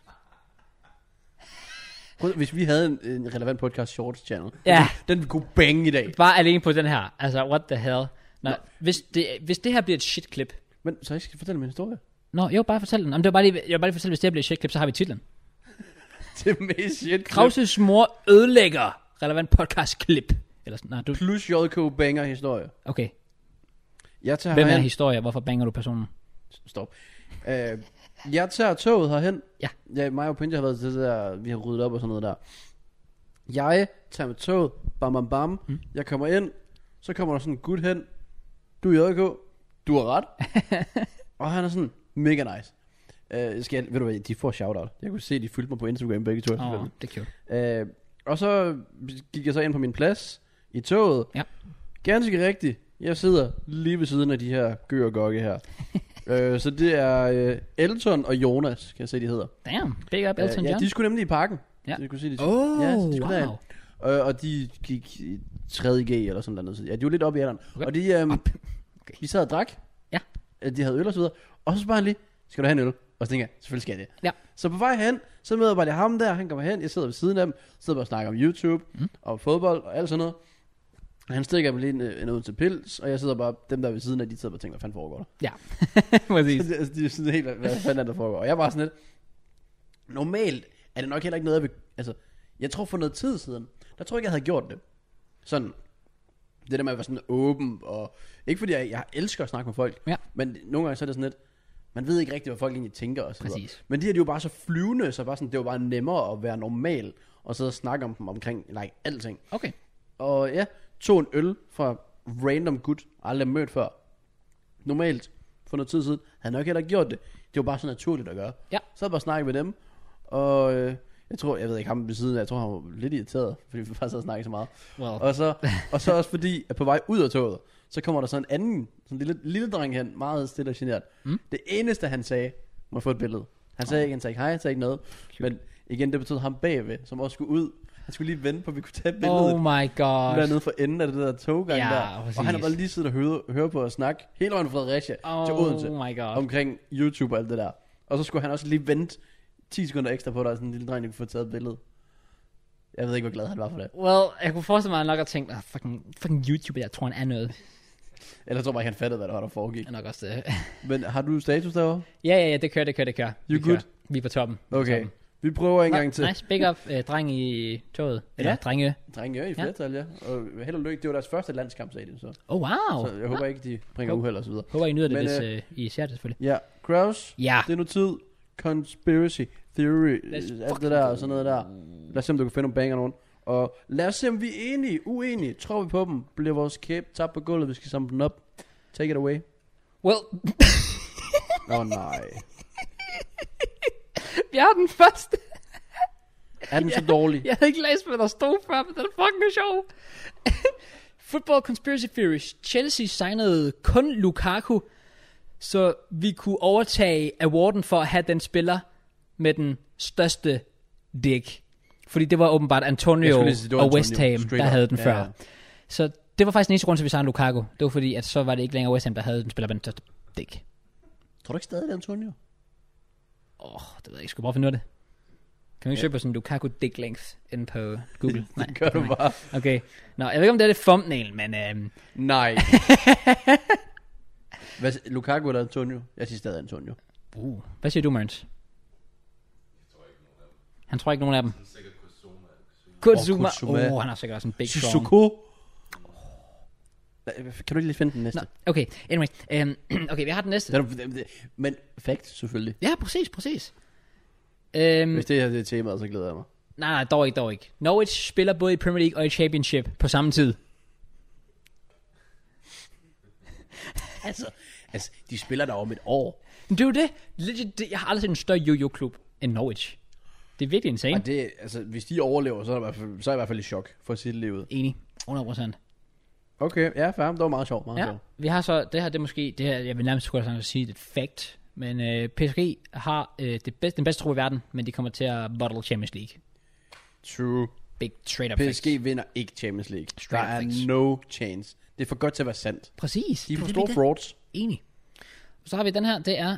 S2: Hvis vi havde en Relevant Podcast Shorts channel,
S1: ja.
S2: Den kunne bange i dag.
S1: Bare alene på den her. Altså, what the hell. Nå. Hvis det her bliver et shit-klip.
S2: Men så jeg skal fortælle min historie.
S1: Nå, jo, bare fortæl den. Jeg vil bare lige fortælle, hvis det her bliver et shit-klip, så har vi titlen.
S2: Det mest shit-klip.
S1: Krauses mor ødelægger Relevant Podcast-klip. Eller sådan. Nej,
S2: Plus JK banger historie.
S1: Okay.
S2: Hvem
S1: er historie? Hvorfor banger du personen?
S2: Stop. Jeg tager toget herhen.
S1: Ja.
S2: Mig og Pinja har været til det der, vi har ryddet op og sådan noget der. Jeg tager med toget, bam. Jeg kommer ind, så kommer der sådan en gut hen. Du er JK, du har ret. Og han er sådan mega nice. Ved du hvad, de får shoutout. Jeg kunne se, de fulgte mig på Instagram begge to.
S1: Det er cute.
S2: Og så gik jeg så ind på min plads i toget.
S1: Ja.
S2: Ganske rigtigt. Jeg sidder lige ved siden af de her gør og gokke her. Så det er Elton og Jonas, kan jeg se, de hedder.
S1: Damn, big up Elton John.
S2: Ja, de skulle nemlig i parken.
S1: Ja.
S2: Så jeg kunne se, de
S1: skulle
S2: wow. Og de gik i 3.G eller sådan noget. Ja, de var lidt oppe i alderen. Okay. Og de sad og drak.
S1: Ja.
S2: De havde øl og så videre. Og så spørger han lige, skal du have en øl? Og så tænker jeg, selvfølgelig skal jeg det.
S1: Ja.
S2: Så på vej hen, så møder jeg bare lige ham der. Han kommer hen, jeg sidder ved siden af dem. Sidder bare og snakker om YouTube og fodbold og alt sådan noget. Han stikker mig lige en ud til pils, og jeg sidder bare, dem der ved siden af, de sidder bare og tænker, hvad fanden foregår der?
S1: Ja, præcis.
S2: De er sådan helt, hvad fanden der foregår? Og jeg er bare sådan lidt, normalt er det nok heller ikke noget, jeg tror for noget tid siden, der tror jeg ikke, jeg havde gjort det. Sådan, det der med at være sådan åben, og ikke fordi jeg elsker at snakke med folk, men nogle gange så er det sådan lidt, man ved ikke rigtigt, hvad folk egentlig tænker og sådan noget. Men de her, de er jo bare så flyvende, så bare sådan, det var bare nemmere at være normal, og sidde og snakke om dem omkring, alting.
S1: Okay.
S2: Og ja, tog en øl fra random gut, aldrig mødt før. Normalt, for noget tid siden, havde nok heller ikke gjort det. Det var bare så naturligt at gøre.
S1: Ja.
S2: Så havde jeg bare snakket med dem, og jeg ved ikke ham ved siden af, jeg tror han var lidt irriteret, fordi vi faktisk havde snakket så meget. Wow. Og så også fordi, at på vej ud af toget, så kommer der sådan en anden, sådan en lille dreng hen, meget stille og genert. Det eneste han sagde, må jeg få et billede. Han sagde ikke, han sagde ikke hej, han sagde ikke noget. Cute. Men igen, det betød ham bagved, som også skulle ud. Han skulle lige vente på, at vi kunne tage billedet.
S1: Oh my god.
S2: Dernede for enden af det der toggang der.
S1: Præcis.
S2: Og han har bare lige siddet og høre på og snakke hele vejen fra Fredericia til Odense.
S1: My god.
S2: Omkring YouTube og alt det der. Og så skulle han også lige vente 10 sekunder ekstra på, at der er sådan en lille dreng, der kunne få taget et billede. Jeg ved ikke, hvor glad han var for det.
S1: Well, jeg kunne forestille mig, at han nok har tænkt, fucking YouTube, jeg tror han er noget.
S2: Eller jeg tror bare ikke, han fattede, hvad der var, der foregik.
S1: Jeg nok også det.
S2: Men har du status derovre?
S1: Ja, det kører.
S2: You good?
S1: Vi er på toppen.
S2: Okay. Vi prøver en gang til.
S1: Nice, big up, dreng i toget. Eller drenge.
S2: Drenge i flertal, ja. Og held og lykke, det var deres første landskamp, sagde de så.
S1: Oh wow.
S2: Så jeg håber ikke, de bringer uheld og så videre.
S1: Håber I nyder det, hvis I ser det selvfølgelig.
S2: Ja, Kraus, det er nu tid. Conspiracy theory, alt det der og sådan noget der. Lad os se, om du kan finde nogle banger nogen. Og lad os se, om vi er enige, uenige. Tror vi på dem? Bliver vores kæbe tabt på gulvet, vi skal samle dem op. Take it away.
S1: Well.
S2: Nej.
S1: Vi har den første.
S2: Er den så dårlig?
S1: Jeg havde ikke læst, hvad der stod før, men den er fucking sjov. Football Conspiracy Theories. Chelsea signede kun Lukaku, så vi kunne overtage awarden for at have den spiller med den største dick. Fordi det var åbenbart Antonio og West Ham, der havde den før. Så det var faktisk den eneste grund til, at vi signede Lukaku. Det var fordi, at så var det ikke længere West Ham, der havde den spiller med den største dick.
S2: Tror du ikke stadig, det er Antonio?
S1: Det ved jeg ikke. Skal bare finde ud af det. Kan vi ikke søge på sådan Lukaku dick length inde på Google?
S2: Nej, det gør du bare.
S1: Okay. Nå, jeg ved ikke, om det er det thumbnail, men...
S2: Nej. Lukaku eller Antonio? Jeg siger stadig Antonio.
S1: Hvad siger du, Mørns? Han tror ikke nogen af dem. Han sikkert Kutsuma. Han har sikkert også en big strong.
S2: Sissoko. Kan du ikke lige finde den næste?
S1: Nå, okay, anyway. Okay, vi har den næste.
S2: Men fact, selvfølgelig.
S1: Ja, præcis.
S2: Hvis det her det er temaet, så glæder jeg mig.
S1: Nej, dog ikke. Norwich spiller både i Premier League og i Championship på samme tid.
S2: altså, de spiller der om et år.
S1: Men det er jo det. Legit, jeg har aldrig set en større yo-yo-klub end Norwich. Det er virkelig insane.
S2: Og det, altså, hvis de overlever, så er jeg i hvert fald i chok for sit liv.
S1: Enig. 100%.
S2: Okay, ja, fair. Det var meget sjovt.
S1: Ja, vi har så, det her, jeg vil nærmest skulle sige, det er et fact. Men PSG har den bedste tro i verden, men de kommer til at bottle Champions League.
S2: True.
S1: Big straight up
S2: PSG
S1: facts.
S2: vinder ikke Champions League.
S1: Straight
S2: der er
S1: facts.
S2: no chance. Det er for godt til at være sandt.
S1: Præcis.
S2: De er for store frauds.
S1: Enig. Så har vi den her, det er...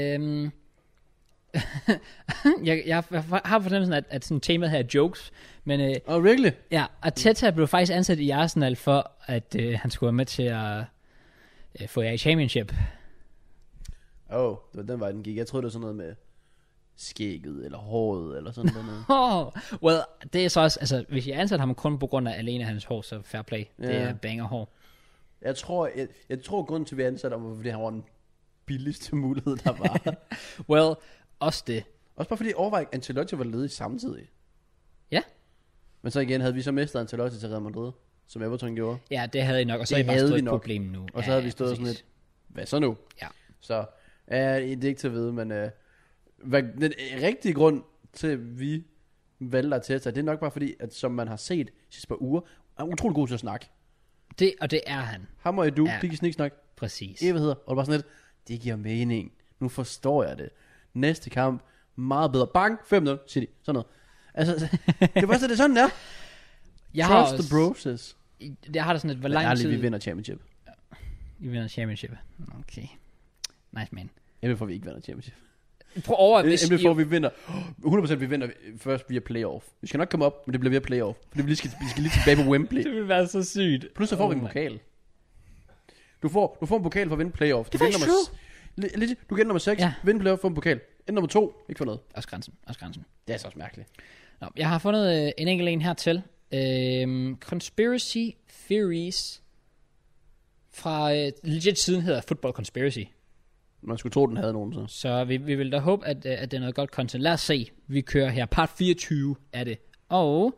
S1: jeg har fornemmelsen, at sådan temaet her er jokes, men...
S2: Really?
S1: Ja, Arteta blev faktisk ansat i Arsenal for, at han skulle være med til at få jer i Championship.
S2: Det var den vej, den gik. Jeg troede, det var sådan noget med skægget, eller håret, eller sådan noget.
S1: Well, det er så også... Altså, hvis jeg ansat ham kun på grund af alene hans hår, så fair play.
S2: Ja.
S1: Det er banger hår.
S2: Jeg tror grunden til, at vi ansatte ham, var, fordi han var den billigste mulighed, der var.
S1: Well, også det.
S2: Også bare fordi overvej, Ancelotti var ledig samtidig.
S1: Ja.
S2: Men så igen havde vi så mistet Ancelotti til Real Madrid, som Everton gjorde.
S1: Ja, det havde I nok, og så er I bare stået et problem nu.
S2: Og så havde vi stået sådan lidt, hvad så nu?
S1: Ja.
S2: Så det er ikke til at vide, men den rigtige grund til, at vi valgte Arteta, det er nok bare fordi, at som man har set sidste par uger, er utrolig god til at snakke.
S1: Og det er han.
S2: Ham og Edu, de kan sniksnak.
S1: Præcis.
S2: Evigheder, og det var sådan lidt, det giver mening. Nu forstår jeg det. Næste kamp, meget bedre. Bang, 5-0, City. Sådan noget. Altså, det var så det sådan der. Trust the process.
S1: Jeg har da sådan et, hvor lang tid...
S2: vi vinder championship.
S1: Vi vinder championship. Okay. Nice, man.
S2: Endelig får vi ikke vinder championship.
S1: Prøv over, hvis
S2: Endelig får vi vinder. 100% vi vinder først via playoff. Vi skal nok komme op, men det bliver via playoff. Fordi vi skal lige tilbage på Wembley.
S1: Det vil være så sygt.
S2: Plus så får vi en pokal. Du får en pokal for at vinde playoff.
S1: Det er faktisk true.
S2: Du kan nummer 6, vinde playoff, få en pokal. Nummer 2, ikke for noget.
S1: Også grænsen.
S2: Det er så også mærkeligt.
S1: Nå, jeg har fundet en enkelt en her til. Conspiracy Theories fra legit siden hedder Football Conspiracy.
S2: Man skulle tro, den havde nogen så.
S1: Så vi vil da håbe, at det er noget godt content. Lad os se. Vi kører her part 24 af det. Og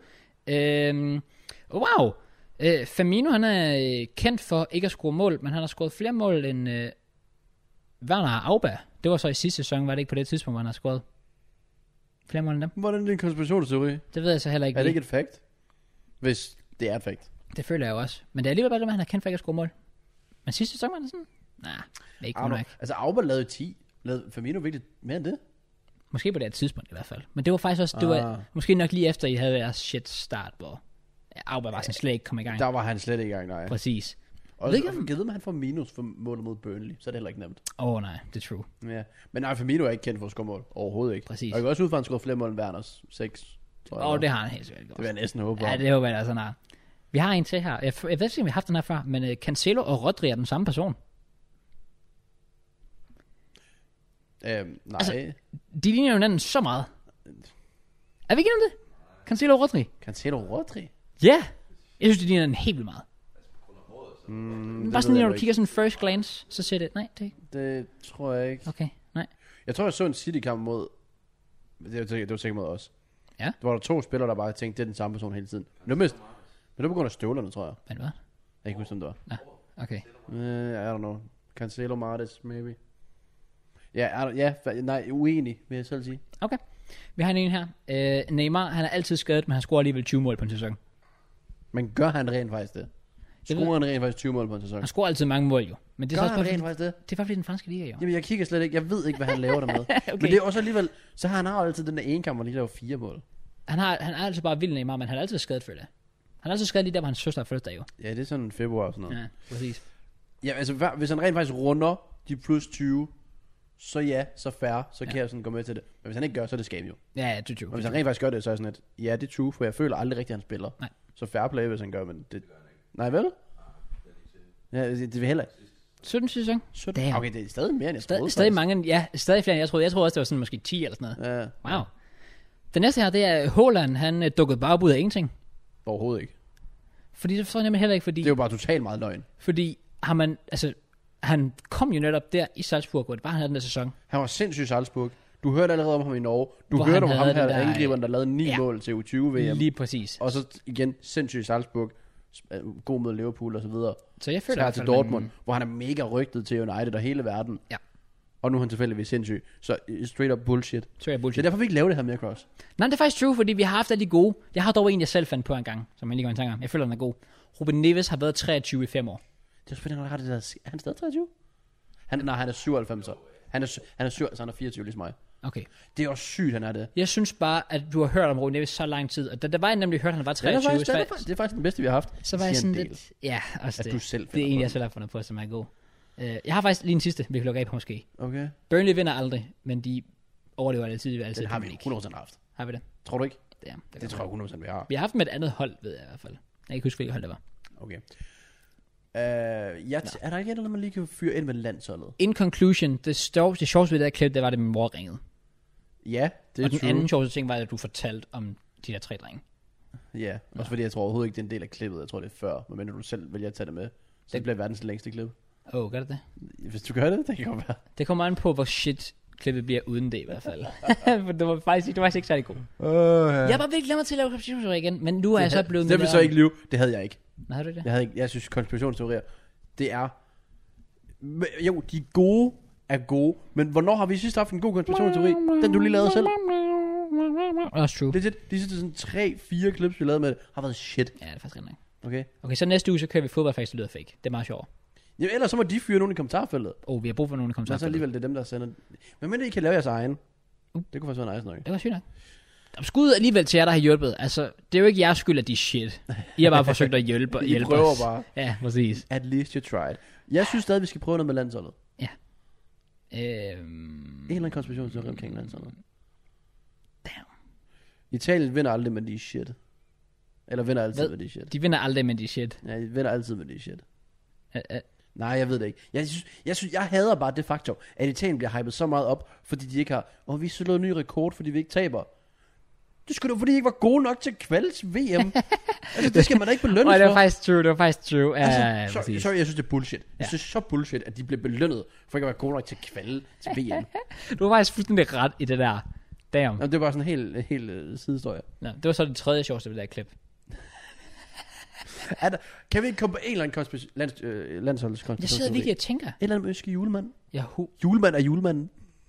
S1: wow. Firmino, han er kendt for ikke at score mål, men han har scoret flere mål end Werner Auba. Det var så i sidste sæson, var det ikke på det tidspunkt, hvor han har scoret flere mål end dem.
S2: Hvordan er det en konspirationsteori?
S1: Det ved jeg så heller ikke.
S2: Er det ikke et fact? Hvis det er et fact.
S1: Det føler jeg jo også. Men det er alligevel bare det, han er kendt for ikke at score mål. Men sidste sæson var det sådan? Nej, det er ikke godt nok.
S2: Altså Auba lavede 10. Lavede Firmino virkelig mere end det?
S1: Måske på det her tidspunkt i hvert fald. Men det var faktisk også, det var måske nok lige efter, I havde jeres shit start, hvor Auba var sådan slet ikke kom i gang.
S2: Der var han slet ikke i gang, nej.
S1: Præcis.
S2: Og givet man får minus for målet mod Burnley, så er det heller ikke nemt.
S1: Nej, det er true.
S2: Ja. Men nej, Firmino er ikke kendt for at score mål. Overhovedet ikke.
S1: Præcis.
S2: Og jeg kan også ud fra, at han scorede flere mål end Werners. 6, tror jeg.
S1: Det har han helt sikkert.
S2: Det vil jeg næsten håbe på.
S1: Ja, det håber jeg altså snart. Vi har en til her. Jeg ved ikke, om vi har haft den her før, men Cancelo og Rodri er den samme person.
S2: Nej.
S1: Altså, de ligner jo hinanden så meget. Er vi ikke om det? Cancelo og Rodri?
S2: Cancelo og Rodri?
S1: Ja. Jeg synes, de ligner hinanden helt vildt meget. Bare sådan, når du kigger sådan first glance, så ser det... Nej, det ikke.
S2: Det tror jeg ikke.
S1: Okay, nej.
S2: Jeg tror, jeg så en City-kamp mod... Det var sikkert mod os.
S1: Ja.
S2: Der var der 2 spillere, der bare tænkte, det er den samme person hele tiden. Men det var på grund af støvlerne, tror jeg.
S1: Men hvad?
S2: Jeg kan ikke huske, om det var.
S1: Ja, okay.
S2: I don't know. Cancelo, Martes, maybe. Nej, uenig, vil jeg selv sige.
S1: Okay. Vi har en her. Neymar, han er altid skadet, men han scorer alligevel 20 mål på en sæson.
S2: Men gør han rent faktisk det? Scorer han rent faktisk 20 mål på en sæson?
S1: Han scorer altid mange mål, jo. Men det er
S2: gør
S1: så
S2: han rent faktisk det?
S1: Det er bare fordi den franske liga, jo.
S2: Jamen, jeg kigger slet ikke. Jeg ved ikke, hvad han laver der med. Okay. Men det er også alligevel... Så har han altid den der ene kamp, hvor han lige laver 4 mål.
S1: Han er altid bare vild Neymar, men han er altid skadet, føler jeg. Han er altid skadet lige der, hvor hans søster har fødselsdag, jo.
S2: Ja, det er sådan februar og sådan noget.
S1: Ja, præcis.
S2: Ja, altså, hvis han rent faktisk runder de plus 20, så ja, så fair, så kan jeg sådan gå med til det. Men hvis han ikke gør, så er det skam jo.
S1: Ja, det er true.
S2: Og hvis han rent faktisk gør det, så er jeg sådan et, ja, det er true, for jeg føler aldrig rigtigt, at han spiller.
S1: Nej.
S2: Så fair play, hvis han gør, men det... Nej, vel? Ja, det vil heller ikke.
S1: 17 sæson?
S2: Damn. Okay, det er stadig mere, end jeg troede.
S1: Stadig mange, ja, stadig flere, end jeg troede. Jeg troede også, det var sådan måske 10 eller sådan noget.
S2: Ja.
S1: Wow. Den næste her, det er Haaland, han dukkede bare op ud af ingenting.
S2: Overhovedet ikke.
S1: Fordi det forstår jeg nemlig heller ikke, fordi...
S2: Det er jo bare totalt meget løgn.
S1: Fordi har man, altså, han kom jo netop der i Salzburg, hvor det bare havde den der sæson.
S2: Han var sindssygt i Salzburg. Du hørte allerede om ham i Norge. Du
S1: hvor
S2: hørte om ham her,
S1: der
S2: angriberen, der lavede 9 mål til U20-VM.
S1: Lige præcis.
S2: Og så igen, sindssygt i Salzburg. God mod Liverpool og så videre.
S1: Så jeg føler
S2: til Dortmund, hvor han er mega rygtet til United og hele verden.
S1: Ja.
S2: Og nu er han tilfældigvis sindssyg. Så straight up bullshit.
S1: Straight up bullshit.
S2: Det er derfor, vi ikke laver det her mere, Cross.
S1: Nej, det er faktisk true, fordi vi har haft alle de gode. Jeg har dog en, jeg selv fandt på en gang, som jeg lige går en tanke om. Jeg føler, den er god. Ruben Neves har været 23 i 5 år.
S2: Det er spændende, når det der. Er han stadig 23? Han er 97. Han er 7, altså han er 24 ligesom mig.
S1: Okay.
S2: Det er også sygt, han er det.
S1: Jeg synes bare, at du har hørt om Ruben Neves så lang tid, og da jeg nemlig hørt, at han var 23.
S2: Det er faktisk den bedste, vi har haft.
S1: Så var jeg sådan lidt... Ja, også
S2: at
S1: det.
S2: Du selv
S1: det er en, jeg selv har fundet på, som er god. Jeg har faktisk lige en sidste, vi kan lukke af på måske.
S2: Okay.
S1: Burnley vinder aldrig, men de overlever altid.
S2: Den har vi 100% haft.
S1: Har vi det?
S2: Tror du ikke?
S1: Det
S2: tror jeg 100% vi har.
S1: Vi har haft med et andet hold, ved jeg i hvert fald. Jeg kan ikke huske, hvilket hold det var.
S2: Okay. Er der ikke noget, man lige kan fyre ind med landsholdet?
S1: In conclusion, det sjoveste ved det der klip, det var, det min mor ringede.
S2: Ja, det er
S1: og den
S2: true.
S1: anden sjoveste ting var, at du fortalte om de der 3 drenge.
S2: Ja, også fordi jeg tror overhovedet ikke, det er en del af klippet. Jeg tror, det er før. Men når du selv vælger at tage det med, så det bliver verdens længste klip.
S1: Gør det det?
S2: Hvis du gør det, det kan godt være.
S1: Det kommer an på, hvor shit klippet bliver uden det i hvert fald. For det var faktisk ikke særlig god.
S2: Ja.
S1: Jeg var virkelig glad mig til at lave konspirationsteorier igen, men nu er jeg så blevet...
S2: Det vil så ikke lyve. Det havde jeg ikke.
S1: Nej, havde du ikke det?
S2: Jeg synes, konspirationsteorier, det er... Jo, de gode er gode, men hvornår har vi sidst haft en god konspirationsteori? Den du lige lavede selv.
S1: That's true.
S2: De sidste sådan 3-4 clips, vi lavede med det, har været shit.
S1: Ja, det er faktisk rigtig.
S2: Okay,
S1: så næste uge, så kører vi fodbold faktisk, det lyder fake. Det er meget sjovt.
S2: Ja, ellers så må de fyre nogen i kommentarfeltet.
S1: Vi har brug for nogen i kommentarfeltet.
S2: Så alligevel det er dem, der sender... Men mindre I kan lave jeres egen. Det kunne faktisk være nice nok.
S1: Det var sygt nok. Skud alligevel til jer, der har hjulpet. Altså, det er jo ikke jeres skyld, at de shit. I har bare forsøgt at hjælpe os.
S2: I prøver bare.
S1: Ja, præcis.
S2: At least you tried. Jeg synes stadig, vi skal prøve noget med landsholdet.
S1: Ja.
S2: En eller anden konspirationsteori omkring landsholdet.
S1: Damn.
S2: Italien vinder aldrig, men de er shit. Eller vinder altid, med de shit.
S1: De vinder aldrig, men de shit.
S2: Ja, de vinder altid, med de shit. Nej, jeg ved det ikke. Jeg hader bare det faktum, at Italien bliver hypet så meget op, fordi de ikke har... vi slået en ny rekord, fordi vi ikke taber. Det skulle da, fordi de ikke var gode nok til kvalds VM. Altså, det skal man da ikke belønnes for.
S1: Det var faktisk true.
S2: Sorry, jeg synes, det er bullshit. Jeg synes så bullshit, at de bliver belønnet, for ikke at være gode nok til kvalds til VM.
S1: Du var faktisk fuldstændig ret i det der. Damn.
S2: Jamen, det var sådan en helt sidehistorie.
S1: Ja, det var så det tredje sjoveste ved det der klip.
S2: Kan vi ikke komme på en eller anden landsholdskonspiration?
S1: Jeg sidder virkelig og tænker.
S2: En eller anden ønske julemand.
S1: Julemand
S2: er julemanden.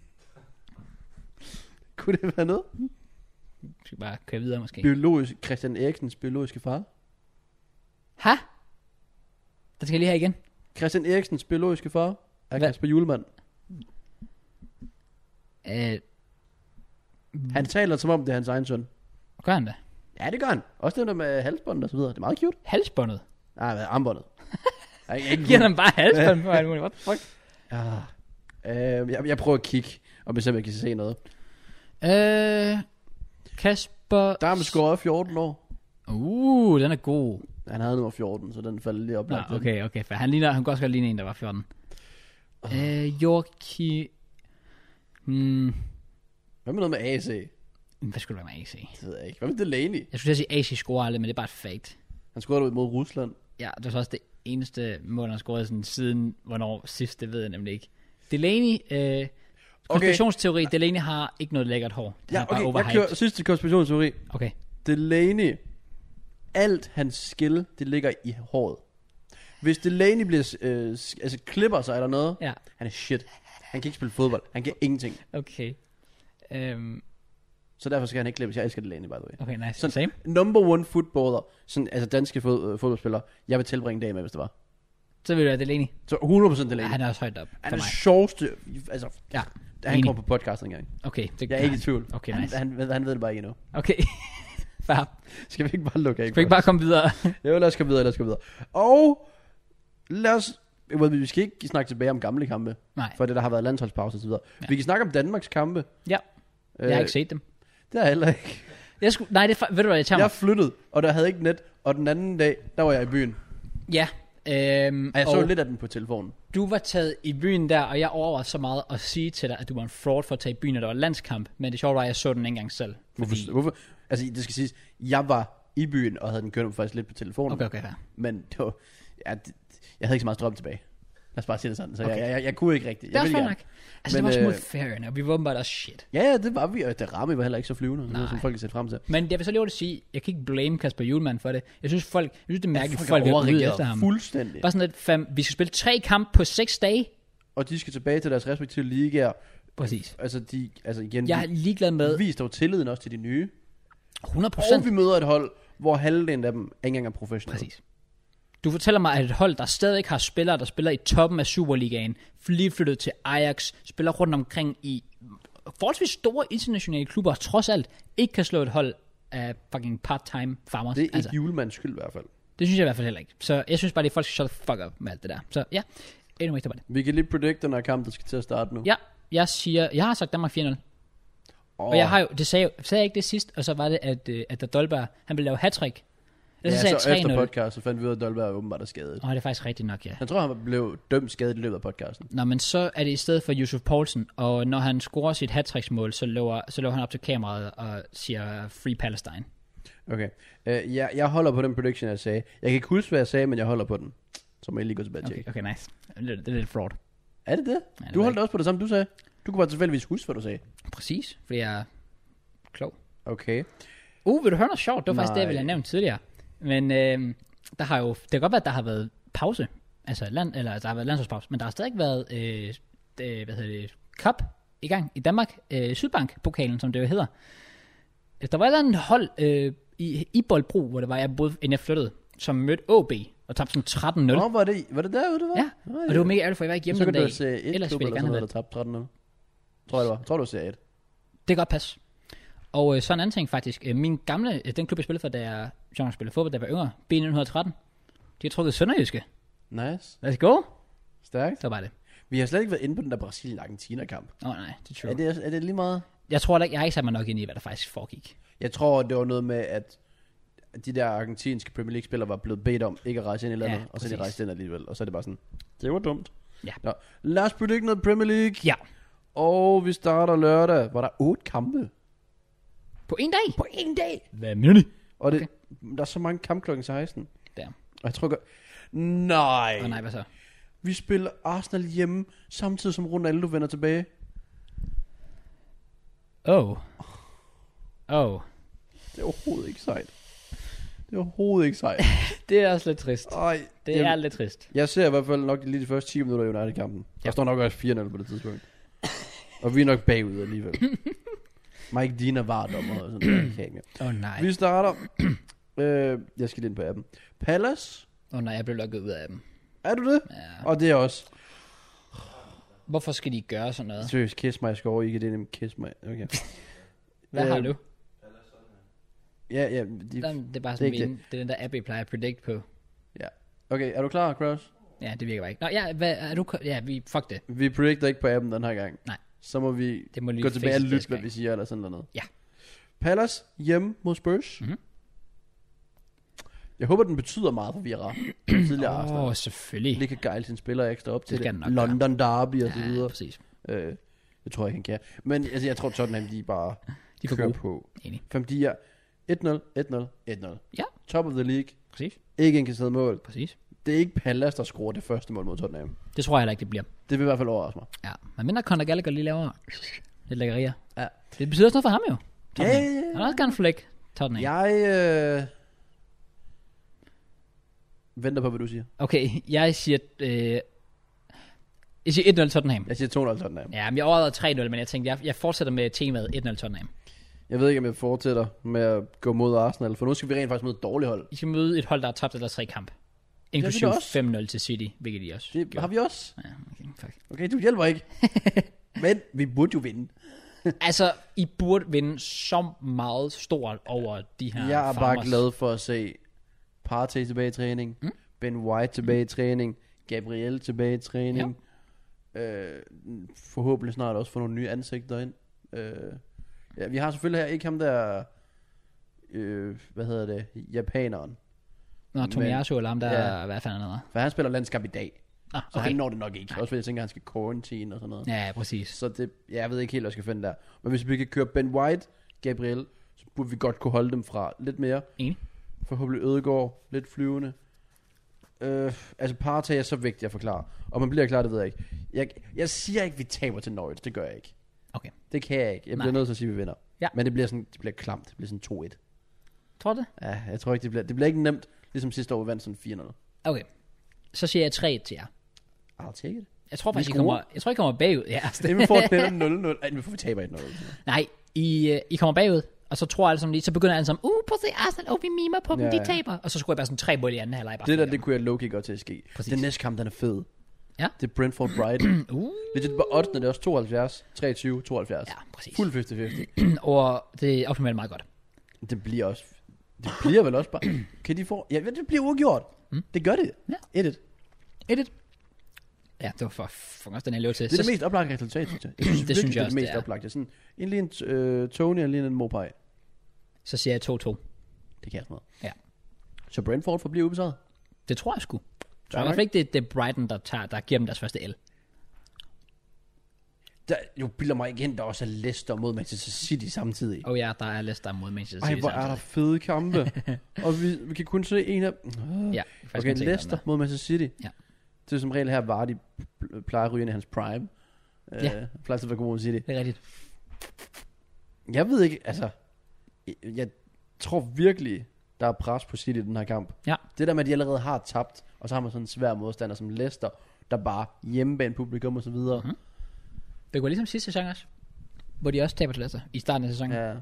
S2: Kunne det være noget?
S1: Vi skal bare køre videre måske.
S2: Christian Eriksens biologiske far.
S1: Hæ? Der skal jeg lige have igen.
S2: Christian Eriksens biologiske far er Kasper Julemand. Han taler som om det er hans egen søn.
S1: Gør han det?
S2: Ja, det gør han. Også det der med halsbåndet og så videre. Det er meget cute.
S1: Halsbåndet?
S2: Nej, armbåndet.
S1: Giver han bare halsbåndet på alt muligt? What the fuck?
S2: Ja. Jeg prøver at kigge, om jeg kan se noget.
S1: Kasper...
S2: Der er man scoret 14 år.
S1: Den er god.
S2: Han havde nummer 14, så den faldt lige op.
S1: Okay, for han kunne også godt ligne en, der var 14. Jorki...
S2: Hvad med noget med AC?
S1: Hvad skulle det være med AC?
S2: Det ved jeg ikke. Hvad med Delaney?
S1: Jeg skulle sige, at AC scorer aldrig, men det er bare et fact.
S2: Han scorede mod Rusland.
S1: Ja, det var så også det eneste mål, han scorede sådan, siden hvornår sidst, det ved jeg nemlig ikke. Delaney, konspirationsteori, Delaney har ikke noget lækkert hår.
S2: Jeg kører sidste konspirationsteori.
S1: Okay.
S2: Delaney, alt hans skill, det ligger i håret. Hvis Delaney bliver, klipper sig eller noget, han er shit. Han kan ikke spille fodbold. Han kan ingenting.
S1: Okay.
S2: Så derfor skal han ikke klippes. Jeg elsker Delaney, by the way.
S1: Okay, nice.
S2: Sådan,
S1: same.
S2: Number one footballer, sådan, altså danske fodboldspillere, jeg vil tilbringe en dag med, hvis det var.
S1: Så vil det være Delaney.
S2: Så 100% Delaney.
S1: Han er også højt op.
S2: Han er det sjoveste, altså, han kommer på podcasten engang.
S1: Okay.
S2: Jeg er ikke i tvivl.
S1: Okay, nice.
S2: Han ved det bare ikke endnu.
S1: Okay. Fair.
S2: Skal vi ikke bare lukke af?
S1: Skal vi ikke bare komme videre?
S2: Jo, lad os komme videre. Og vi skal ikke snakke tilbage om gamle kampe.
S1: Nej.
S2: For det, der har været landsholdspause og så videre. Ja. Vi kan snakke om Danmarks kampe.
S1: Ja. Jeg har ikke set dem.
S2: Det har jeg heller ikke.
S1: Ved du hvad, jeg tager mig?
S2: Jeg flyttede, og der havde ikke net. Og den anden dag, der var jeg i byen.
S1: Ja.
S2: Og jeg så lidt af den på telefonen.
S1: Du var taget i byen der, og jeg overvejede så meget at sige til dig, at du var en fraud for at tage i byen, og der var landskamp. Men det sjove var, at jeg så den ikke engang selv.
S2: Hvorfor? Altså, det skal siges, jeg var i byen, og havde den kørt faktisk lidt på telefonen.
S1: Okay, ja.
S2: Men det var, jeg havde ikke så meget strøm tilbage. Lad os bare sige det sådan. Så jeg kunne ikke rigtigt.
S1: Det var
S2: fair
S1: nok. Altså, det var smooth Færøerne, og vi var bare shit.
S2: Ja, det var vi, og det ramte var heller ikke så flyvende, som folk kan sætte frem til.
S1: Men jeg vil så lige sige, jeg kan ikke blame Kasper Hjulmand for det. Jeg synes, det er mærkeligt, at folk vil ud efter ham.
S2: Fuldstændig.
S1: Bare sådan lidt, vi skal spille 3 kampe på 6 dage.
S2: Og de skal tilbage til deres respektive ligaer.
S1: Præcis.
S2: Altså igen,
S1: jeg er ligeglad med.
S2: Vi viste jo tilliden også til de nye.
S1: 100%.
S2: Og vi møder et hold, hvor halvdelen af dem ikke engang er professionelle.
S1: Præcis. Du fortæller mig, at et hold, der stadig har spillere, der spiller i toppen af Superligaen, lige flyttet til Ajax, spiller rundt omkring i forholdsvis store internationale klubber, trods alt ikke kan slå et hold af fucking part-time farmers.
S2: Det er ikke Hjulmands skyld i hvert fald.
S1: Det synes jeg i hvert fald heller ikke. Så jeg synes bare, det er folk, skal shut the fuck up med alt det der. Så ja, anyway, det var det.
S2: Vi kan lige predict den her kamp, der skal til at starte nu.
S1: Ja, jeg har sagt Danmark 4-0. Og jeg har jo, sagde jeg ikke det sidst, og så var det, at der Dolberg, han ville lave hattrick.
S2: Så efter podcast, så fandt vi ud af, at Dolberg åbenbart er skadet.
S1: Det er faktisk rigtigt nok, ja.
S2: Jeg tror, han blev dømt skadet i løbet af podcasten.
S1: Nå, men så er det i stedet for Yusuf Poulsen, og når han scorer sit hattricksmål, så løber han op til kameraet og siger Free Palestine.
S2: Okay. Jeg holder på den prediction, jeg sagde. Jeg kan ikke huske, hvad jeg sagde, men jeg holder på den. Så må jeg lige gå tilbage til.
S1: Okay, nice. Det er lidt fraud.
S2: Er det det? Ja, du holdt også på det samme, du sagde. Du kunne bare tilfældigvis huske, hvad du sagde.
S1: Præcis, fordi jeg er klog.
S2: Okay.
S1: Vil du høre noget sjovt? Det var faktisk det, jeg ville have nævnt tidligere. Men der har jo, det kan godt være, at der har været pause, altså eller der har været landsholdspause, men der har stadig været cup i gang i Danmark, Sydbank-pokalen, som det jo hedder. Der var et eller andet hold i Boldbro, hvor det var, inden jeg flyttede, som mødte OB og tabte sådan 13-0.
S2: Var det derude, det var?
S1: Ja, og det var mega ærligt, for jeg var ikke hjemme den dag.
S2: Så kan du se et klub eller sådan noget, der tabte 13-0. Tror du var serie 1.
S1: Det kan godt passe. Og så en anden ting faktisk. Min gamle, den klub jeg spillede for, da jeg spillede fodbold, da jeg var yngre, B913, de har trukket Sønderjyske.
S2: Nice.
S1: Let's go.
S2: Stærkt.
S1: Så var det.
S2: Vi har slet ikke været inde på den der Brasilien-Argentina-kamp.
S1: Nej, det er true.
S2: Er det lige meget?
S1: Jeg tror ikke, jeg har ikke sat mig nok ind i, hvad der faktisk foregik.
S2: Jeg tror, det var noget med, at de der argentinske Premier League-spillere var blevet bedt om ikke at rejse ind i landet, og så de rejste ind alligevel. Og så er det bare sådan, det var dumt.
S1: Ja.
S2: Nå, lad os predict noget Premier League.
S1: Ja. Og
S2: vi starter lørdag, hvor der er 8 kampe.
S1: På en dag?
S2: På en dag.
S1: Hvad mener du?
S2: Og der er så mange kampe klokken 16.
S1: Der.
S2: Og jeg tror godt... Nej.
S1: Nej, hvad så?
S2: Vi spiller Arsenal hjemme, samtidig som Ronaldo vender tilbage.
S1: Det er
S2: overhovedet ikke sejt.
S1: Det er også lidt trist. Det er lidt trist.
S2: Jeg ser i hvert fald nok lige de første 10 minutter i United-kampen. Der står nok også 4-0 på det tidspunkt. Og vi er nok bagud alligevel. Mike Dean er vardommer og sådan noget.
S1: Nej.
S2: Vi starter. Jeg skal lige ind på appen. Palace.
S1: Nej, jeg blev lukket ud af appen.
S2: Er du det?
S1: Ja.
S2: Og det er også.
S1: Hvorfor skal de gøre sådan noget?
S2: Seriøst, kiss mig, jeg skal over i det nemlig kiss mig. Okay.
S1: Hvad har du?
S2: Ja.
S1: Det er bare sådan, det er den der app, jeg plejer at predict på.
S2: Ja. Okay, er du klar, Kraus?
S1: Ja, det virker bare ikke. Nå, ja, er du... Ja, fuck det.
S2: Vi predicter ikke på appen den her gang.
S1: Nej.
S2: Så må vi gå tilbage og lytte, hvad vi siger, eller sådan noget.
S1: Ja.
S2: Palace hjemme mod Spurs.
S1: Mm-hmm.
S2: Jeg håber, den betyder meget for Vieira. Tidligere Arsenal.
S1: Selvfølgelig.
S2: Det kan gejle sine spillere ekstra op til
S1: det.
S2: London Derby og så videre.
S1: Ja, præcis.
S2: Det tror jeg ikke, han kan. Men altså, jeg tror, Tottenham, de bare
S1: kører
S2: på.
S1: Enig.
S2: De er 1-0.
S1: Ja.
S2: Top of the league.
S1: Præcis.
S2: Ikke indkasseret mål.
S1: Præcis.
S2: Det er ikke Palace, der scorer det første mål mod Tottenham.
S1: Det tror jeg heller ikke, det bliver.
S2: Det vil i hvert fald overraske mig.
S1: Ja, men mindre Conor Gallagher lige laver lidt lækkerier.
S2: Ja.
S1: Det betyder også noget for ham jo.
S2: Ja.
S1: Han har også gerne flæk, Tottenham.
S2: Jeg venter på, hvad du siger.
S1: Okay, jeg siger 1-0 Tottenham.
S2: Jeg siger 2-0 Tottenham.
S1: Ja, men jeg overvejede 3-0, men jeg tænkte, jeg fortsætter med temaet 1-0 Tottenham.
S2: Jeg ved ikke, om jeg fortsætter med at gå mod Arsenal, for nu skal vi rent faktisk møde et dårligt hold.
S1: I skal møde et hold, der har tabt eller 3 kamp. Inklusiv 5-0 til City, hvilket de også
S2: det har vi også.
S1: Ja, okay, fuck.
S2: Okay, du hjælper ikke. Men vi burde jo vinde.
S1: Altså, I burde vinde så meget stort over de her
S2: Jeg er
S1: farmers.
S2: bare glad for at se Partey tilbage i træning, Ben White tilbage i træning, Gabriel tilbage i træning. Ja. Forhåbentlig snart også få nogle nye ansigter ind. Ja, vi har selvfølgelig her ikke ham der, hvad hedder det, japaneren.
S1: Nå, Tomiyasu eller ham der, hvad fanden han hedder.
S2: For han spiller landskamp i dag.
S1: Okay.
S2: Så han når det nok ikke. Også fordi jeg tænker, at han skal quarantine og sådan noget.
S1: Ja, præcis.
S2: Så det, jeg ved ikke helt, hvad jeg skal finde der. Men hvis vi kan køre Ben White, Gabriel, så burde vi godt kunne holde dem fra lidt mere.
S1: Enig.
S2: Forhåbentlig Ødegaard. Lidt flyvende. Altså Partey er så vigtigt at forklare. Og man bliver klar, det ved jeg ikke. Jeg siger ikke, vi taber til Norwich. Det gør jeg ikke.
S1: Okay.
S2: Det kan jeg ikke. Jeg bliver nødt til at sige, at vi vinder.
S1: Ja.
S2: Men det bliver klamt. Det bliver sådan 2-1.
S1: Tror du det?
S2: Ja, jeg tror ikke, det bliver ikke nemt. Ligesom sidste år, vi vandt sådan 4-0.
S1: Okay. Så siger jeg 3 til jer.
S2: I'll take it.
S1: Jeg tror faktisk, I kommer bagud. Ja,
S2: det vi får et 0-0. Ej, nu får vi taber 1-0.
S1: Nej, I kommer bagud. Og så tror jeg alle sammen lige, så begynder alle sammen, på se Arsenal, vi mimer på dem, de taber. Og så skulle jeg bare sådan 3 mål i anden halvleg.
S2: Det kunne jeg low-key godt til at ske. Præcis. Den næste kamp, den er fed.
S1: Ja.
S2: Det er Brentford Brighton. Det er bare 8. Det er også 72, 23, 72.
S1: Ja, præcis.
S2: Fuld 50-50.
S1: Og det optimerer meget godt.
S2: Det bliver vel også bare... Kan de få... Ja, det bliver uafgjort. Det gør det.
S1: Ja.
S2: 1-1.
S1: 1-1. Ja, det var for også den her løb til.
S2: Det er det mest oplagte resultat, synes jeg.
S1: Det synes jeg også,
S2: det er det mest oplagte. Sådan, en Tony og en Mopai.
S1: Så siger jeg 2-2.
S2: Det kan jeg sådan noget.
S1: Ja.
S2: Så Brentford forbliver ubesejret?
S1: Det tror jeg sgu. Så i hvert fald ikke, det er Brighton, der giver dem deres første L.
S2: Der jo bilder mig igen, der også er Leicester mod Manchester City samtidig.
S1: Ja, der er Leicester mod Manchester City.
S2: Hvor er der fede kampe. Og vi kan kun se en af...
S1: Ja,
S2: okay, Leicester mod Manchester City.
S1: Ja.
S2: Det er som regel her, Vardy plejer at ryge ind i hans prime.
S1: Ja.
S2: Plejer at være god City.
S1: Det er rigtigt.
S2: Jeg ved ikke, altså... Jeg tror virkelig, der er pres på City i den her kamp.
S1: Ja.
S2: Det der med, at de allerede har tabt, og så har man sådan en svær modstander som Leicester, der bare hjemmebane publikum og så videre.
S1: Mm-hmm. Det går ligesom sidste sæson også, hvor de også taber til Leicester i starten af sæsonen.
S2: Ja.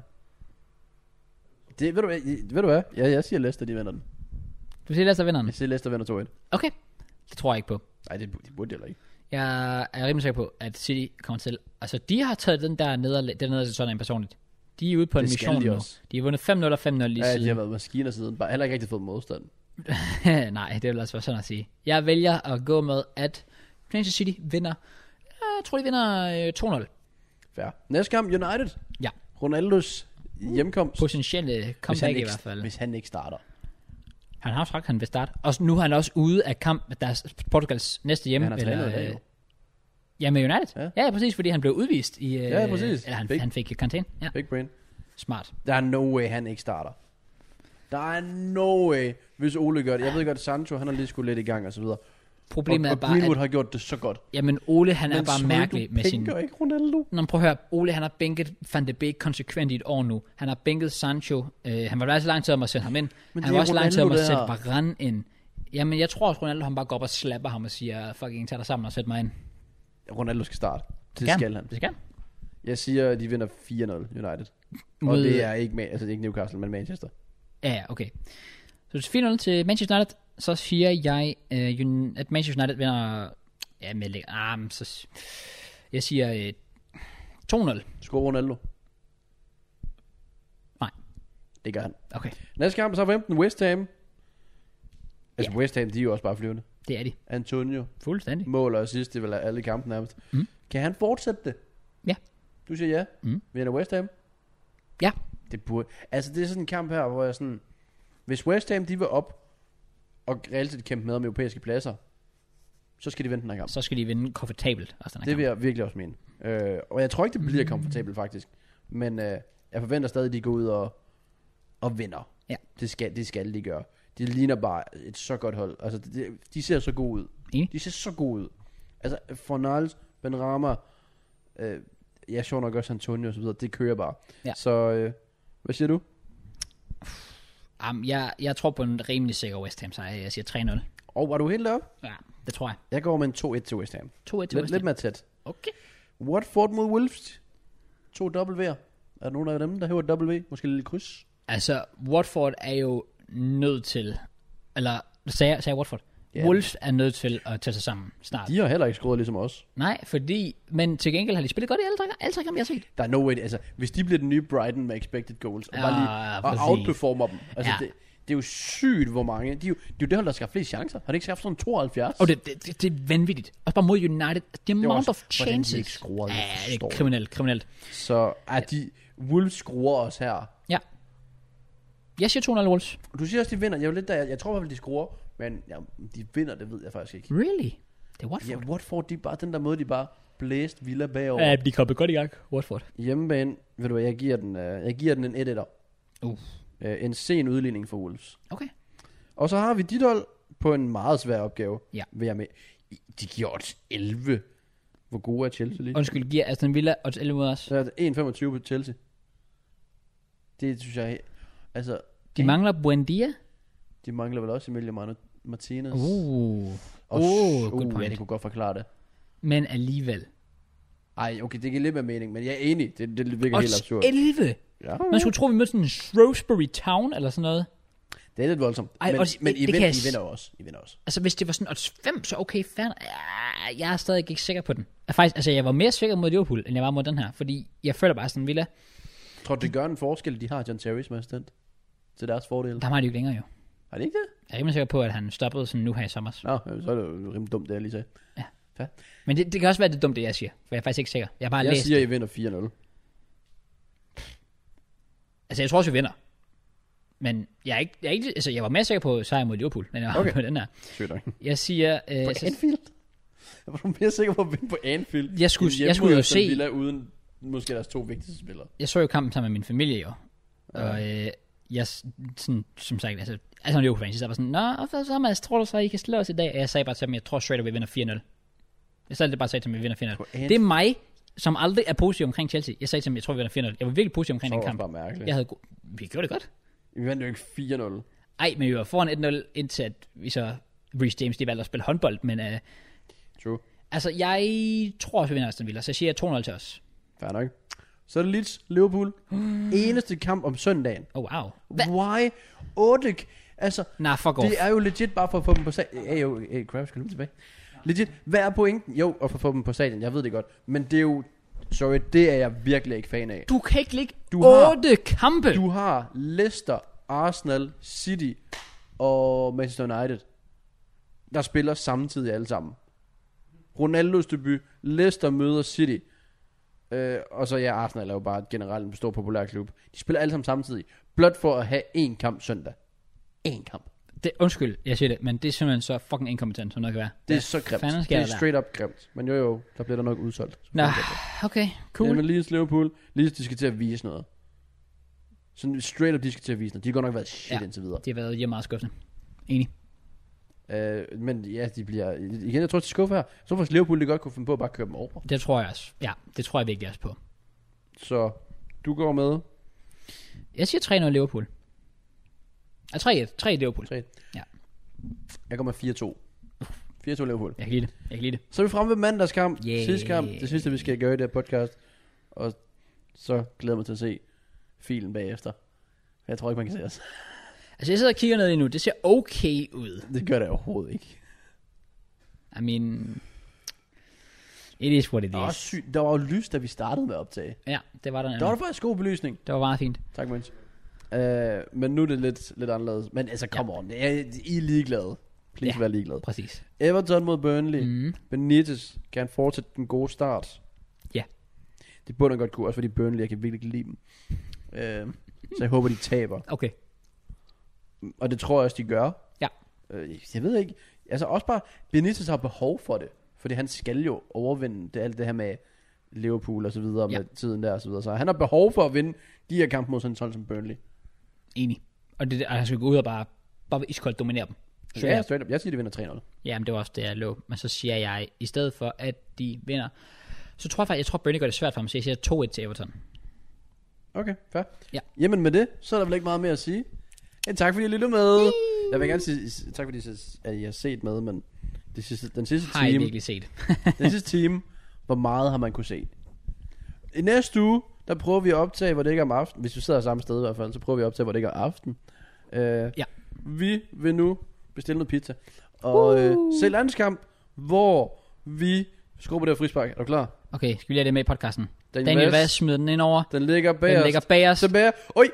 S2: Det, ved du hvad? Jeg siger Leicester, de vinder den.
S1: Du siger Leicester vinder den?
S2: Jeg siger Leicester vinder 2-1.
S1: Okay. Det tror jeg ikke på.
S2: Nej, det burde jeg heller ikke.
S1: Jeg er rimelig sikker på, at City kommer til... Altså, de har taget den der nederlag sådan personligt. De er ude på en mission nu. De har vundet 5-0 og 5-0 lige siden.
S2: Ja, de har været maskiner siden. Bare heller ikke rigtig fået modstand.
S1: Nej, det vil altså være sådan at sige. Jeg vælger at gå med, at Manchester City vinder... Jeg tror, de vinder 2-0.
S2: Fair. Næste kamp, United.
S1: Ja.
S2: Ronaldos hjemkomst.
S1: Potentielle comeback i hvert fald.
S2: Hvis han ikke starter.
S1: Han har sagt, han vil starte. Og nu er han også ude af kamp, der er Portugals næste hjemme.
S2: Han har trænet i dag, jo.
S1: Ja, med United. Ja, præcis, fordi han blev udvist i...
S2: Ja, præcis.
S1: Eller han fik karantæne. Ja.
S2: Big brain.
S1: Smart.
S2: Der er no way, han ikke starter. Der er no way, hvis Ole gør det. Jeg ved godt, Sancho, han har lige skulle lidt i gang og så videre.
S1: Problemet er bare,
S2: Greenwood har gjort det så godt.
S1: Jamen, Ole, han er bare mærkelig med sin...
S2: Men ikke Ronaldo.
S1: Nå, prøv at høre. Ole, han har bænket Van de Beek konsekvent i et år nu. Han har bænket Sancho. Han var også lang tid om at sætte ham ind. Men han var også lang tid om at sætte Varane ind. Jamen, jeg tror, at Ronaldo han bare går op og slapper ham og siger, fucking tag dig sammen og sæt mig ind.
S2: Ronaldo skal starte. Det skal han.
S1: Det skal.
S2: Jeg siger, at de vinder 4-0 United. Og det er ikke, altså det er ikke Newcastle, men Manchester.
S1: Ja, okay. Så det er 4-0 til Manchester United. Så siger jeg, at Manchester United vinder... Ja, med så jeg siger 2-0.
S2: Score Ronaldo?
S1: Nej.
S2: Det gør han.
S1: Okay.
S2: Næste kamp er så 15 West Ham. Altså West Ham, de er jo også bare flyvende.
S1: Det er de.
S2: Antonio.
S1: Fuldstændig.
S2: Mål og assist, det vil alle i kampen nærmest. Kan han fortsætte det?
S1: Ja.
S2: Du siger ja? Vinder West Ham?
S1: Ja.
S2: Det burde... Altså det er sådan en kamp her, hvor jeg sådan... Hvis West Ham, de vil op og reelt kæmpe med om europæiske pladser, så skal de vinde den her kamp.
S1: Så skal de vinde komfortabelt.
S2: Det vil jeg virkelig også mene. Og jeg tror ikke, det bliver komfortabelt faktisk. Men jeg forventer stadig, at de går ud og vinder.
S1: Ja.
S2: Det skal de gøre. De ligner bare et så godt hold. Altså, de ser så gode ud. De ser så gode ud. Altså, Fornals, Benrahma, sjovt nok også Antonio og så videre. Det kører bare.
S1: Ja.
S2: Så, hvad siger du?
S1: Jeg tror på en rimelig sikker West Ham, så jeg siger 3-0.
S2: Var du helt deroppe?
S1: Ja, det tror jeg.
S2: Jeg går med en 2-1 til West Ham.
S1: 2-1 til West Ham.
S2: Lidt mere tæt.
S1: Okay.
S2: Watford mod Wolves. 2 W'er. Er der nogen af dem, der hæver W? Måske lidt kryds?
S1: Altså, Watford er jo nødt til... Eller, sagde Watford? Yeah. Wolves er nødt til at tage sig sammen snart.
S2: De har heller ikke skruet ligesom os.
S1: Nej, fordi... Men til gengæld har de spillet godt i alle tre kampe, jeg har set.
S2: Der er no way... Altså, hvis de bliver den nye Brighton med expected goals, og bare lige og outperformer dem. Altså, det er jo sygt, hvor mange... Det er jo det hold, der skal have flest chancer. Har de ikke skaffet sådan 72?
S1: Og det er vanvittigt. Også bare mod United. The amount of chances.
S2: De ikke skruer,
S1: det er kriminelt.
S2: Så de Wolves skruer os her.
S1: Ja. Jeg siger 2-0 Wolves.
S2: Du siger også, de vinder. Jeg tror i de skruer, men de vinder, det ved jeg faktisk ikke.
S1: Really? Det er Watford?
S2: Ja, Watford, de bare den der måde, de bare blæst Villa bagover.
S1: Ja, de kom godt i gang, Watford.
S2: Hjemmebane, ved du hvad, jeg giver den en 1-1'er. En sen udligning for Wolves.
S1: Okay.
S2: Og så har vi dit hold på en meget svær opgave.
S1: Ja.
S2: Vil jeg med. De giver odds 11. Hvor gode er Chelsea lige?
S1: Undskyld, giver Aston Villa odds 11 mod os?
S2: Så er det 1,25 på Chelsea. Det synes jeg... Altså...
S1: De mangler Buendia?
S2: De mangler vel også Emiliano Martinez.
S1: Good point.
S2: Ja, det kunne godt forklare det.
S1: Men alligevel.
S2: Ej, okay, det giver lidt mere mening, men jeg er enig. Det virker helt absurd.
S1: 11?
S2: Ja.
S1: Man skulle tro, vi mødte sådan en Shrewsbury Town eller sådan noget.
S2: Det er lidt voldsomt.
S1: Ej,
S2: men I vinder også.
S1: Altså, hvis det var sådan odds 5, så okay, fair. Jeg er stadig ikke sikker på den. Jeg var mere sikker mod Liverpool, end jeg var mod den her. Fordi jeg føler bare sådan, Villa.
S2: Tror du, det gør en forskel, de har John Terry som assistent? Til deres fordel?
S1: Der har de jo ikke længere, jo.
S2: Har de ikke det?
S1: Jeg er rimelig sikker på, at han stoppede sådan nu her i sommer.
S2: Nå, så er det jo rimelig dumt, det jeg lige sagde.
S1: Ja. Men det kan også være det dumt, det jeg siger. For jeg er faktisk ikke sikker. Jeg
S2: siger, I vinder 4-0.
S1: Altså, jeg tror også, vi vinder. Men jeg er ikke, altså, jeg var mere sikker på sejr mod Liverpool, end jeg var på den her. Jeg siger...
S2: på Anfield? Jeg var mere sikker på at vinde på Anfield.
S1: Jeg skulle jo se...
S2: Villa uden måske deres 2 vigtigste spillere.
S1: Jeg så jo kampen sammen med min familie, jo. Og jeg sådan, som sagt, altså når Liverpool-fans, så var sådan, så Mads, tror du så, I kan slå os i dag? Og jeg sagde bare til dem, jeg tror straight up, vi vinder 4-0. Jeg sagde det bare til dem, vi vinder 4-0. Det er mig, som aldrig er positiv omkring Chelsea. Jeg sagde til dem, jeg tror, vi vinder 4-0. Jeg var virkelig positiv omkring den kamp.
S2: Det var bare mærkeligt.
S1: Vi gjorde det godt.
S2: Vi vandt jo ikke 4-0.
S1: Ej, men vi var foran 1-0, indtil at vi så, Reece James, de valgte at spille håndbold, men...
S2: True.
S1: Altså, jeg tror også, vi vinder Aston Villa, så jeg siger 2-0 til os.
S2: Fair nok. Så er det Leeds, Liverpool. Eneste kamp om søndagen.
S1: Oh, wow.
S2: Why? 8. Altså,
S1: fuck off.
S2: Det er jo legit bare for at få dem på stadion. Crab, skal du tilbage? Legit, hvad er pointen? Jo, at få dem på stadion, jeg ved det godt. Men det er jo... Sorry, det er jeg virkelig ikke fan af.
S1: Du kan ikke ligge 8 kampe.
S2: Du har Leicester, Arsenal, City og Manchester United, der spiller samtidig alle sammen. Ronaldos debut, Leicester møder City. Og så Arsenal er jo bare generelt en stor populær klub. De spiller alle sammen samtidig. Blot for at have én kamp søndag. Én kamp.
S1: Undskyld, jeg siger det, men det er simpelthen så fucking inkompetent, som noget kan være.
S2: Det er så grimt. Det er straight up grimt. Men jo, der bliver der nok udsolgt.
S1: Nå, okay, cool.
S2: Ja, men Leeds, Liverpool, Leeds, de skal til at vise noget. Sådan straight up, de skal til at vise noget. De har godt nok været shit indtil videre.
S1: De har været meget skuffende. Enig.
S2: Men ja, de bliver... Igen, jeg tror, de skuffer her. Så faktisk Liverpool, de godt kunne finde på at bare køre dem over.
S1: Det tror jeg også. Ja, det tror jeg virkelig også på.
S2: Så, du går med?
S1: Jeg siger 3-0 Liverpool. 3-1 Liverpool.
S2: 3.
S1: Ja.
S2: Jeg går med 4-2. 4-2 Liverpool.
S1: Jeg kan lide det.
S2: Så er vi fremme ved mandagskamp.
S1: Yeah.
S2: Sidste kamp. Det sidste, vi skal gøre i det her podcast. Og så glæder jeg mig til at se filen bagefter. Jeg tror ikke, man kan se os.
S1: Altså, jeg sidder og kigger ned endnu. Det ser okay ud.
S2: Det gør det overhovedet ikke.
S1: I mean... It is what it is.
S2: Der var jo lys, da vi startede med at optage.
S1: Ja, det var der.
S2: Der var faktisk god belysning.
S1: Det var meget fint.
S2: Tak, Møns. Men nu er det lidt anderledes. Men altså, come on. I er ligeglade. Please vær ligeglade.
S1: Præcis.
S2: Everton mod Burnley. Benitez kan fortsætte den gode start.
S1: Ja.
S2: Det burde godt kunne, også fordi Burnley, jeg kan virkelig lide dem. Så jeg håber, de taber.
S1: Okay.
S2: Og det tror jeg også, de gør.
S1: Ja.
S2: Jeg ved ikke. Altså også bare, Benitez har behov for det. Fordi han skal jo overvinde alt det her med Liverpool og så videre, med tiden der og så videre. Så han har behov for at vinde de her kampe mod sådan en hold som Burnley.
S1: Enig. Og han skal gå ud og bare iskoldt dominere dem.
S2: Så ja, straight up. Jeg siger, de vinder 3-0.
S1: Jamen, det var også det, jeg lå. Men så siger jeg, i stedet for, at de vinder, så tror jeg Burnley gør det svært for ham, så jeg siger 2-1 til Everton.
S2: Okay, fair.
S1: Ja.
S2: Jamen med det, så er der vel ikke meget mere at sige. Tak fordi I lyttede med. Jeg vil gerne sige tak fordi at I har set med, men den sidste
S1: har I virkelig set?
S2: Den sidste time, hvor meget har man kunne se? I næste uge, der prøver vi at optage, hvor det ikke er om aften. Hvis vi sidder samme sted i hvert fald, så prøver vi at optage, hvor det ikke er aften.
S1: Ja.
S2: Vi vil nu bestille noget pizza og se landskamp, hvor vi skubber det frispark. Er du klar?
S1: Okay, skal vi lade det med i podcasten? Daniel Vass smider den ind over.
S2: Den ligger bag os. Tilbage. Oj!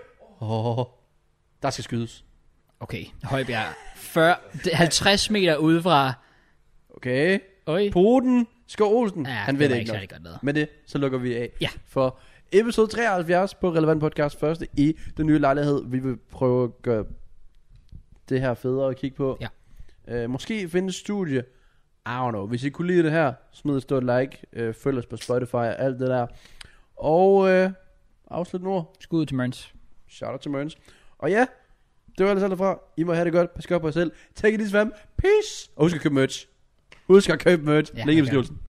S2: Der skal skydes.
S1: Okay, Højbjerg. 50 meter udefra.
S2: Okay.
S1: Oj.
S2: Poten. Skov Olsen.
S1: Ja,
S2: han ved det ikke nok. Med det, så lukker vi af.
S1: Ja.
S2: For episode 73 på Relevant Podcast. Første i den nye lejlighed. Vi vil prøve at gøre det her federe at kigge på.
S1: Ja.
S2: Måske finde et studie. I don't know. Hvis I kunne lide det her, smid et stort like. Følg os på Spotify og alt det der. Og afslut nu.
S1: Skud til Mørns.
S2: Shout out til Mørns. Og ja, det var alt fra. I må have det godt. Pas godt på jer selv. Take it easy, fam. Peace. Og husk at købe merch. Link i beskrivelsen.